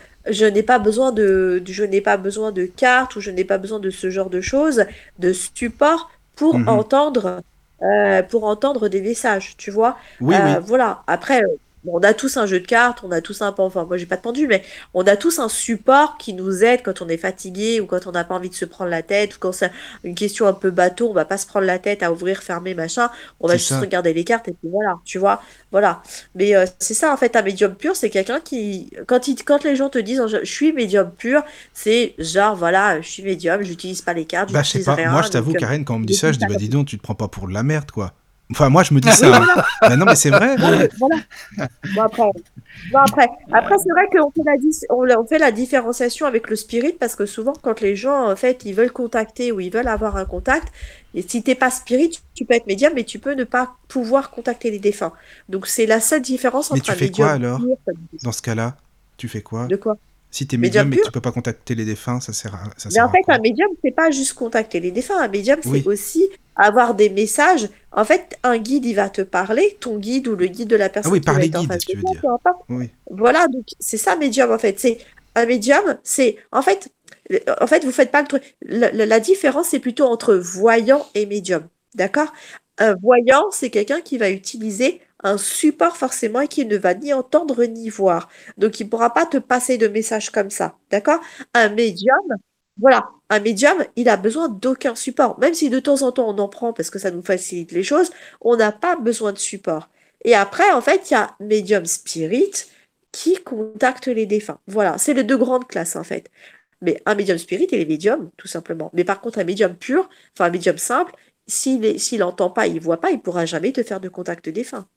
je n'ai pas besoin de cartes ou je n'ai pas besoin de ce genre de choses, de support Mhm. pour entendre des messages, tu vois. Oui, oui. Voilà. Après, bon, on a tous un jeu de cartes, on a tous enfin, moi, j'ai pas de pendule, mais on a tous un support qui nous aide quand on est fatigué ou quand on n'a pas envie de se prendre la tête ou quand c'est une question un peu bateau, on va pas se prendre la tête à ouvrir, fermer, machin. On va C'est juste ça. regarder les cartes et puis voilà, tu vois. Voilà. Mais c'est ça, en fait, un médium pur, c'est quelqu'un qui, quand les gens te disent, je suis médium pur, c'est genre, voilà, je suis médium, j'utilise pas les cartes, Bah, je sais j'utilise pas. Moi, rien, je t'avoue, donc Karen, quand on me je dit ça, dis je dis, ça bah, comme dis ça. donc, tu te prends pas pour de la merde, quoi. Enfin, moi, je me dis Oui, ça, hein. voilà. Bah, non, mais c'est vrai. Non, mais voilà. Bon, après, bon, après c'est vrai qu'on fait on fait la différenciation avec le spirit parce que souvent, quand les gens, en fait, ils veulent contacter ou ils veulent avoir un contact, et si t'es pas spirit, tu peux être médium, mais tu peux ne pas pouvoir contacter les défunts. Donc, c'est la seule différence Mais entre tu un fais quoi médium alors? pur, Dans ce cas-là, tu fais quoi? de quoi? Si t'es médium Médium et que pur? tu peux pas contacter les défunts, ça Mais sert en à fait, un quoi? médium, c'est pas juste contacter les défunts. Un médium, c'est Oui. aussi avoir des messages. En fait, un guide, il va te parler, ton guide ou le guide de la Ah oui, personne qui par va les être en guides, face de tu veux toi, dire. peu importe. Oui. Voilà, donc c'est ça, médium, en fait. C'est un médium, c'est en fait, vous faites pas le truc. La différence, c'est plutôt entre voyant et médium. D'accord? Un voyant, c'est quelqu'un qui va utiliser un support forcément et qui ne va ni entendre ni voir. Donc, il ne pourra pas te passer de message comme ça. D'accord? Un médium, voilà, un médium, il a besoin d'aucun support. Même si de temps en temps on en prend parce que ça nous facilite les choses, on n'a pas besoin de support. Et après, en fait, il y a médium spirit qui contacte les défunts. Voilà, c'est les deux grandes classes en fait. Mais un médium spirit, il est médium, tout simplement. Mais par contre, un médium pur, enfin un médium simple, s'il n'entend pas, il voit pas, il pourra jamais te faire de contact défunt.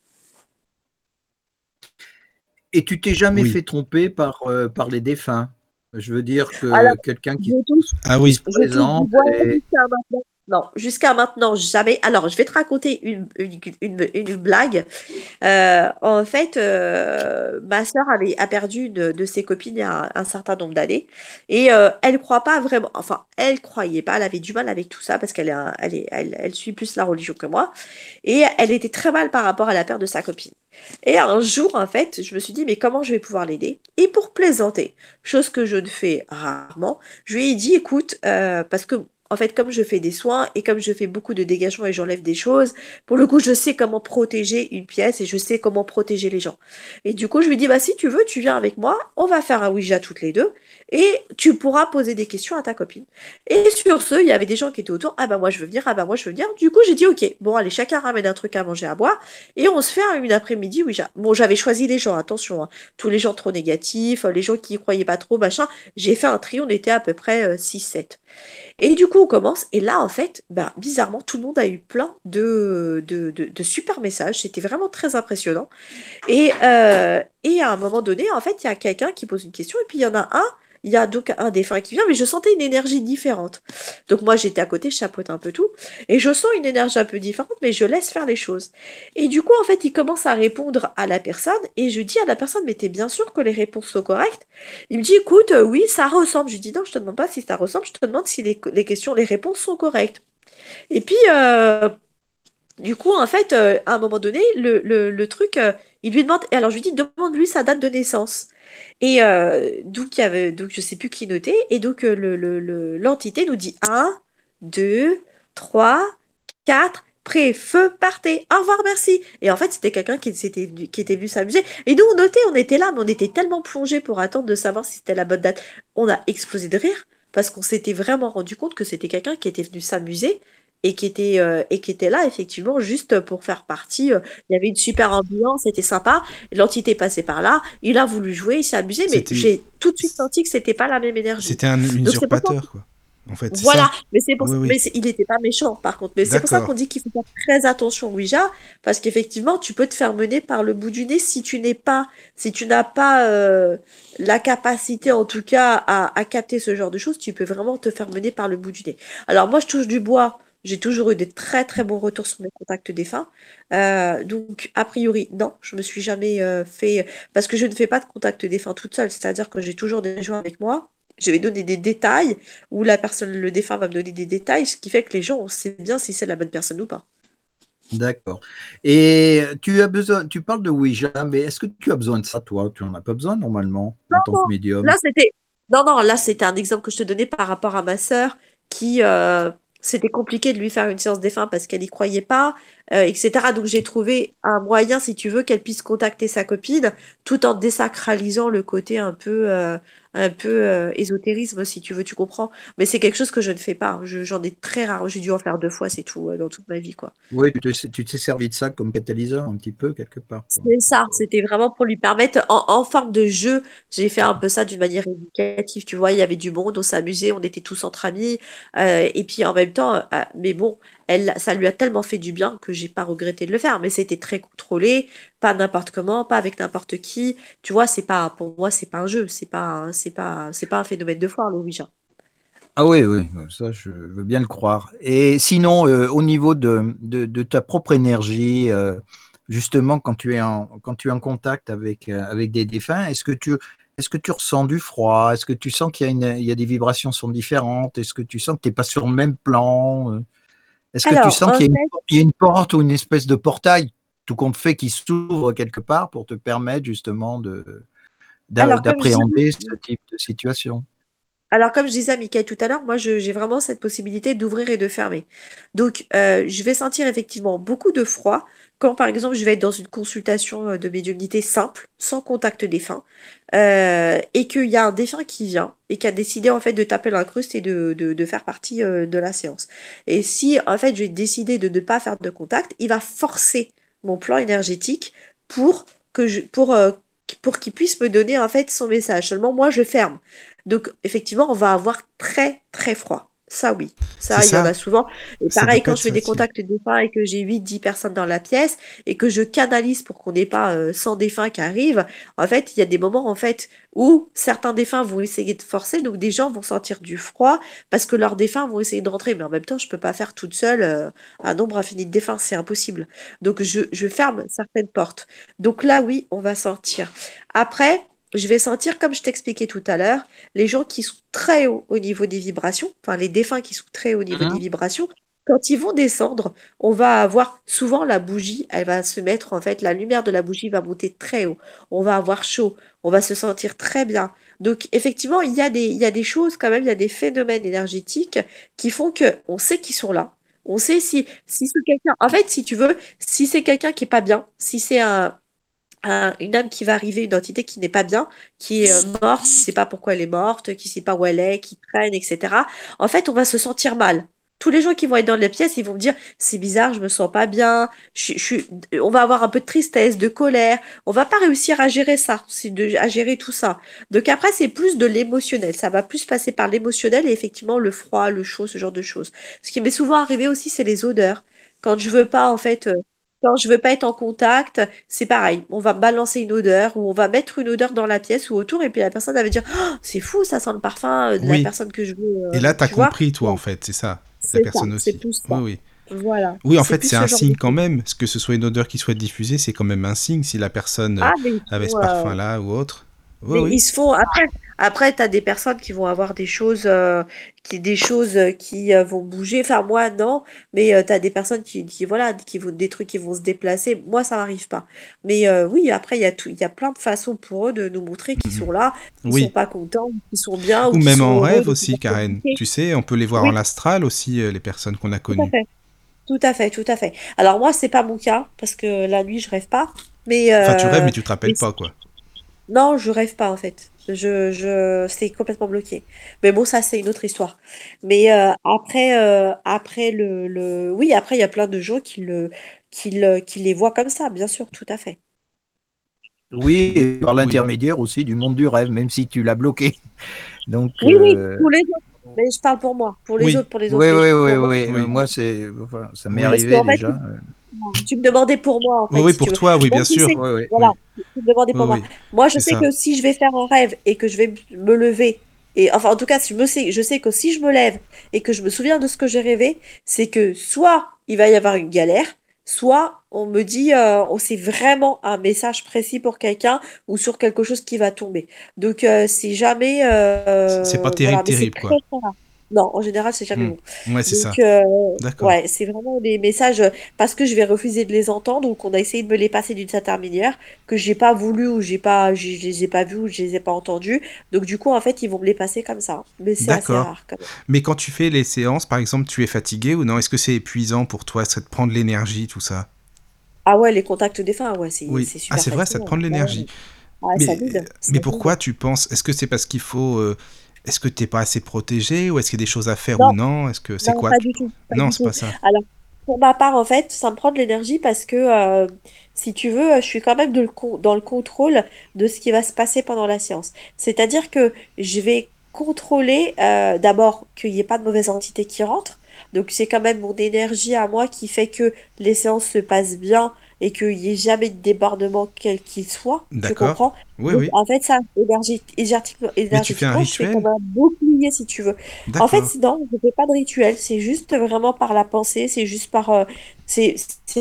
Et tu t'es jamais Oui. fait tromper par les défunts. Je veux dire Alors, que quelqu'un je touche, Ah qui se oui. je touche du présente bois et jusqu'à maintenant. Non, jusqu'à maintenant, jamais. Alors, je vais te raconter une blague. En fait, ma sœur a perdu une de ses copines il y a un certain nombre d'années. Et elle croit pas vraiment. Enfin, elle croyait pas. Elle avait du mal avec tout ça parce elle suit plus la religion que moi. Et elle était très mal par rapport à la perte de sa copine. Et un jour, en fait, je me suis dit, mais comment je vais pouvoir l'aider? Et pour plaisanter, chose que je ne fais rarement, je lui ai dit, écoute, parce que, en fait, comme je fais des soins et comme je fais beaucoup de dégagement et j'enlève des choses, pour le coup, je sais comment protéger une pièce et je sais comment protéger les gens. Et du coup, je lui dis, bah, si tu veux, tu viens avec moi, on va faire un Ouija toutes les deux et tu pourras poser des questions à ta copine. Et sur ce, il y avait des gens qui étaient autour, ah bah moi je veux venir, ah bah moi je veux venir. Du coup, j'ai dit, ok, bon, allez, chacun ramène un truc à manger, à boire. Et on se fait une après-midi Ouija. Bon, j'avais choisi les gens, attention, hein. Tous les gens trop négatifs, les gens qui y croyaient pas trop, machin. J'ai fait un tri, on était à peu près 6-7. Et du coup, on commence. Et là, en fait, bah, bizarrement, tout le monde a eu plein de super messages. C'était vraiment très impressionnant. Et à un moment donné, en fait, il y a quelqu'un qui pose une question. Et puis, il y a donc un défunt qui vient, mais je sentais une énergie différente. Donc moi, j'étais à côté, je chapeaute un peu tout, et je sens une énergie un peu différente, mais je laisse faire les choses. Et du coup, en fait, il commence à répondre à la personne, et je dis à la personne, mais t'es bien sûr que les réponses sont correctes? Il me dit, écoute, oui, ça ressemble. Je lui dis, non, je te demande pas si ça ressemble, je te demande si les questions, les réponses sont correctes. Et puis, du coup, en fait, à un moment donné, le truc, il lui demande, et alors je lui dis, demande-lui sa date de naissance. Et donc, je sais plus qui notait. Et donc, l'entité nous dit 1, 2, 3, 4, prêt, feu, partez, au revoir, merci. Et en fait, c'était quelqu'un qui était venu s'amuser. Et nous, on notait, on était là, mais on était tellement plongés pour attendre de savoir si c'était la bonne date. On a explosé de rire parce qu'on s'était vraiment rendu compte que c'était quelqu'un qui était venu s'amuser et qui était là, effectivement, juste pour faire partie. Il y avait une super ambiance, c'était sympa. L'entité passait par là, il a voulu jouer, il s'est amusé, mais C'était, j'ai tout de suite senti que c'était pas la même énergie. c'était un Donc c'est pour ça. usurpateur, quoi. En fait, c'est Voilà, ça. mais c'est pour Oui, mais oui. il n'était pas méchant par contre. Mais c'est pour ça qu'on D'accord. dit qu'il faut faire très attention au Ouija, parce qu'effectivement, tu peux te faire mener par le bout du nez si tu n'as pas la capacité en tout cas à capter ce genre de choses, tu peux vraiment te faire mener par le bout du nez. Alors moi, je touche du bois. J'ai toujours eu des très très bons retours sur mes contacts défunts. Donc, a priori, non, je me suis jamais fait. Parce que je ne fais pas de contact défunt toute seule, c'est-à-dire que j'ai toujours des gens avec moi. Je vais donner des détails, ou la personne, le défunt va me donner des détails, ce qui fait que les gens, on sait bien si c'est la bonne personne ou pas. D'accord. Et tu parles de Ouija, mais est-ce que tu as besoin de ça, toi? Tu n'en as pas besoin normalement Non, en tant que non, médium. là c'était. Non, non, là c'était un exemple que je te donnais par rapport à ma sœur qui c'était compliqué de lui faire une séance défunt parce qu'elle n'y croyait pas, etc. Donc j'ai trouvé un moyen, si tu veux, qu'elle puisse contacter sa copine tout en désacralisant le côté un peu ésotérisme, si tu veux, tu comprends. Mais c'est quelque chose que je ne fais pas. J'en ai très rare. J'ai dû en faire 2 fois, c'est tout, dans toute ma vie, quoi. Oui, tu t'es servi de ça comme catalyseur un petit peu quelque part, quoi. C'est ça, c'était vraiment pour lui permettre, en forme de jeu, j'ai fait un peu ça d'une manière éducative, tu vois, il y avait du monde, on s'amusait, on était tous entre amis, et puis en même temps, mais bon, ça lui a tellement fait du bien que j'ai pas regretté de le faire, mais c'était très contrôlé, pas n'importe comment, pas avec n'importe qui, tu vois, c'est pas, pour moi, c'est pas un jeu, c'est pas un phénomène de foire, le Ouija. Ah oui, oui, ça je veux bien le croire. Et sinon, au niveau de ta propre énergie, justement, quand tu es en contact avec des défunts, est-ce que tu ressens du froid? Est-ce que tu sens il y a des vibrations sont différentes? Est-ce que tu sens que tu n'es pas sur le même plan? Est-ce que tu Alors, sens en fait, il y a une porte ou une espèce de portail, tout compte fait, qui s'ouvre quelque part pour te permettre justement alors comme je dis, d'appréhender ce type de situation? Alors, comme je disais à Mickaël tout à l'heure, moi, j'ai vraiment cette possibilité d'ouvrir et de fermer. Donc, je vais sentir effectivement beaucoup de froid quand, par exemple, je vais être dans une consultation de médiumnité simple, sans contact défunt, et qu'il y a un défunt qui vient et qui a décidé, en fait, de taper l'incruste et de faire partie de la séance. Et si, en fait, je vais décider de ne pas faire de contact, il va forcer mon plan énergétique pour pour qu'il puisse me donner, en fait, son message. Seulement, moi, je ferme. Donc, effectivement, on va avoir très, très froid. Ça oui, C'est ça il y en a ça. souvent. Et Ça doit pareil, pas quand être je fais des facile. contacts défunts et que j'ai 8, 10 personnes dans la pièce et que je canalise pour qu'on n'ait pas 100 défunts qui arrivent, en fait, il y a des moments en fait où certains défunts vont essayer de forcer, donc des gens vont sentir du froid parce que leurs défunts vont essayer de rentrer. Mais en même temps, je peux pas faire toute seule un nombre infini de défunts, c'est impossible. Donc je ferme certaines portes. Donc là, oui, on va sortir. Après, je vais sentir, comme je t'expliquais tout à l'heure, les gens qui sont très hauts au niveau des vibrations, enfin les défunts qui sont très hauts au niveau des Mhm. vibrations, quand ils vont descendre, on va avoir souvent la bougie, elle va se mettre, en fait, la lumière de la bougie va monter très haut. On va avoir chaud, on va se sentir très bien. Donc effectivement, il y a des choses quand même, il y a des phénomènes énergétiques qui font que on sait qu'ils sont là. On sait si c'est quelqu'un, en fait, si tu veux, si c'est quelqu'un qui est pas bien, si c'est une âme qui va arriver, une entité qui n'est pas bien, qui est morte, qui ne sait pas pourquoi elle est morte, qui ne sait pas où elle est, qui traîne, etc. En fait, on va se sentir mal. Tous les gens qui vont être dans la pièce, ils vont me dire, c'est bizarre, je me sens pas bien, on va avoir un peu de tristesse, de colère, on va pas réussir à gérer ça, à gérer tout ça. Donc après, c'est plus de l'émotionnel, ça va plus passer par l'émotionnel et effectivement le froid, le chaud, ce genre de choses. Ce qui m'est souvent arrivé aussi, c'est les odeurs. Quand je veux pas, en fait, quand je veux pas être en contact, c'est pareil. On va balancer une odeur ou on va mettre une odeur dans la pièce ou autour et puis la personne elle va dire «Oh, c'est fou, ça sent le parfum de la Oui. personne que je veux, Et là, t'as tu vois? compris, toi, en Bon, fait, c'est ça. La c'est ça, personne c'est aussi. plus Oui, ça. oui. Voilà, Oui, en c'est fait, plus c'est ce un genre de signe quand choses. même. Que ce soit une odeur qui soit diffusée, c'est quand même un signe si la personne Ah, mais avait ce parfum-là ou autre. Oui, mais oui. ils se font après tu as des personnes qui vont avoir des choses qui vont bouger. Enfin moi non, mais tu as des personnes qui voilà, qui vont des trucs qui vont se déplacer. Moi ça m'arrive pas. Mais oui, après il y a plein de façons pour eux de nous montrer qu'ils Mhm. sont là, qu'ils sont Oui. pas contents, qu'ils sont bien ou Ou qu'ils même sont en heureux rêve de pouvoir aussi, Karen. communiquer. Tu sais, on peut les voir en Oui, astral aussi, les personnes qu'on a tout à connues. fait. Tout à fait, tout à fait. Alors moi c'est pas mon cas parce que la nuit je rêve pas, mais Enfin, tu rêves, mais tu te rappelles mais pas, quoi. non, je rêve pas en fait. C'est complètement bloqué. Mais bon, ça c'est une autre histoire. Mais après oui, après il y a plein de gens qui les voient comme ça, bien sûr, tout à fait. Oui, et par Oui. l'intermédiaire aussi du monde du rêve, même si tu l'as bloqué. Donc, Oui, oui, pour les autres. Mais je parle pour moi, Oui. pour les autres. oui, Mais oui, oui, pour moi, oui. Oui. Moi, enfin, ça m'est Oui. parce arrivé qu'en fait, déjà. tu me demandais pour moi, en Oui, fait, oui, si tu pour veux. toi, oui, Moi, bien je sais, sûr. Oui, oui. voilà, Oui. tu me demandais Oui, pour moi. oui. Moi, je C'est sais ça. que si je vais faire un rêve et que je vais me lever, et enfin, en tout cas, si je sais que si je me lève et que je me souviens de ce que j'ai rêvé, c'est que soit il va y avoir une galère, soit on me dit, c'est vraiment un message précis pour quelqu'un ou sur quelque chose qui va tomber. Donc, c'est jamais, C'est pas terrible, voilà, mais c'est terrible, très, quoi. très rare. Non, en général, c'est jamais Hmm. bon. Ouais, c'est Donc, ça. D'accord. ouais, c'est vraiment des messages parce que je vais refuser de les entendre ou qu'on a essayé de me les passer d'une certaine manière que j'ai pas voulu ou je les ai pas vus ou je les ai pas entendus. Donc, du coup, en fait, ils vont me les passer comme ça. Mais c'est assez D'accord. rare quand même. Mais quand tu fais les séances, par exemple, tu es fatigué ou non? Est-ce que c'est épuisant pour toi? Ça te prend de l'énergie, tout ça? Ah ouais, les contacts défunts, ouais, Oui. c'est Ah, super c'est vrai, ça te fatigant. prend de Ouais, l'énergie. ouais. Ouais, ça Mais, vide, mais ça vide. pourquoi tu penses? Est-ce que c'est parce qu'il faut. Est-ce que t'es pas assez protégé ou est-ce qu'il y a des choses à faire ou Non, non? Est-ce que c'est non, quoi? pas du tout, pas Non, du c'est tout. pas ça. Alors, pour ma part, en fait, ça me prend de l'énergie parce que, si tu veux, je suis quand même dans le contrôle de ce qui va se passer pendant la séance. C'est-à-dire que je vais contrôler, d'abord qu'il n'y ait pas de mauvaise entité qui rentre. Donc, c'est quand même mon énergie à moi qui fait que les séances se passent bien et qu'il n'y ait jamais de débordement quel qu'il soit. Tu D'accord. comprends? Oui, Donc, oui. en fait, ça, Mais tu fais un énergétiquement, je fais comme rituel? un bouclier, si tu veux. En fait, D'accord. non, je fais pas de rituel, c'est juste vraiment par la pensée, c'est juste par c'est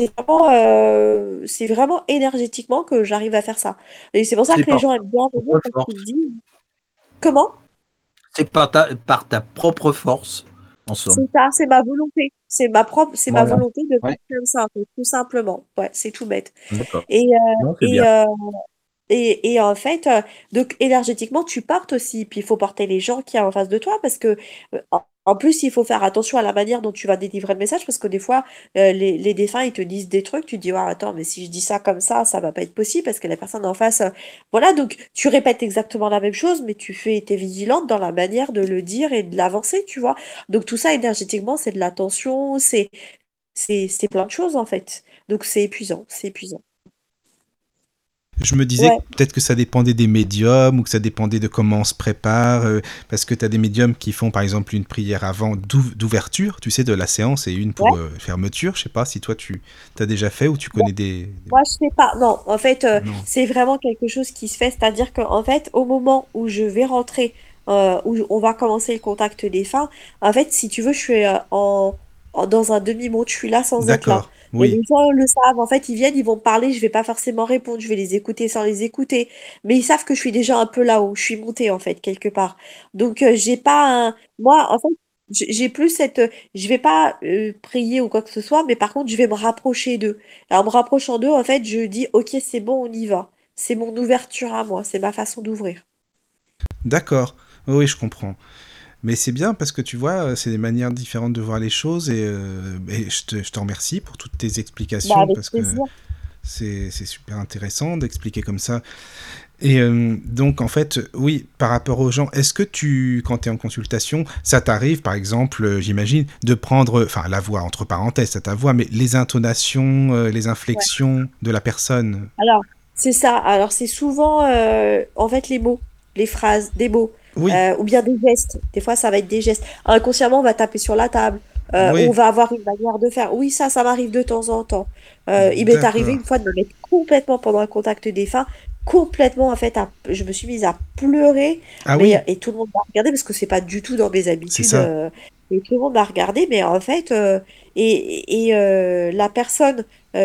c'est vraiment énergétiquement que j'arrive à faire ça. Et c'est pour ça C'est que les par gens ta aiment bien venir propre parce qu'ils me force. disent comment? C'est par ta propre force, en somme. C'est ça, c'est ma volonté. C'est ma Voilà. volonté de faire Ouais, comme ça, en fait, tout simplement. Ouais, c'est tout bête. d'accord. Et, Non, c'est et, bien. euh, et en fait, donc énergétiquement, tu portes aussi. Puis il faut porter les gens qui y a en face de toi parce que, en plus, il faut faire attention à la manière dont tu vas délivrer le message parce que des fois, les défunts, ils te disent des trucs, tu te dis, ah, attends, mais si je dis ça comme ça va pas être possible parce que la personne en face, voilà, donc tu répètes exactement la même chose, mais t'es vigilante dans la manière de le dire et de l'avancer, tu vois. Donc tout ça, énergétiquement, c'est de l'attention, c'est plein de choses en fait. Donc c'est épuisant, c'est épuisant. Je me disais Ouais, que peut-être que ça dépendait des médiums ou que ça dépendait de comment on se prépare, parce que tu as des médiums qui font par exemple une prière avant d'ouverture, tu sais, de la séance et une ouais. pour fermeture. Je sais pas si toi tu as déjà fait ou tu connais des... Moi, je sais pas. Non, en fait, Non. c'est vraiment quelque chose qui se fait. C'est-à-dire qu'en fait, au moment où je vais rentrer, où on va commencer le contact des fins, en fait, si tu veux, je suis dans un demi-monde. Je suis là sans être là. D'accord, Et oui. les gens le savent. En fait, ils viennent, ils vont me parler. Je vais pas forcément répondre. Je vais les écouter sans les écouter. Mais ils savent que je suis déjà un peu là-haut. Je suis montée, en fait, quelque part. Donc, j'ai pas un... Moi, en fait, j'ai plus cette... Je vais pas prier ou quoi que ce soit, mais par contre, je vais me rapprocher d'eux. En me rapprochant d'eux, en fait, je dis, ok, c'est bon, on y va. C'est mon ouverture à moi, c'est ma façon d'ouvrir. D'accord, oui, oui, je comprends. Mais c'est bien parce que tu vois, c'est des manières différentes de voir les choses et je te remercie pour toutes tes Bah, explications avec parce que plaisir. c'est super intéressant d'expliquer comme ça. Et donc, en fait, oui, par rapport aux gens, est-ce que quand tu es en consultation, ça t'arrive, par exemple, j'imagine, de prendre, enfin, la voix, entre parenthèses, c'est ta voix, mais les intonations, les Ouais. inflexions de la personne? Alors, c'est ça. Alors, c'est souvent, en fait, les mots, les phrases, des mots, Oui, ou bien des gestes. Des fois, ça va être des gestes. Inconsciemment, on va taper sur la table, ou on oui, va avoir une manière de faire. Oui, ça m'arrive de temps en temps. Il m'est arrivé d'accord. une fois de me mettre complètement pendant un contact défunt, complètement, en fait, je me suis mise à pleurer, Ah mais, oui, et tout le monde m'a regardé parce que c'est pas du tout dans mes c'est habitudes. ça. Et tout le monde m'a regardé, mais en fait, la personne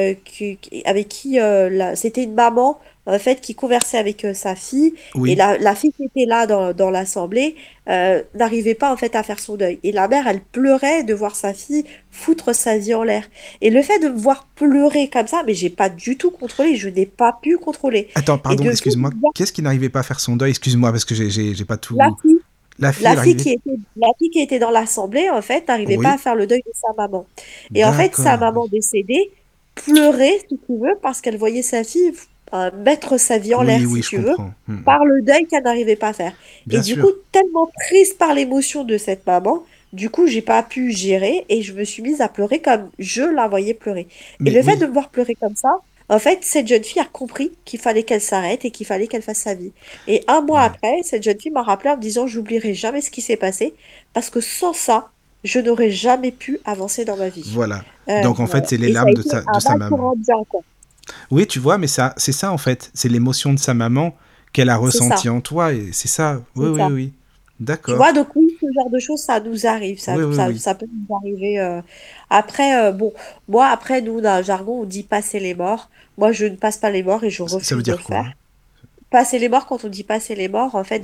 avec qui c'était une maman en fait qui conversait avec sa fille et Oui. la fille qui était là dans l'assemblée n'arrivait pas en fait à faire son deuil et la mère elle pleurait de voir sa fille foutre sa vie en l'air et le fait de me voir pleurer comme ça mais j'ai pas du tout contrôlé, je n'ai pas pu contrôler Attends, et pardon, de fait excuse-moi. de voir Qu'est-ce qui n'arrivait pas à faire son deuil? Excuse-moi, parce que j'ai pas la tout... fille La fille, la elle fille arrivait... qui était, la fille qui était dans l'assemblée, en fait, n'arrivait pas à Oui, faire le deuil de sa maman. Et en fait, sa d'accord, maman oui. décédée pleurait, si tu veux, parce qu'elle voyait sa fille mettre sa vie en Oui, l'air, oui, si je tu veux, comprends. par le deuil qu'elle n'arrivait pas à faire. Et Bien du coup, sûr. tellement prise par l'émotion de cette maman, du coup, j'ai pas pu gérer et je me suis mise à pleurer comme je la voyais pleurer. Et Mais le fait de oui, me voir pleurer comme ça, en fait, cette jeune fille a compris qu'il fallait qu'elle s'arrête et qu'il fallait qu'elle fasse sa vie. Et un mois ouais, après, cette jeune fille m'a rappelé en me disant, j'oublierai jamais ce qui s'est passé parce que sans ça, je n'aurais jamais pu avancer dans ma vie. voilà. Euh, Donc en fait, c'est les et ça a larmes de été de un sa mal pour maman. un bien, quoi. Oui, tu vois, mais ça, c'est ça en fait. C'est l'émotion de sa maman qu'elle a C'est ça, ressentie en toi et c'est ça. Oui, c'est oui, ça. oui. Tu vois, D'accord. donc oui, ce genre de choses, ça nous arrive, Oui, oui, oui. ça peut nous arriver. Après, bon, moi, après, nous, dans le jargon, on dit passer les morts. Moi, je ne passe pas les morts et je Ça veut refuse de le dire quoi? faire. Passer les morts, quand on dit passer les morts, en fait,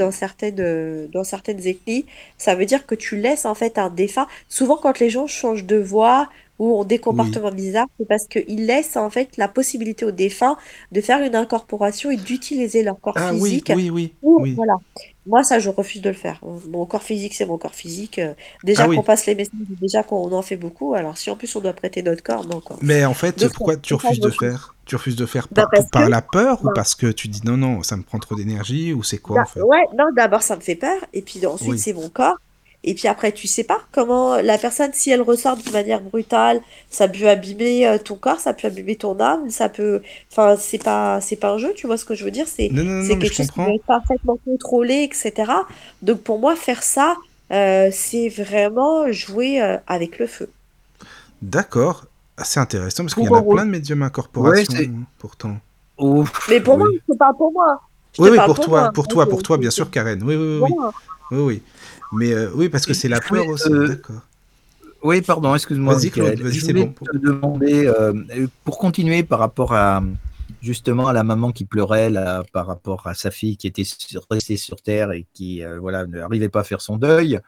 dans certaines ethnies, ça veut dire que tu laisses en fait un défunt. Souvent, quand les gens changent de voix ou ont des Oui. comportements bizarres, c'est parce qu'ils laissent en fait la possibilité aux défunts de faire une incorporation et d'utiliser leur corps Ah oui, physique oui, oui, pour, oui. voilà. Moi, ça, je refuse de le faire. Mon corps physique, c'est mon corps physique. Ah Déjà qu'on oui. passe les messages, déjà qu'on en fait beaucoup. Alors, si en plus on doit prêter notre corps, non, quoi. Mais en fait, Donc, pourquoi tu ça, refuses je de refuse. faire? Tu refuses de faire Bah, parce que, par la peur ou bah, parce que tu dis non, non, ça me prend trop d'énergie ou c'est quoi en fait? Ouais, non, d'abord ça me fait peur, et puis ensuite Oui. c'est mon corps, et puis après tu sais pas comment la personne, si elle ressort d'une manière brutale, ça peut abîmer ton corps, ça peut abîmer ton âme, ça peut, enfin c'est pas un jeu, tu vois ce que je veux dire, Non, non, non, non, c'est mais je quelque chose qui doit comprends. être parfaitement contrôlé, etc. Donc pour moi faire ça, c'est vraiment jouer avec le feu. D'accord. C'est intéressant parce qu'il Pour y en a mon plein de médiums ouais, incorporation, c'est. hein, pourtant. Mais Ouf, pour moi, oui. je te parle pour moi, je te Oui, oui, parle pour moi. Hein. pour toi, bien sûr, Karen. Oui, oui, oui, oui. Voilà. Oui, oui. Mais oui, parce que c'est la Je voulais peur aussi. te, D'accord. Oui, pardon, excuse-moi, Vas-y, Claude, Michael. vas-y, Je c'est voulais bon. te demander, pour continuer par rapport à justement à la maman qui pleurait là, par rapport à sa fille qui était restée sur Terre et qui voilà n'arrivait pas à faire son deuil.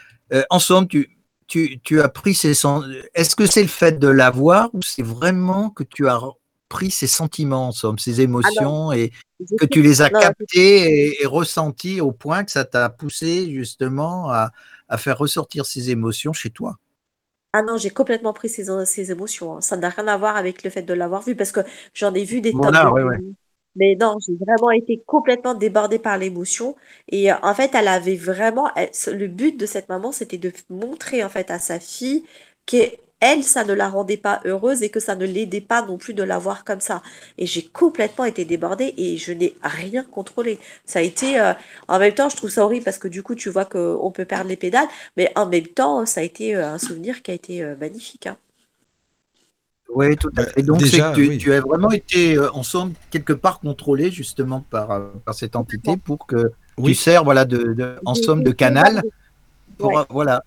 En somme, tu as pris Est-ce que c'est le fait de l'avoir ou c'est vraiment que tu as pris ses sentiments, en somme, ses Ah non, émotions et je que sais- tu les as non, non, captés et ressentis au point que ça t'a poussé justement à faire ressortir ces émotions chez toi? ah non, j'ai complètement pris ces émotions. Hein. Ça n'a rien à voir avec le fait de l'avoir vu, parce que j'en ai vu des tonnes de Voilà, ouais, ouais. vidéos. Mais non, j'ai vraiment été complètement débordée par l'émotion. Et en fait, elle avait vraiment... le but de cette maman, c'était de montrer en fait à sa fille elle, ça ne la rendait pas heureuse et que ça ne l'aidait pas non plus de la voir comme ça. Et j'ai complètement été débordée et je n'ai rien contrôlé. Ça a été, en même temps, je trouve ça horrible parce que du coup, tu vois qu'on peut perdre les pédales, mais en même temps, ça a été un souvenir qui a été magnifique, hein. Oui, tout à Bah, fait. Donc, c'est que déjà, oui. tu as vraiment été, ensemble, quelque part contrôlé justement par cette entité Complètement. pour que tu Oui, sers, voilà, en J'ai somme, été de sévère canal pour, ouais, voilà,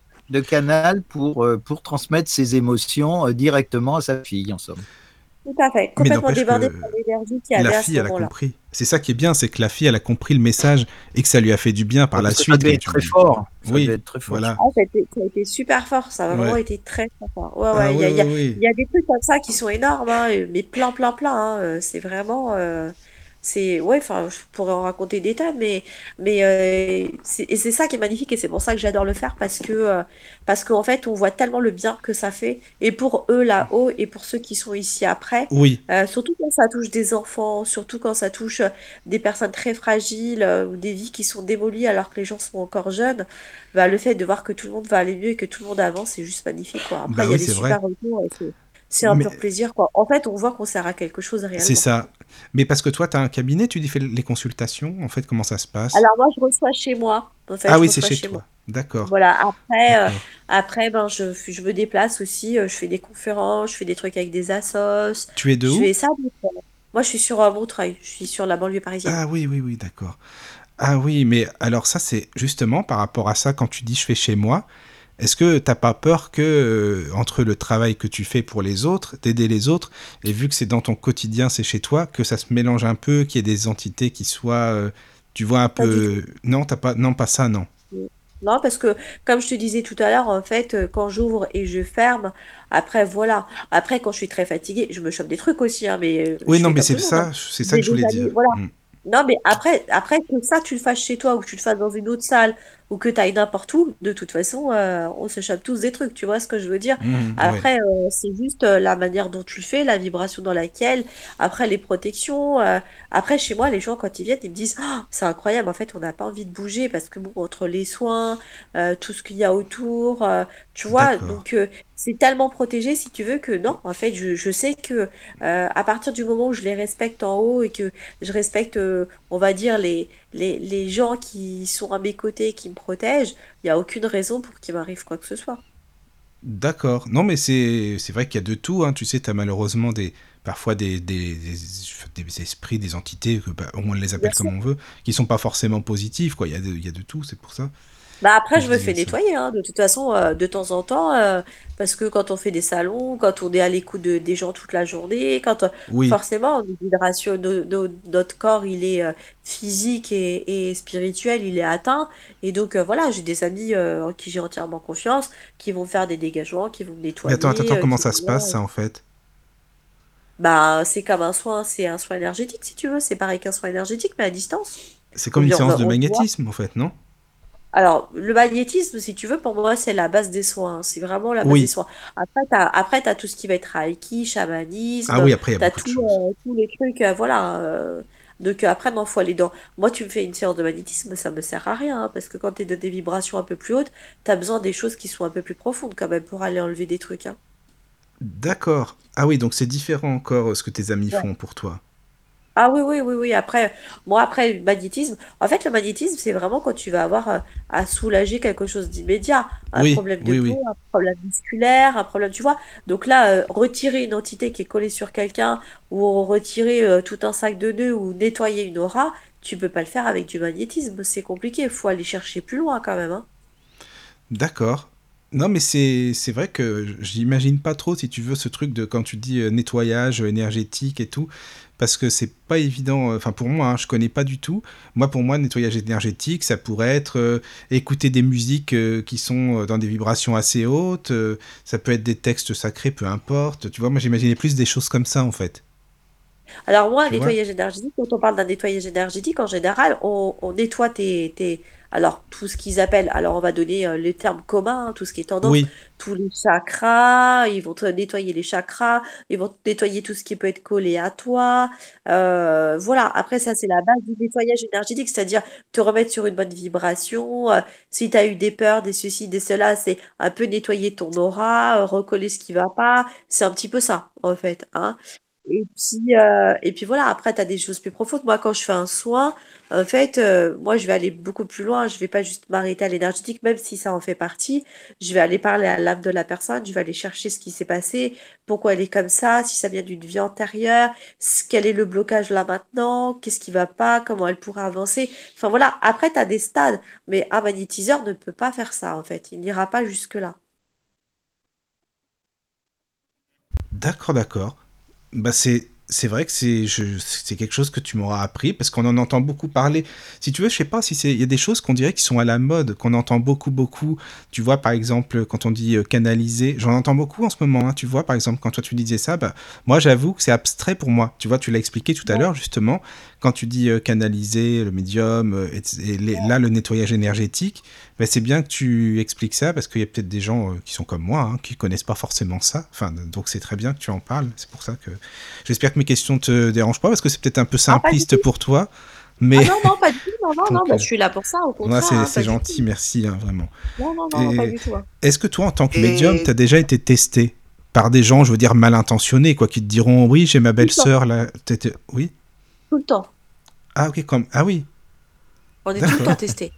pour transmettre ses émotions directement à sa fille, en somme. tout à fait. mais Complètement n'empêche débordée par que l'énergie qu'il y la avait à ce fille, elle a moment-là. compris. C'est ça qui est bien, c'est que la fille, elle a compris le message et que ça lui a fait du bien par Ouais, la parce que ça suite, devait comme être tu très dis. fort. Ça devait Oui, être très fort, je voilà. Ah, ça a été super fort, ça a vraiment Ouais. été très, très fort. Ouais, Ah ouais, oui, oui, il oui. y a des trucs comme ça qui sont énormes, hein, mais plein, plein, plein, hein, c'est vraiment, ouais, enfin, je pourrais en raconter des tas, mais et c'est ça qui est magnifique et c'est pour ça que j'adore le faire parce qu'en fait, on voit tellement le bien que ça fait, et pour eux là-haut, et pour ceux qui sont ici après, Oui, surtout quand ça touche des enfants, surtout quand ça touche des personnes très fragiles, ou des vies qui sont démolies alors que les gens sont encore jeunes. Bah, le fait de voir que tout le monde va aller mieux et que tout le monde avance, c'est juste magnifique, quoi. Après, bah il y a oui, des c'est vrai. super retours et c'est un pur Mais plaisir, quoi. En fait, on voit qu'on sert à quelque chose c'est réellement. ça. Mais parce que toi, tu as un cabinet, tu dis fais les consultations, en fait, comment ça se passe? Alors moi, je reçois chez moi. En fait, Ah je oui, c'est reçois chez chez moi. toi. D'accord, Voilà. d'accord. Après, ben, je me déplace aussi. Je fais des conférences, je fais des trucs avec des assos. Tu es de Je où? fais ça. Moi, je suis sur Montreuil. Je suis sur la banlieue parisienne. Ah oui, oui, oui, d'accord. Ah oui, mais alors ça, c'est justement par rapport à ça, quand tu dis je fais chez moi, est-ce que t'as pas peur que, entre le travail que tu fais pour les autres, d'aider les autres, et vu que c'est dans ton quotidien, c'est chez toi, que ça se mélange un peu, qu'il y ait des entités qui soient, tu vois, un Pas du tout. peu... Non, t'as pas... Non, pas ça, non. Non, parce que comme je te disais tout à l'heure, en fait, quand j'ouvre et je ferme, après, voilà. Après, quand je suis très fatiguée, je me chope des trucs aussi, hein, mais Oui, je non, fais mais comme tout le monde, hein. c'est ça J'ai que je des voulais amis, dire. voilà. Mm. Non, mais après que ça, tu le fasses chez toi ou que tu le fasses dans une autre salle ou que tu ailles n'importe où, de toute façon, on se chope tous des trucs, tu vois ce que je veux dire? Ouais. Après, c'est juste la manière dont tu le fais, la vibration dans laquelle, après les protections. Après, chez moi, les gens, quand ils viennent, ils me disent, oh, c'est incroyable, en fait, on n'a pas envie de bouger parce que bon, entre les soins, tout ce qu'il y a autour, tu vois, D'accord. donc c'est tellement protégé si tu veux que non, en fait, je sais que à partir du moment où je les respecte en haut et que je respecte, on va dire, les gens qui sont à mes côtés et qui me protègent, il n'y a aucune raison pour qu'il m'arrive quoi que ce soit. D'accord. Non, mais c'est vrai qu'il y a de tout, hein. Tu sais, t'as malheureusement parfois des esprits, des entités, que, bah, on les Bien appelle sûr. comme on veut, qui sont pas forcément positifs, quoi. Il y a de tout, c'est pour ça Bah que après, je je me disais fais ça. nettoyer, hein, de toute façon, de temps en temps, parce que quand on fait des salons, quand on est à l'écoute des gens toute la journée, quand Oui. forcément, notre corps, il est physique et spirituel, il est atteint. Et donc, voilà, j'ai des amis en qui j'ai entièrement confiance, qui vont faire des dégagements, qui vont me Mais attends, nettoyer, comment qui ça vont se passe, là. ça, en fait? Bah, c'est comme un soin, c'est un soin énergétique, si tu veux. C'est pareil qu'un soin énergétique, mais à distance. C'est On comme une vient, séance de on se voit. magnétisme, en fait, non? Alors, le magnétisme, si tu veux, pour moi, c'est la base des soins, hein. C'est vraiment la base des Oui. soins. Après, t'as tout ce qui va être Reiki, Ah chamanisme, oui, après, il y a t'as beaucoup de choses. tous les trucs, voilà. Donc, après, non, faut aller dans. Moi, tu me fais une séance de magnétisme, ça me sert à rien, hein, parce que quand t'es dans des vibrations un peu plus hautes, t'as besoin des choses qui sont un peu plus profondes, quand même, pour aller enlever des trucs, hein. D'accord. Ah oui, donc c'est différent encore ce que tes amis Ouais. font pour toi. Ah oui, oui, oui, oui. Après, moi, après, le magnétisme, en fait, le magnétisme, c'est vraiment quand tu vas avoir à soulager quelque chose d'immédiat, un Oui, problème de oui, oui. peau, un problème musculaire, un problème, tu vois. Donc là, retirer une entité qui est collée sur quelqu'un ou retirer tout un sac de nœuds ou nettoyer une aura, tu peux pas le faire avec du magnétisme. C'est compliqué. Il faut aller chercher plus loin quand même, hein. D'accord. Non, mais c'est vrai que j'imagine pas trop, si tu veux, ce truc de quand tu dis nettoyage énergétique et tout, parce que c'est pas évident. Enfin, pour moi, hein, je connais pas du tout. Moi, pour moi, nettoyage énergétique, ça pourrait être écouter des musiques qui sont dans des vibrations assez hautes. Ça peut être des textes sacrés, peu importe. Tu vois, moi, j'imaginais plus des choses comme ça, en fait. Alors moi, un Tu vois? nettoyage énergétique, quand on parle d'un nettoyage énergétique, en général, on nettoie Alors, tout ce qu'ils appellent, alors on va donner les termes communs, hein, tout ce qui est tendance, Oui, tous les chakras, ils vont te nettoyer les chakras, ils vont te nettoyer tout ce qui peut être collé à toi. Voilà, après ça, c'est la base du nettoyage énergétique, c'est-à-dire te remettre sur une bonne vibration. Si tu as eu des peurs, des ceci, des cela, c'est un peu nettoyer ton aura, recoller ce qui va pas. C'est un petit peu ça, en fait, hein. Et puis voilà, après, tu as des choses plus profondes. Moi, quand je fais un soin, en fait, moi, je vais aller beaucoup plus loin. Je vais pas juste m'arrêter à l'énergétique, même si ça en fait partie. Je vais aller parler à l'âme de la personne. Je vais aller chercher ce qui s'est passé, pourquoi elle est comme ça, si ça vient d'une vie antérieure, quel est le blocage là maintenant, qu'est-ce qui va pas, comment elle pourrait avancer. Enfin voilà, après, tu as des stades. Mais un magnétiseur ne peut pas faire ça, en fait. Il n'ira pas jusque-là. d'accord, d'accord. Bah c'est vrai que c'est quelque chose que tu m'auras appris parce qu'on en entend beaucoup parler. Si tu veux, je sais pas si c'est il y a des choses qu'on dirait qui sont à la mode, qu'on entend beaucoup beaucoup. Tu vois par exemple quand on dit canaliser, j'en entends beaucoup en ce moment, hein. Tu vois par exemple quand toi tu disais ça, bah moi j'avoue que c'est abstrait pour moi. Tu vois, tu l'as expliqué tout à Ouais, l'heure justement quand tu dis canaliser le médium là le nettoyage énergétique, bah, c'est bien que tu expliques ça parce qu'il y a peut-être des gens qui sont comme moi, hein, qui connaissent pas forcément ça. Enfin, donc c'est très bien que tu en parles. C'est pour ça que j'espère que mes questions te dérangent pas parce que c'est peut-être un peu ah, pas du simpliste tout. pour toi, Ah mais non, non, pas du tout. Non, non, non, donc bah, je suis là pour ça, au moi contraire, hein, c'est pas du gentil, tout. merci hein, vraiment. Non, non, non, pas Et du tout, hein. est-ce que toi en tant que médium, Et t'as déjà été testé par des gens, je veux dire mal intentionnés, quoi, qui te diront oui j'ai ma Tout le temps, belle-sœur là, oui, tout le temps. ah ok comme ah oui, On est tout le temps d'accord, testé.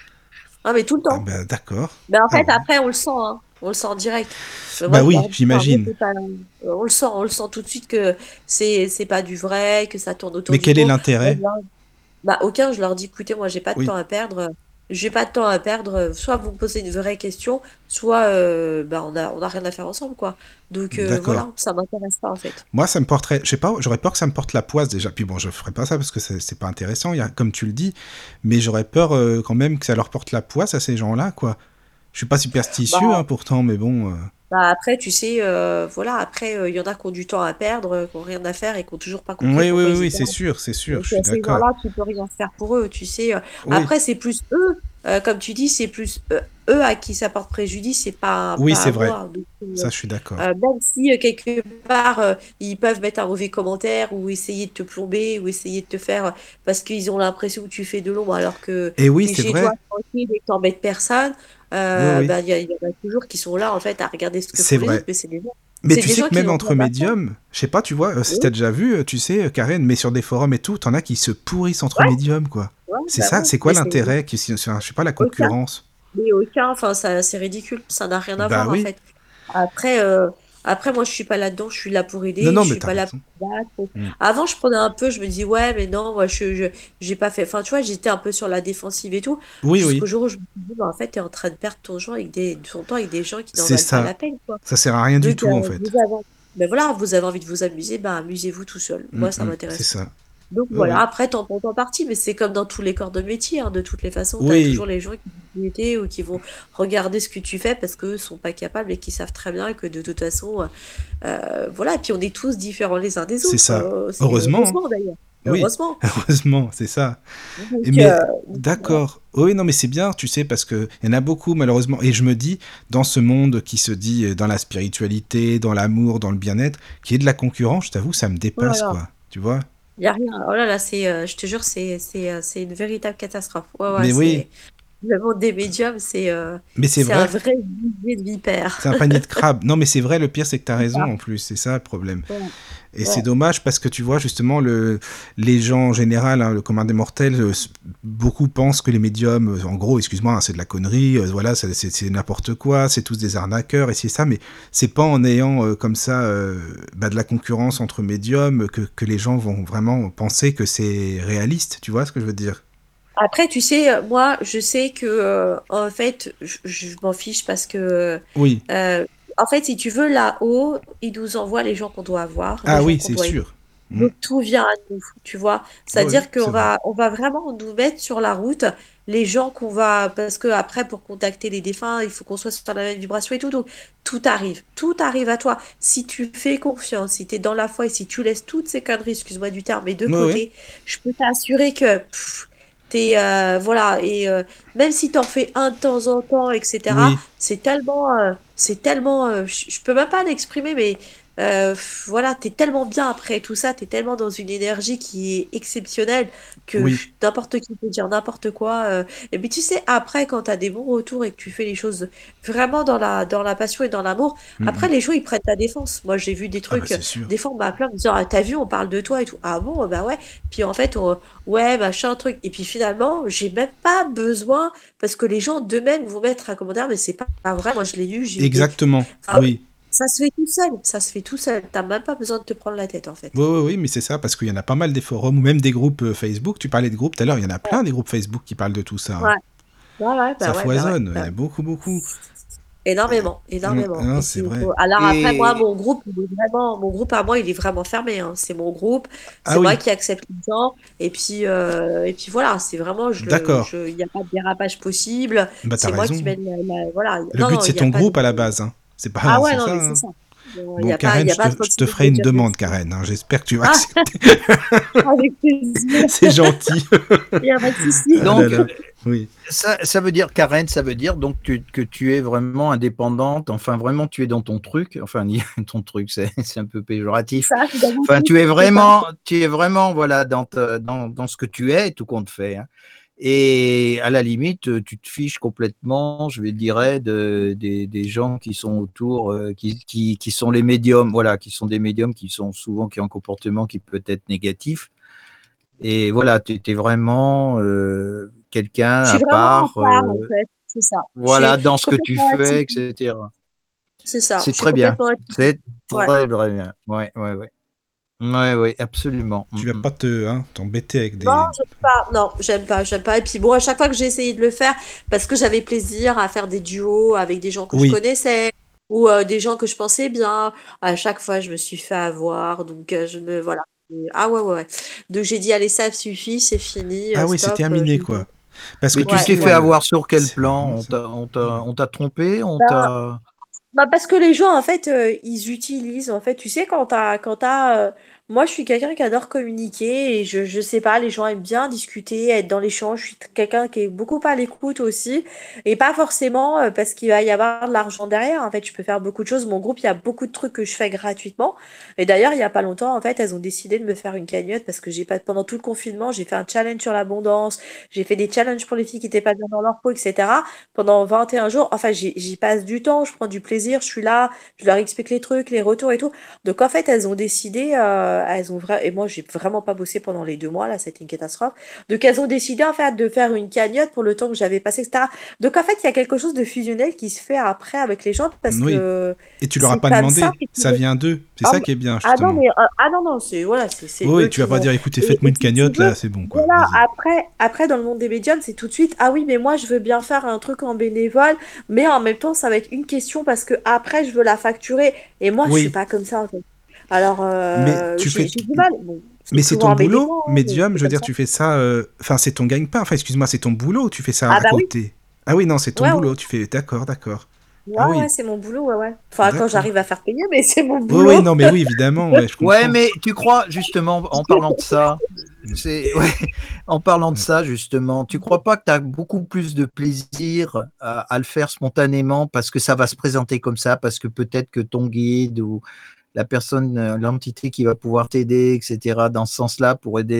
Ah, mais tout le ah temps. bah d'accord, Mais en ah fait, ouais, après, on le sent, hein. On le sent direct. Mais moi, bah je oui leur dis, enfin, moi, j'imagine. c'est pas, on le sent tout de suite que c'est pas du vrai, que ça tourne autour Mais du quel est pot. Moi, l'intérêt? bah, aucun, je leur dis, écoutez, moi, j'ai pas de Oui, temps à perdre. J'ai pas de temps à perdre. Soit vous me posez une vraie question, soit bah, on a rien à faire ensemble, quoi. Donc d'accord. voilà, ça m'intéresse pas, en fait. Moi, ça me porterait, je sais pas, j'aurais peur que ça me porte la poisse déjà. Puis bon, je ferais pas ça parce que c'est pas intéressant, comme tu le dis. Mais j'aurais peur quand même que ça leur porte la poisse à ces gens-là, quoi. Je suis pas superstitieux, hein, Bah, pourtant, mais bon. Bah après, tu sais, voilà, après, il y en a qui ont du temps à perdre, qui n'ont rien à faire et qui n'ont toujours pas compris Oui, oui, pourquoi oui, ils oui, étaient là. c'est sûr, Donc, je suis ces d'accord. gens-là, tu peux rien faire pour eux, tu sais. Oui, Après, c'est plus eux, comme tu dis, c'est plus eux à qui ça porte préjudice, c'est oui, pas c'est à vrai. moi. Donc, Ça, je suis d'accord. même si quelque part, ils peuvent mettre un mauvais commentaire ou essayer de te plomber ou essayer de te faire parce qu'ils ont l'impression que tu fais de l'ombre alors que Et oui, tu es c'est chez toi vrai. tranquille et que t'embêtes personne. Oui, oui, Ben, il y en a toujours qui sont là en fait à regarder ce que c'est font les autres, vrai. mais Mais c'est tu des sais gens que qui même n'ont entre rien à faire. médiums, je sais pas, tu vois, si t'as Oui, déjà vu, tu sais, Karen, mais sur des forums et tout, t'en as qui se pourrissent entre ouais, médiums, quoi. ouais, C'est bah ça, ouais. c'est quoi Mais c'est l'intérêt, je sais pas, la aucun, concurrence? mais aucun, enfin ça c'est ridicule, ça n'a rien à Bah voir en oui. fait. Après, moi je suis pas là-dedans, je suis là pour Non, aider, je non, mais suis t'as pas là raison. pour battre. Mm. Avant je prenais un peu, je me dis ouais mais non, moi j'ai pas fait, enfin tu vois j'étais un peu sur la défensive et tout, Oui, jusqu'au oui, jour où je me suis dit bah, en fait t'es en train de perdre ton temps avec des gens qui n'en c'est valent pas la ça. peine quoi. Ça sert à rien du Donc, tout, en fait. ben voilà, vous avez envie de vous amuser, ben amusez-vous tout seul. Moi, ça C'est m'intéresse pas. ça. Donc Oui, voilà, oui. après, t'en prends en partie, mais c'est comme dans tous les corps de métier, hein, de toutes les façons, tu as Oui, toujours les gens qui vont t'aider ou qui vont regarder ce que tu fais parce qu'eux sont pas capables et qui savent très bien que de toute façon, voilà, et puis on est tous différents les uns des c'est autres, ça. c'est Heureusement, hein. heureusement d'ailleurs, Oui, heureusement. heureusement, c'est ça. Donc, Mais voilà. d'accord. Oui, non, mais c'est bien, tu sais, parce que il y en a beaucoup, malheureusement. Et je me dis, dans ce monde qui se dit dans la spiritualité, dans l'amour, dans le bien-être, qui est de la concurrence, je t'avoue, ça me Oh là dépasse, là, quoi. Tu vois? il y a rien. Oh là là, je te jure, c'est une véritable catastrophe. Ouais, ouais, Mais oui, le monde des médiums, mais c'est c'est un vrai. vrai vivier de C'est vipères. un panier de crabes. Non, mais c'est vrai, le pire, c'est que t'as raison, en plus. C'est ça, le problème. Ouais, Et c'est ouais. dommage parce que tu vois, justement, les gens en général, hein, le commun des mortels, beaucoup pensent que les médiums, en gros, excuse-moi, hein, c'est de la connerie, voilà, c'est n'importe quoi, c'est tous des arnaqueurs, et c'est ça, mais c'est pas en ayant comme ça bah, de la concurrence entre médiums que les gens vont vraiment penser que c'est réaliste, tu vois ce que je veux dire? Après, tu sais, moi, je sais que, en fait, je m'en fiche parce que, Oui. euh, en fait, si tu veux, là-haut, ils nous envoient les gens qu'on doit avoir, les Ah gens oui, qu'on c'est doit aider. sûr. Mm. Donc, tout vient à nous, tu vois. Oui, oui, C'est-à-dire c'est qu'on vrai. va vraiment nous mettre sur la route les gens qu'on va, parce que après, pour contacter les défunts, il faut qu'on soit sur la même vibration et tout. Donc, tout arrive à toi. Si tu fais confiance, si tu es dans la foi et si tu laisses toutes ces conneries, excuse-moi du terme, mais de Oui, oui. côté, je peux t'assurer que Voilà, et même si tu en fais un de temps en temps, etc., Oui. c'est tellement, je peux même pas l'exprimer, mais voilà, tu es tellement bien après tout ça, tu es tellement dans une énergie qui est exceptionnelle que Oui. n'importe qui peut dire n'importe quoi. Et puis tu sais, après, quand tu as des bons retours et que tu fais les choses vraiment dans la passion et dans l'amour, après, Mhm. les gens, ils prennent ta défense. Moi, j'ai vu des Ah bah trucs, c'est sûr. des fois, on m'appelle en me disant, ah, t'as vu, on parle de toi et tout. Ah bon, bah ouais. Puis en fait, ouais, machin, truc. Et puis finalement, j'ai même pas besoin, parce que les gens d'eux-mêmes vont mettre un commentaire, mais c'est pas vrai. Moi, je l'ai lu, j'ai eu des. Exactement. Enfin, Oui. ça se fait tout seul. Ça se fait tout seul. T'as même pas besoin de te prendre la tête, en fait. Oui, oui, oui, mais c'est ça, parce qu'il y en a pas mal des forums ou même des groupes Facebook. Tu parlais de groupes tout à l'heure, il y en a plein des groupes Facebook qui parlent de tout ça, hein. Ouais, ouais, ouais, Ça bah ouais, bah ouais. foisonne, il y en Bah a beaucoup, beaucoup. énormément, énormément. Non, Et c'est vrai. alors après, moi, Et mon groupe à moi, il est vraiment fermé, hein. C'est mon groupe, Ah c'est moi oui, qui accepte les gens. Et puis voilà, c'est vraiment, d'accord. il n'y a pas de dérapage possible. Bah t'as C'est moi qui raison. mène voilà. Le Non, but non, il c'est n'y a ton pas de. groupe à la base, hein. C'est Ah pas, ouais, c'est non, ça, mais c'est hein. ça. Il Bon, n'y a pas, il Karen, y a pas je 36 te 000 ferai une médiums demande, dessus. Karen, hein. J'espère que tu vas Ah, accepter. avec plaisir. C'est gentil. Il n'y a pas de souci. Ah là donc, là. Oui. ça veut dire, Karen, ça veut dire donc que tu es vraiment indépendante, enfin vraiment tu es dans ton truc, enfin ton truc, c'est un peu C'est péjoratif. ça, je suis dans mon Enfin, truc, c'est ça. tu es vraiment voilà dans ce que tu es, tout compte fait, hein. Et à la limite, tu te fiches complètement, je vais dirais, des gens qui sont autour, qui sont les médiums, voilà, qui sont des médiums qui sont souvent qui ont un comportement qui peut être négatif. Et voilà, tu es vraiment quelqu'un Je suis à vraiment à part, part, en fait. C'est ça. voilà, Je dans suis ce que tu complètement fais, atypique. etc. C'est ça. C'est Je suis très bien. complètement atypique. C'est Ouais. très, très bien. Ouais, ouais, ouais. Ouais, ouais, absolument. Tu vas pas t'embêter avec Non, des. j'aime pas. Non, j'aime pas, j'aime pas. Et puis bon, à chaque fois que j'ai essayé de le faire, parce que j'avais plaisir à faire des duos avec des gens que je Oui. connaissais ou des gens que je pensais bien, à chaque fois je me suis fait avoir. Donc voilà. Ah ouais, ouais, ouais. Donc j'ai dit, allez, ça suffit, c'est fini, Ah oui, c'est stop. terminé quoi. Parce que Mais tu tu Ouais, sais, t'es fait ouais. avoir sur quel c'est plan? marrant ça. On t'a trompé? On Ben, t'a. bah parce que les gens, en fait, ils utilisent, en fait, tu sais, moi, je suis quelqu'un qui adore communiquer et je sais pas, les gens aiment bien discuter, être dans l'échange. Je suis quelqu'un qui est beaucoup à l'écoute aussi et pas forcément parce qu'il va y avoir de l'argent derrière. En fait, je peux faire beaucoup de choses. Mon groupe, il y a beaucoup de trucs que je fais gratuitement. Et d'ailleurs, il y a pas longtemps, en fait, elles ont décidé de me faire une cagnotte parce que j'ai pas, pendant tout le confinement, j'ai fait un challenge sur l'abondance. J'ai fait des challenges pour les filles qui étaient pas bien dans leur peau, etc. Pendant 21 jours. Enfin, j'y passe du temps, je prends du plaisir, je suis là, je leur explique les trucs, les retours et tout. Donc, en fait, elles ont décidé, et moi, j'ai vraiment pas bossé pendant les 2 mois, là, c'était une catastrophe. Donc, elles ont décidé, en fait, de faire une cagnotte pour le temps que j'avais passé, etc. Donc, en fait, il y a quelque chose de fusionnel qui se fait après avec les gens parce Oui. que Et tu leur as c'est pas comme ça. demandé. Ça vient d'eux. C'est Ah, ça qui est bien ah non, justement. mais non, non, voilà, c'est Oui, eux oui, tu vas qui pas vont. dire écoutez, Et faites-moi une si tu cagnotte veux, là, c'est bon quoi. voilà, Vas-y. après, dans le monde des médiums, c'est tout de suite, ah oui, mais moi, je veux bien faire un truc en bénévole, mais en même temps, ça va être une question parce que après, je veux la facturer. Et moi, je suis Oui, pas comme ça, en fait. Alors, mais tu fais. j'ai du mal. Bon, Mais c'est c'est toujours ton un bénévole, boulot, hein, mais médium, c'est je veux comme dire, ça. tu fais ça. Enfin, c'est ton gagne-pain. Enfin, excuse-moi, c'est ton boulot, tu fais ça Ah à bah oui, côté. Ah oui, non, c'est ton ouais, boulot, ouais, tu fais. D'accord, d'accord. ouais, Ah ouais, oui, c'est mon boulot, ouais, ouais. Enfin, quand d'accord. j'arrive à faire payer, mais c'est mon Oui, oui, boulot. non, mais oui, évidemment, ouais, je Ouais, comprends. mais tu crois justement, en parlant de ça, ouais, en parlant de ça justement, tu crois pas que tu as beaucoup plus de plaisir à le faire spontanément parce que ça va se présenter comme ça, parce que peut-être que ton guide ou la personne, l'entité qui va pouvoir t'aider, etc., dans ce sens-là, pour aider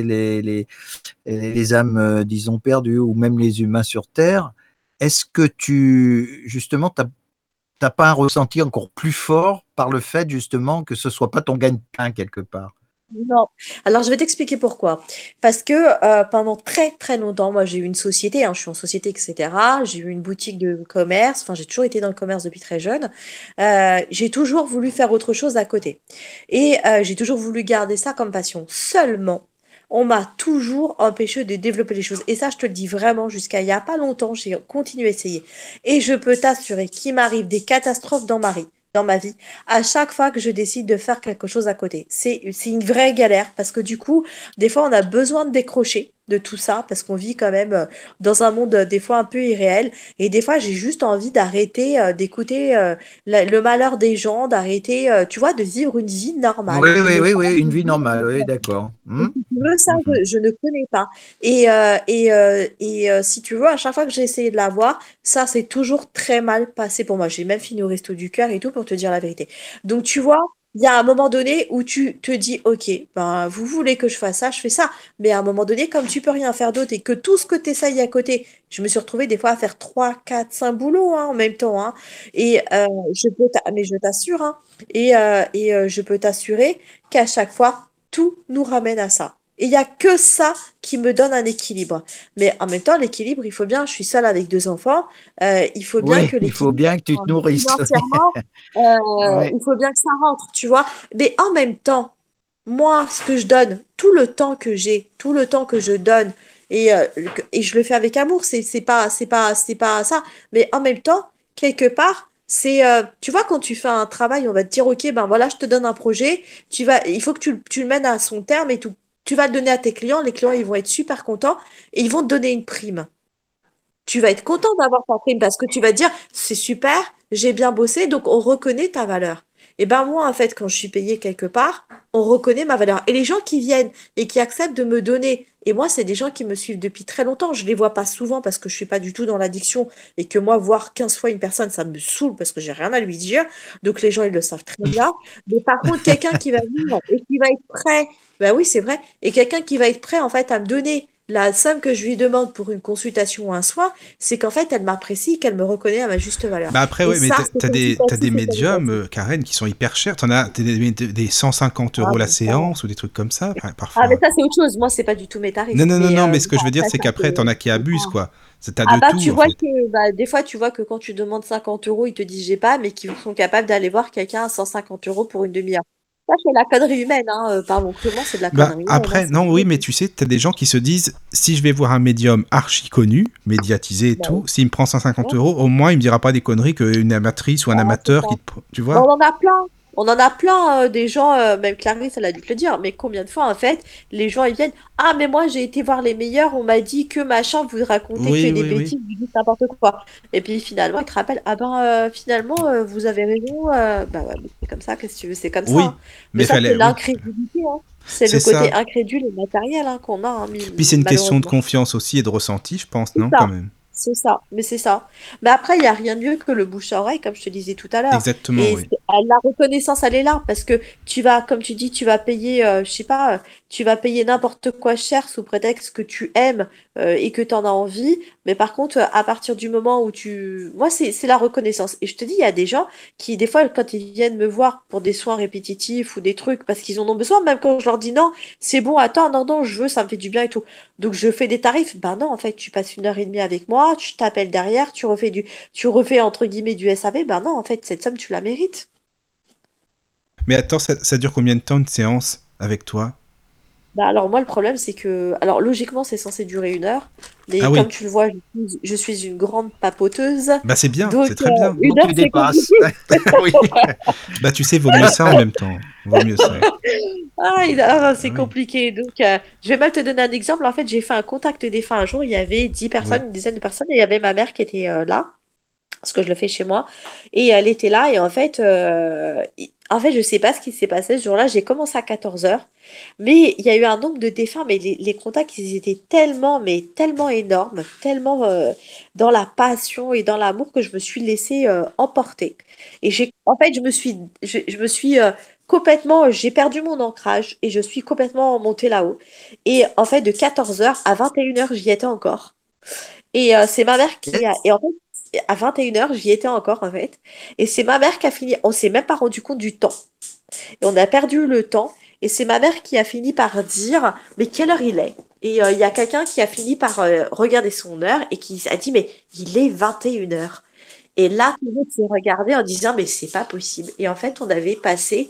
les âmes, disons, perdues ou même les humains sur Terre, est-ce que justement, t'as pas un ressenti encore plus fort par le fait, justement, que ce soit pas ton gagne-pain quelque part? Non. Alors, je vais t'expliquer pourquoi. Parce que pendant très très longtemps, moi j'ai eu une société, hein, je suis en société, etc. J'ai eu une boutique de commerce, enfin j'ai toujours été dans le commerce depuis très jeune. J'ai toujours voulu faire autre chose à côté. Et j'ai toujours voulu garder ça comme passion. Seulement, on m'a toujours empêché de développer les choses. Et ça, je te le dis vraiment, jusqu'à il y a pas longtemps, j'ai continué à essayer. Et je peux t'assurer qu'il m'arrive des catastrophes dans ma vie à chaque fois que je décide de faire quelque chose à côté. C'est une vraie galère parce que du coup, des fois, on a besoin de décrocher. de tout ça parce qu'on vit quand même dans un monde des fois un peu irréel et des fois j'ai juste envie d'arrêter d'écouter le malheur des gens, d'arrêter, tu vois, de vivre une vie normale. Oui, Et oui, le oui, problème, oui, une vie normale, oui, d'accord. et si tu veux, ça, Mhm. je ne connais pas. Si tu veux, à chaque fois que j'ai essayé de la voir, ça s'est toujours très mal passé pour moi. J'ai même fini au resto du cœur et tout pour te dire la vérité. Donc, tu vois, il y a un moment donné où tu te dis, OK, ben, vous voulez que je fasse ça, je fais ça. Mais à un moment donné, comme tu peux rien faire d'autre et que tout ce que tu essayes à côté, je me suis retrouvée des fois à faire 3, 4, 5 boulots en même temps. Hein. Mais je t'assure, hein, je peux t'assurer qu'à chaque fois, tout nous ramène à ça. Et il n'y a que ça qui me donne un équilibre. Mais en même temps, l'équilibre, il faut bien, je suis seule avec 2 enfants, il faut bien Oui, que il faut l'équilibre, bien que tu te nourrisses. financièrement, Oui. il faut bien que ça rentre, tu vois. Mais en même temps, moi, ce que je donne, tout le temps que j'ai, tout le temps que je donne, et je le fais avec amour, c'est pas ça. Mais en même temps, quelque part, tu vois, quand tu fais un travail, on va te dire, OK, ben voilà, je te donne un projet, il faut que tu le mènes à son terme et tout. Tu vas le donner à tes clients, les clients, ils vont être super contents et ils vont te donner une prime. Tu vas être content d'avoir ta prime parce que tu vas te dire, c'est super, j'ai bien bossé, donc on reconnaît ta valeur. Et ben moi, en fait, quand je suis payée quelque part, on reconnaît ma valeur. Et les gens qui viennent et qui acceptent de me donner, et moi, c'est des gens qui me suivent depuis très longtemps. Je les vois pas souvent parce que je suis pas du tout dans l'addiction et que moi, voir 15 fois une personne, ça me saoule parce que j'ai rien à lui dire. Donc les gens, ils le savent très bien. Mais par contre, quelqu'un qui va venir et qui va être prêt, ben oui, c'est vrai, et quelqu'un qui va être prêt, en fait, à me donner la somme que je lui demande pour une consultation ou un soin, c'est qu'en fait, elle m'apprécie, qu'elle me reconnaît à ma juste valeur. Bah après, Et ouais, mais ça, c'est t'as des qualitatif et médiums, qualitatif. Karen, qui sont hyper chers. T'en as des 150 Ah, euros la mais ça, séance ou des trucs comme ça, ah, mais parfois. ça, c'est autre chose. Moi, c'est pas du tout mes Non, tarifs. non, non, Mais non, mais ce que bon, je veux dire, après, c'est ça, qu'après, t'en as qui abusent, ah. quoi. T'as Ah de bah, tout, tu en vois fait. que bah, des fois, tu vois que quand tu demandes 50 euros, ils te disent j'ai pas, mais qu'ils sont capables d'aller voir quelqu'un à 150 euros pour une demi-heure. Ça, c'est la connerie humaine, hein. Parlons crûment, c'est de la Bah connerie humaine, hein. après, non, oui, mais tu sais, t'as des gens qui se disent, si je vais voir un médium archi connu, médiatisé et Bah, tout, s'il me prend 150 ouais, euros, au moins, il me dira pas des conneries qu'une amatrice ou un bah, c'est amateur ça. qui tu Bon, vois. on en a plein. On en a plein des gens, même Clarisse, elle a dû te le dire, mais combien de fois, en fait, les gens, ils viennent, ah, mais moi, j'ai été voir les meilleurs, on m'a dit que machin, vous racontez que Oui, des oui, oui. bêtises, vous dites n'importe quoi. Et puis finalement, ils te rappellent, ah ben, finalement, vous avez raison, bah ouais, mais c'est comme ça, qu'est-ce que tu veux, c'est comme ça. Oui, Hein. Mais mais ça, c'est fallait, oui, l'incrédulité, hein. C'est le c'est côté ça. incrédule et matériel hein, qu'on a, hein, Puis c'est une question de malheureusement. confiance aussi et de ressenti, je pense, C'est non, quand ça, même. c'est ça, mais c'est ça. Mais après, il n'y a rien de mieux que le bouche à oreille, comme je te disais tout à l'heure. Exactement, Et oui. la reconnaissance, elle est là, parce que tu vas, comme tu dis, tu vas payer, je sais pas, tu vas payer n'importe quoi cher sous prétexte que tu aimes et que tu en as envie. Mais par contre, à partir du moment où tu... Moi, c'est la reconnaissance. Et je te dis, il y a des gens qui, des fois, quand ils viennent me voir pour des soins répétitifs ou des trucs, parce qu'ils en ont besoin, même quand je leur dis non, c'est bon, attends, non, non, je veux, ça me fait du bien et tout. Donc je fais des tarifs. Ben non, en fait, tu passes 1 heure et demie avec moi, tu t'appelles derrière, tu refais entre guillemets du SAV. Ben non, en fait, cette somme, tu la mérites. Mais attends, ça dure combien de temps une séance avec toi? Ben alors moi, le problème, c'est que, alors logiquement, c'est censé durer 1 heure, Ah mais oui, comme tu le vois, je suis une grande papoteuse, bah c'est bien, donc c'est très bien. une Donc heure, tu c'est dépasses. compliqué. Oui. Bah tu sais, vaut mieux ça en même temps. Vaut mieux ça. C'est Ah oui, compliqué. Donc, je vais mal te donner un exemple. En fait, j'ai fait un contact des fins un jour. Il y avait 10 oui. personnes, une dizaine de personnes, et il y avait ma mère qui était là. Parce que je le fais chez moi. Et elle était là, et en fait, je sais pas ce qui s'est passé ce jour-là. J'ai commencé à 14 heures, mais il y a eu un nombre de défunts, mais les contacts, ils étaient tellement, mais tellement énormes, tellement dans la passion et dans l'amour que je me suis laissée emporter. Et en fait, je me suis complètement, j'ai perdu mon ancrage et je suis complètement montée là-haut. Et en fait, de 14 heures à 21 heures, j'y étais encore. Et c'est ma mère qui a. Yes. Et en fait, à 21 heures, j'y étais encore, en fait. Et c'est ma mère qui a fini. On s'est même pas rendu compte du temps. Et on a perdu le temps. Et c'est ma mère qui a fini par dire, mais quelle heure il est? Et il y a quelqu'un qui a fini par regarder son heure et qui a dit, mais il est 21 heures. Et là, tout le monde s'est regardé en disant, mais c'est pas possible. Et en fait, on avait passé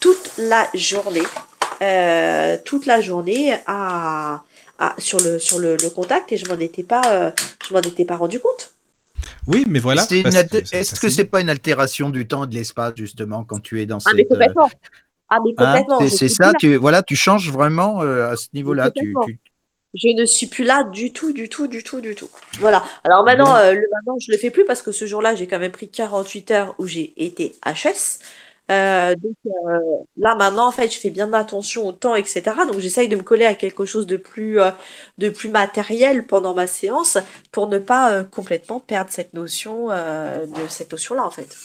toute la journée sur le contact et je m'en étais pas rendu compte. Oui, mais voilà, parce que ça Est-ce que c'est c'est bien. pas une altération du temps et de l'espace, justement, quand tu es dans Ah, mais cette. complètement. Ah, mais Hein, complètement, je c'est te dis ça, là. voilà, tu changes vraiment à ce Mais niveau-là. complètement. Je ne suis plus là du tout, du tout, du tout, du tout. Voilà. Alors maintenant, Bon, maintenant, je le fais plus parce que ce jour-là, j'ai quand même pris 48 heures où j'ai été HS. Donc là maintenant, en fait, je fais bien attention au temps, etc. Donc j'essaye de me coller à quelque chose de plus matériel pendant ma séance pour ne pas complètement perdre cette notion de cette notion-là, en fait.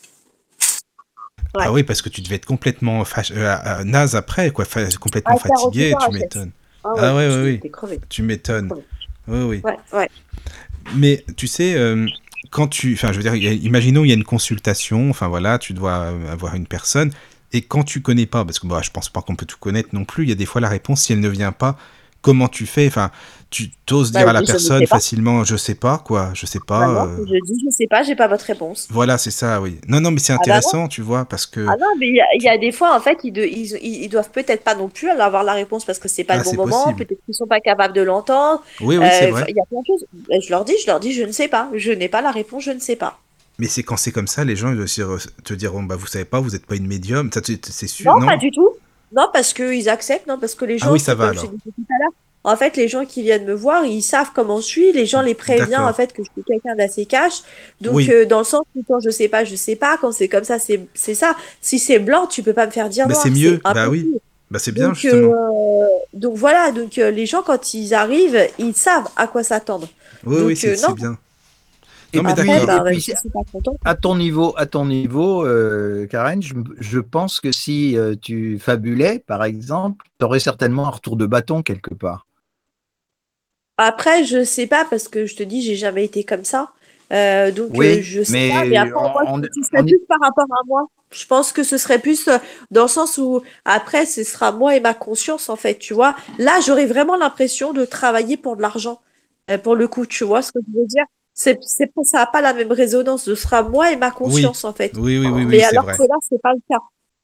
Ah Ouais. oui, parce que tu devais être complètement naze après, quoi, À complètement 48 fatigué, heures tu HS. m'étonnes. Ah ouais, Ah ouais, oui, oui, t'es crevé. tu T'es m'étonnes. crevé. Oui, oui. Ouais, ouais. Mais tu sais, quand tu, enfin, je veux dire, imaginons il y a une consultation, enfin voilà, tu dois avoir une personne, et quand tu connais pas, parce que bah, je pense pas qu'on peut tout connaître non plus, il y a des fois la réponse, si elle ne vient pas, comment tu fais? Enfin, tu t'oses Bah, dire à la je ne personne sais pas. facilement, je sais pas, quoi, je sais Bah pas. non, je dis, je sais pas, j'ai pas votre réponse. Voilà, c'est ça, oui. Non, non, mais c'est Ah bah non. intéressant, tu vois, parce Ah que non, mais il y a des fois, en fait, ils doivent peut-être pas non plus avoir la réponse parce que c'est pas ah, le bon c'est moment, possible. peut-être qu'ils sont pas capables de l'entendre. Oui, oui, c'est Enfin, vrai. il y a plein de choses. Je leur dis, je ne sais pas. Je n'ai pas la réponse, je ne sais pas. Mais c'est quand c'est comme ça, les gens ils doivent aussi te dire, bah vous savez pas, vous n'êtes pas une médium, ça c'est Non, sûr, pas non? du tout. Non, parce qu'ils acceptent, non, parce que les Ah oui, gens, ça c'est va comme je te alors. disais tout à l'heure. En fait, les gens qui viennent me voir, ils savent comment je suis. Les gens les préviennent, en D'accord. fait, que je suis quelqu'un d'assez cash. Donc, Oui, dans le sens où quand je sais pas, je sais pas. Quand c'est comme ça, c'est ça. Si c'est blanc, tu peux pas me faire dire mais c'est noir. C'est mieux. Bah oui. impossible. Bah c'est bien Donc, justement. donc voilà, donc les gens, quand ils arrivent, ils savent à quoi s'attendre. Oui, oui, Donc, c'est non, bien. Non et mais après, puis, et d'accord. bah, puis si c'est pas content. à ton niveau, Karen, je pense que si tu fabulais, par exemple, tu aurais certainement un retour de bâton quelque part. Après, je sais pas, parce que je te dis, j'ai jamais été comme ça. Donc, Oui, je sais pas. Mais mais après, moi, ce serait plus par rapport à moi. Je pense que ce serait plus dans le sens où, après, ce sera moi et ma conscience, en fait, tu vois. Là, j'aurais vraiment l'impression de travailler pour de l'argent, pour le coup, tu vois ce que je veux dire? Ça n'a pas la même résonance. Ce sera moi et ma Oui. conscience, en fait. Oui, oui, oui, oui, Mais c'est alors vrai. que là, c'est pas le cas.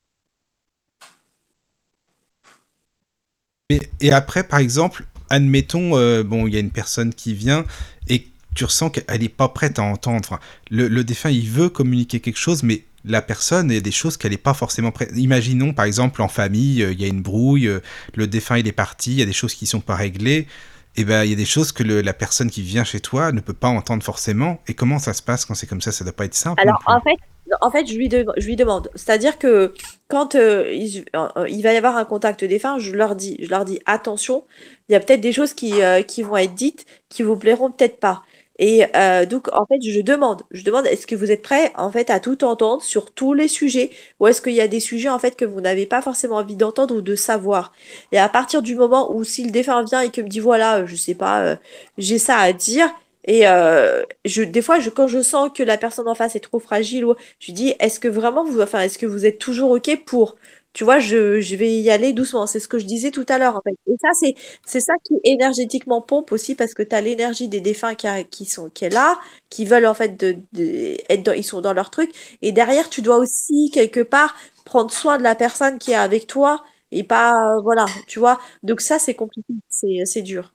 Et après, par exemple, admettons, bon, il y a une personne qui vient et tu ressens qu'elle n'est pas prête à entendre. Enfin, le défunt, il veut communiquer quelque chose, mais la personne, il y a des choses qu'elle n'est pas forcément prête. Imaginons, par exemple, en famille, il y a une brouille, le défunt, il est parti, il y a des choses qui ne sont pas réglées. Et ben, il y a des choses que la personne qui vient chez toi ne peut pas entendre forcément. Et comment ça se passe quand c'est comme ça? Ça doit pas être simple non Alors, plus. en fait, je lui demande. C'est-à-dire que quand il va y avoir un contact défunt, je leur dis attention, il y a peut-être des choses qui vont être dites qui vous plairont peut-être pas. Et donc, en fait, je demande, est-ce que vous êtes prêts, en fait, à tout entendre sur tous les sujets, ou est-ce qu'il y a des sujets, en fait, que vous n'avez pas forcément envie d'entendre ou de savoir? Et à partir du moment où si le défunt vient et que me dit, voilà, je sais pas, j'ai ça à dire. Et des fois, quand je sens que la personne en face est trop fragile, je lui dis, est-ce que vraiment enfin, est-ce que vous êtes toujours OK pour, tu vois, je vais y aller doucement. C'est ce que je disais tout à l'heure, en fait. Et ça, c'est ça qui énergétiquement pompe aussi parce que tu as l'énergie des défunts qui est là, qui veulent, en fait, être ils sont dans leur truc. Et derrière, tu dois aussi, quelque part, prendre soin de la personne qui est avec toi et pas, voilà, tu vois. Donc ça, c'est compliqué. C'est dur.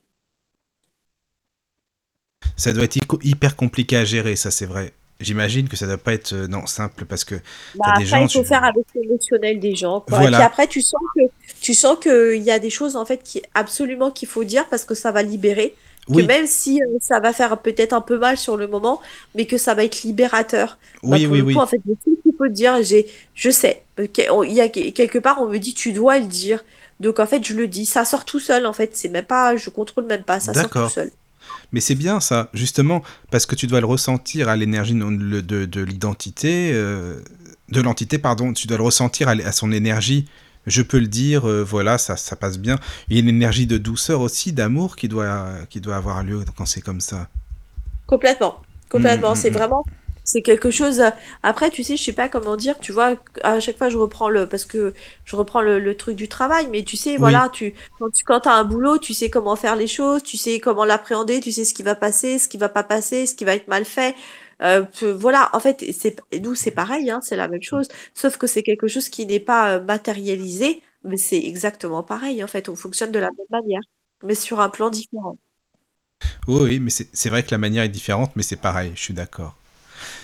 Ça doit être hyper compliqué à gérer, ça c'est vrai. J'imagine que ça doit pas être non simple parce que Bah t'as des après, gens, il faut faire avec l'émotionnel des gens, quoi. Et puis voilà. après, tu sens que il y a des choses en fait qui absolument qu'il faut dire parce que ça va libérer, que Oui, même si ça va faire peut-être un peu mal sur le moment, mais que ça va être libérateur. Bah oui, pour oui, le coup, oui. en fait, le truc qu'il faut dire, je sais, il y a quelque part, on me dit tu dois le dire. Donc en fait, je le dis, ça sort tout seul. En fait, c'est même pas, je contrôle même pas, ça sort tout D'accord. seul. Mais c'est bien ça, justement, parce que tu dois le ressentir à l'énergie de l'identité, de l'entité, pardon, tu dois le ressentir à son énergie. Je peux le dire, voilà, ça passe bien. Il y a une énergie de douceur aussi, d'amour qui doit avoir lieu quand c'est comme ça. Complètement, Hum, complètement. hum, C'est hum. vraiment, c'est quelque chose. Après, tu sais, je sais pas comment dire. Tu vois, à chaque fois, je reprends parce que je reprends le truc du travail. Mais tu sais, Oui, voilà, quand t'as un boulot, tu sais comment faire les choses, tu sais comment l'appréhender, tu sais ce qui va passer, ce qui va pas passer, ce qui va être mal fait. Voilà. En fait, nous, c'est pareil, hein, c'est la même chose. Sauf que c'est quelque chose qui n'est pas matérialisé, mais c'est exactement pareil. En fait, on fonctionne de la même manière, mais sur un plan différent. oui, oui, mais c'est vrai que la manière est différente, mais c'est pareil, je suis d'accord.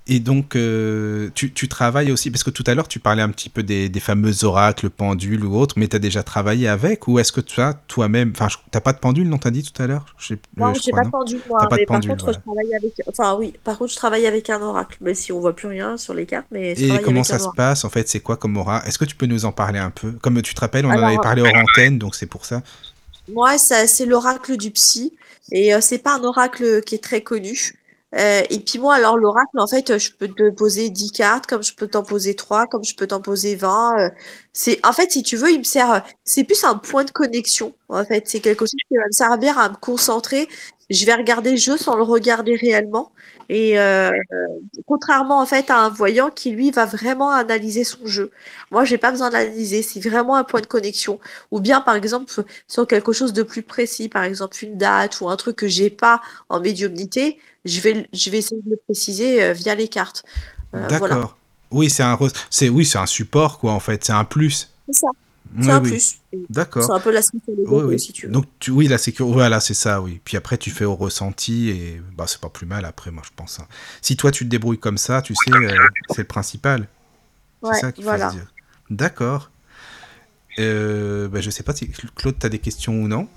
Et donc, tu travailles aussi, parce que tout à l'heure, tu parlais un petit peu des fameux oracles, pendules ou autres, mais tu as déjà travaillé avec, ou est-ce que tu as toi-même... Enfin, t'as pas de pendule, non, t'as dit tout à l'heure? Non, Je j'ai crois, pas de non? pendule, T'as moi, pas de mais par pendule, contre, je voilà. travaille avec. Enfin, oui, par contre, je travaille avec un oracle, même si on voit plus rien sur les cartes, mais je Et travaille comment avec ça un se oracle. passe, en fait? C'est quoi comme aura? Est-ce que tu peux nous en parler un peu? Comme tu te rappelles, on en avait Alors, parlé hors antenne, donc c'est pour ça. moi, c'est l'oracle du psy, et c'est pas un oracle qui est très connu. Et puis moi, alors l'oracle, en fait, je peux te poser 10 cartes, comme je peux t'en poser 3, comme je peux t'en poser 20. En fait, si tu veux, il me sert, c'est plus un point de connexion, en fait. C'est quelque chose qui va me servir à me concentrer. Je vais regarder le jeu sans le regarder réellement. Et contrairement, en fait, à un voyant qui, lui, va vraiment analyser son jeu. Moi, j'ai pas besoin d'analyser. C'est vraiment un point de connexion. Ou bien, par exemple, sur quelque chose de plus précis, par exemple une date ou un truc que j'ai pas en médiumnité, je vais essayer de le préciser via les cartes. Voilà. D'accord. Oui, c'est un support, quoi, en fait. C'est un plus. C'est ça. C'est Oui, un oui. plus. Et c'est D'accord. un peu la suite de Oui, gâteau, oui. si tu veux. Donc, oui, la sécurité, voilà, c'est ça, oui. Puis après, tu fais au ressenti et bah, c'est pas plus mal après, moi, je pense, hein. Si toi, tu te débrouilles comme ça, tu sais, c'est le principal. C'est Ouais, ça qu'il faut se voilà. dire. D'accord. Bah, je sais pas si Claude, t'as des questions ou non.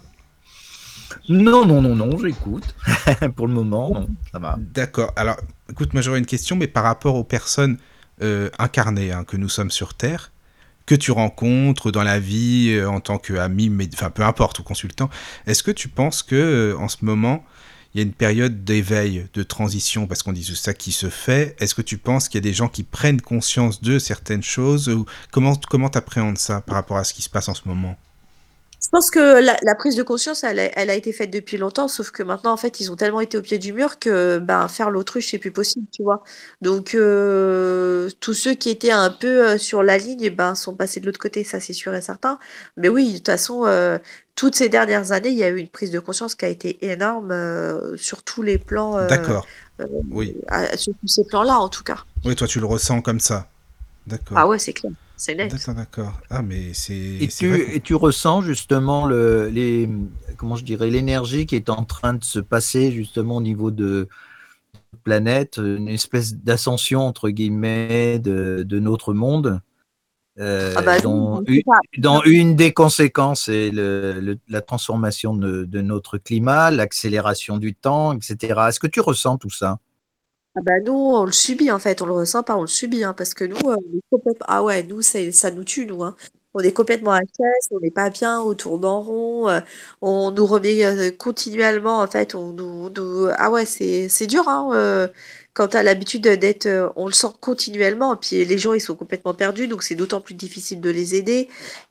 Non, non, non, non, j'écoute. Pour le moment, non, ça va. D'accord. Alors, écoute, moi, j'aurais une question, mais par rapport aux personnes incarnées hein, que nous sommes sur Terre, que tu rencontres dans la vie en tant qu'ami, enfin peu importe, ou consultant, est-ce que tu penses que en ce moment, il y a une période d'éveil, de transition, parce qu'on dit c'est ça qui se fait, est-ce que tu penses qu'il y a des gens qui prennent conscience de certaines choses, ou comment t'appréhendes ça par rapport à ce qui se passe en ce moment? Je pense que la prise de conscience, elle a été faite depuis longtemps, sauf que maintenant, en fait, ils ont tellement été au pied du mur que ben, faire l'autruche, c'est plus possible, tu vois. Donc, tous ceux qui étaient un peu sur la ligne, ben, sont passés de l'autre côté, ça c'est sûr et certain. Mais oui, de toute façon, toutes ces dernières années, il y a eu une prise de conscience qui a été énorme sur tous les plans, D'accord, euh, oui. sur tous ces plans-là, en tout cas. Oui, toi tu le ressens comme ça. Ah D'accord. ouais, c'est clair, c'est net. D'accord, d'accord. Ah, mais Et c'est vrai qu'on... tu ressens justement comment je dirais, l'énergie qui est en train de se passer justement au niveau de la planète, une espèce d'ascension entre guillemets de notre monde, Ah bah oui, dont, ben, c'est ça. dont une des conséquences est la transformation de notre climat, l'accélération du temps, etc. Est-ce que tu ressens tout ça? Ah bah nous, on le subit en fait, on le ressent pas, on le subit, hein, parce que nous, on est complètement... Ah ouais, nous, ça nous tue, nous, hein. On est complètement à caisse, on n'est pas bien, on tourne en rond, on nous remet continuellement, en fait, Ah ouais, c'est dur, hein, quand t'as l'habitude d'être... on le sent continuellement, puis les gens, ils sont complètement perdus, donc c'est d'autant plus difficile de les aider.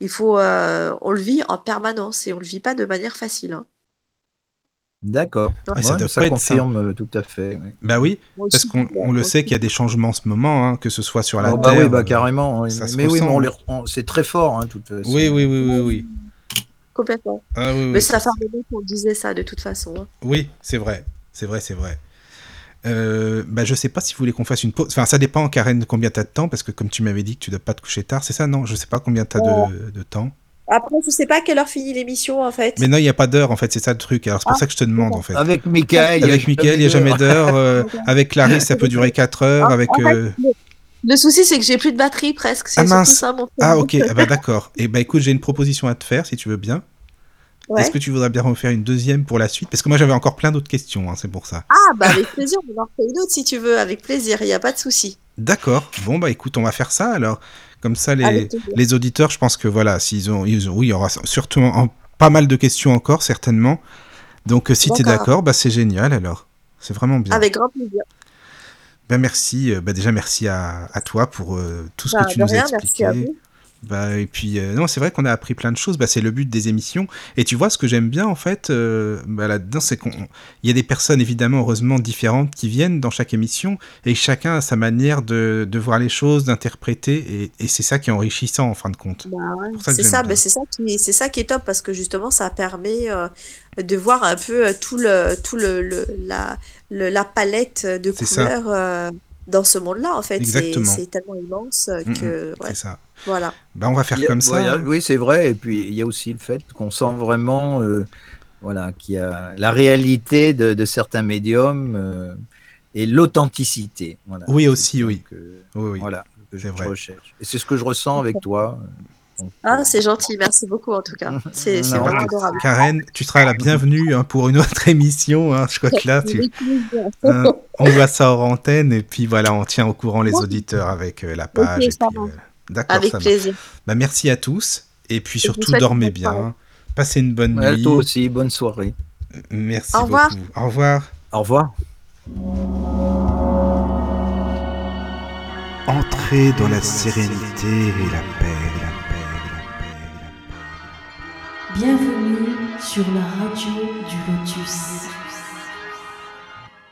On le vit en permanence et on le vit pas de manière facile, hein. D'accord. Ouais, Ouais, ça Ouais, doit ça pas être simple. confirme tout à fait. Ouais. Bah oui, moi parce aussi, qu'on le moi sait qu'il y aussi. a des changements en ce moment, hein, que ce soit sur la Oh bah oui, Terre, bah carrément. Oui. ça se Mais oui, mais ressent, hein. c'est très fort, hein, de toute Oui, façon. oui, oui, oui, oui. Complètement. Ah oui, Mais oui, ça fait un moment qu'on disait ça de toute façon, hein. oui, c'est vrai. C'est vrai, c'est vrai. Bah, je sais pas si vous voulez qu'on fasse une pause. Enfin, ça dépend, Karen, combien t'as de temps, parce que comme tu m'avais dit que tu dois pas te coucher tard, c'est ça, non? Je sais pas combien t'as de temps. Après, je sais pas à quelle heure finit l'émission, en Mais fait. non, il n'y a pas d'heure, en fait, c'est ça le truc. Alors c'est pour Ah, ça que je te demande, en d'accord. fait. Avec Michael, il n'y a Avec Mickaël, il n'y a jamais jamais d'heure. d'heure. D'accord. Avec Clarisse, ça peut durer 4 heures. En, Avec... en fait, le souci, c'est que j'ai plus de batterie presque. Ah C'est surtout mince! ça mon Ah problème. ok, ah, bah d'accord. Et bah écoute, j'ai une proposition à te faire, si tu veux bien. Est-ce que Ouais. tu voudrais bien refaire une deuxième pour la suite? Parce que moi j'avais encore plein d'autres questions, hein, c'est pour ça. Ah, bah avec plaisir, on en refait une autre si tu veux, avec plaisir, il n'y a pas de souci. D'accord. Bon bah écoute, on va faire ça alors. Comme ça, Avec plaisir. les auditeurs, je pense que voilà, oui, il y aura surtout pas mal de questions encore, certainement. Donc si tu es D'accord. d'accord, bah c'est génial alors. C'est vraiment bien. Avec grand plaisir. Ben merci, bah déjà merci à toi pour tout ce que Bah, tu de nous as rien, merci à expliqué. vous. Bah, et puis, non, c'est vrai qu'on a appris plein de choses. Bah, c'est le but des émissions. Et tu vois, ce que j'aime bien, en fait, bah, là-dedans, c'est il y a des personnes, évidemment, heureusement, différentes qui viennent dans chaque émission. Et chacun a sa manière de voir les choses, d'interpréter. Et c'est ça qui est enrichissant, en fin de compte. Bah ouais, C'est pour ça que c'est j'aime ça, bah, bien. c'est ça qui est top parce que justement ça permet de voir un peu la palette de C'est ça, couleurs dans ce monde-là en fait. exactement. C'est tellement immense que C'est ouais, ça. voilà. Bah, on va faire comme ça, hein. Oui, c'est vrai. Et puis, il y a aussi le fait qu'on sent vraiment voilà, qu'il y a la réalité de certains médiums et l'authenticité. Voilà. Oui, C'est aussi, ça oui. que- Oui, oui, Voilà, que je c'est vrai. recherche. Et c'est ce que je ressens avec toi. Donc, Ah, c'est gentil, merci beaucoup en tout cas. C'est non, vraiment mais- adorable. Karen, tu seras la bienvenue hein, pour une autre émission. Hein. Je crois que là, Avec plaisir. on voit ça hors antenne et puis voilà, on tient au courant les auditeurs avec la page. Ok, Et ça puis, marche. d'accord, Avec ça marche. plaisir. Bah, merci à tous et puis Je vous surtout souhaite une dormez bonne soirée. bien. Passez une bonne Ouais, nuit. toi aussi, bonne soirée. Merci Au revoir. beaucoup. Au revoir. Au revoir. Entrez dans la sérénité et la paix, la paix, la paix, la paix. Bienvenue sur la radio du Lotus.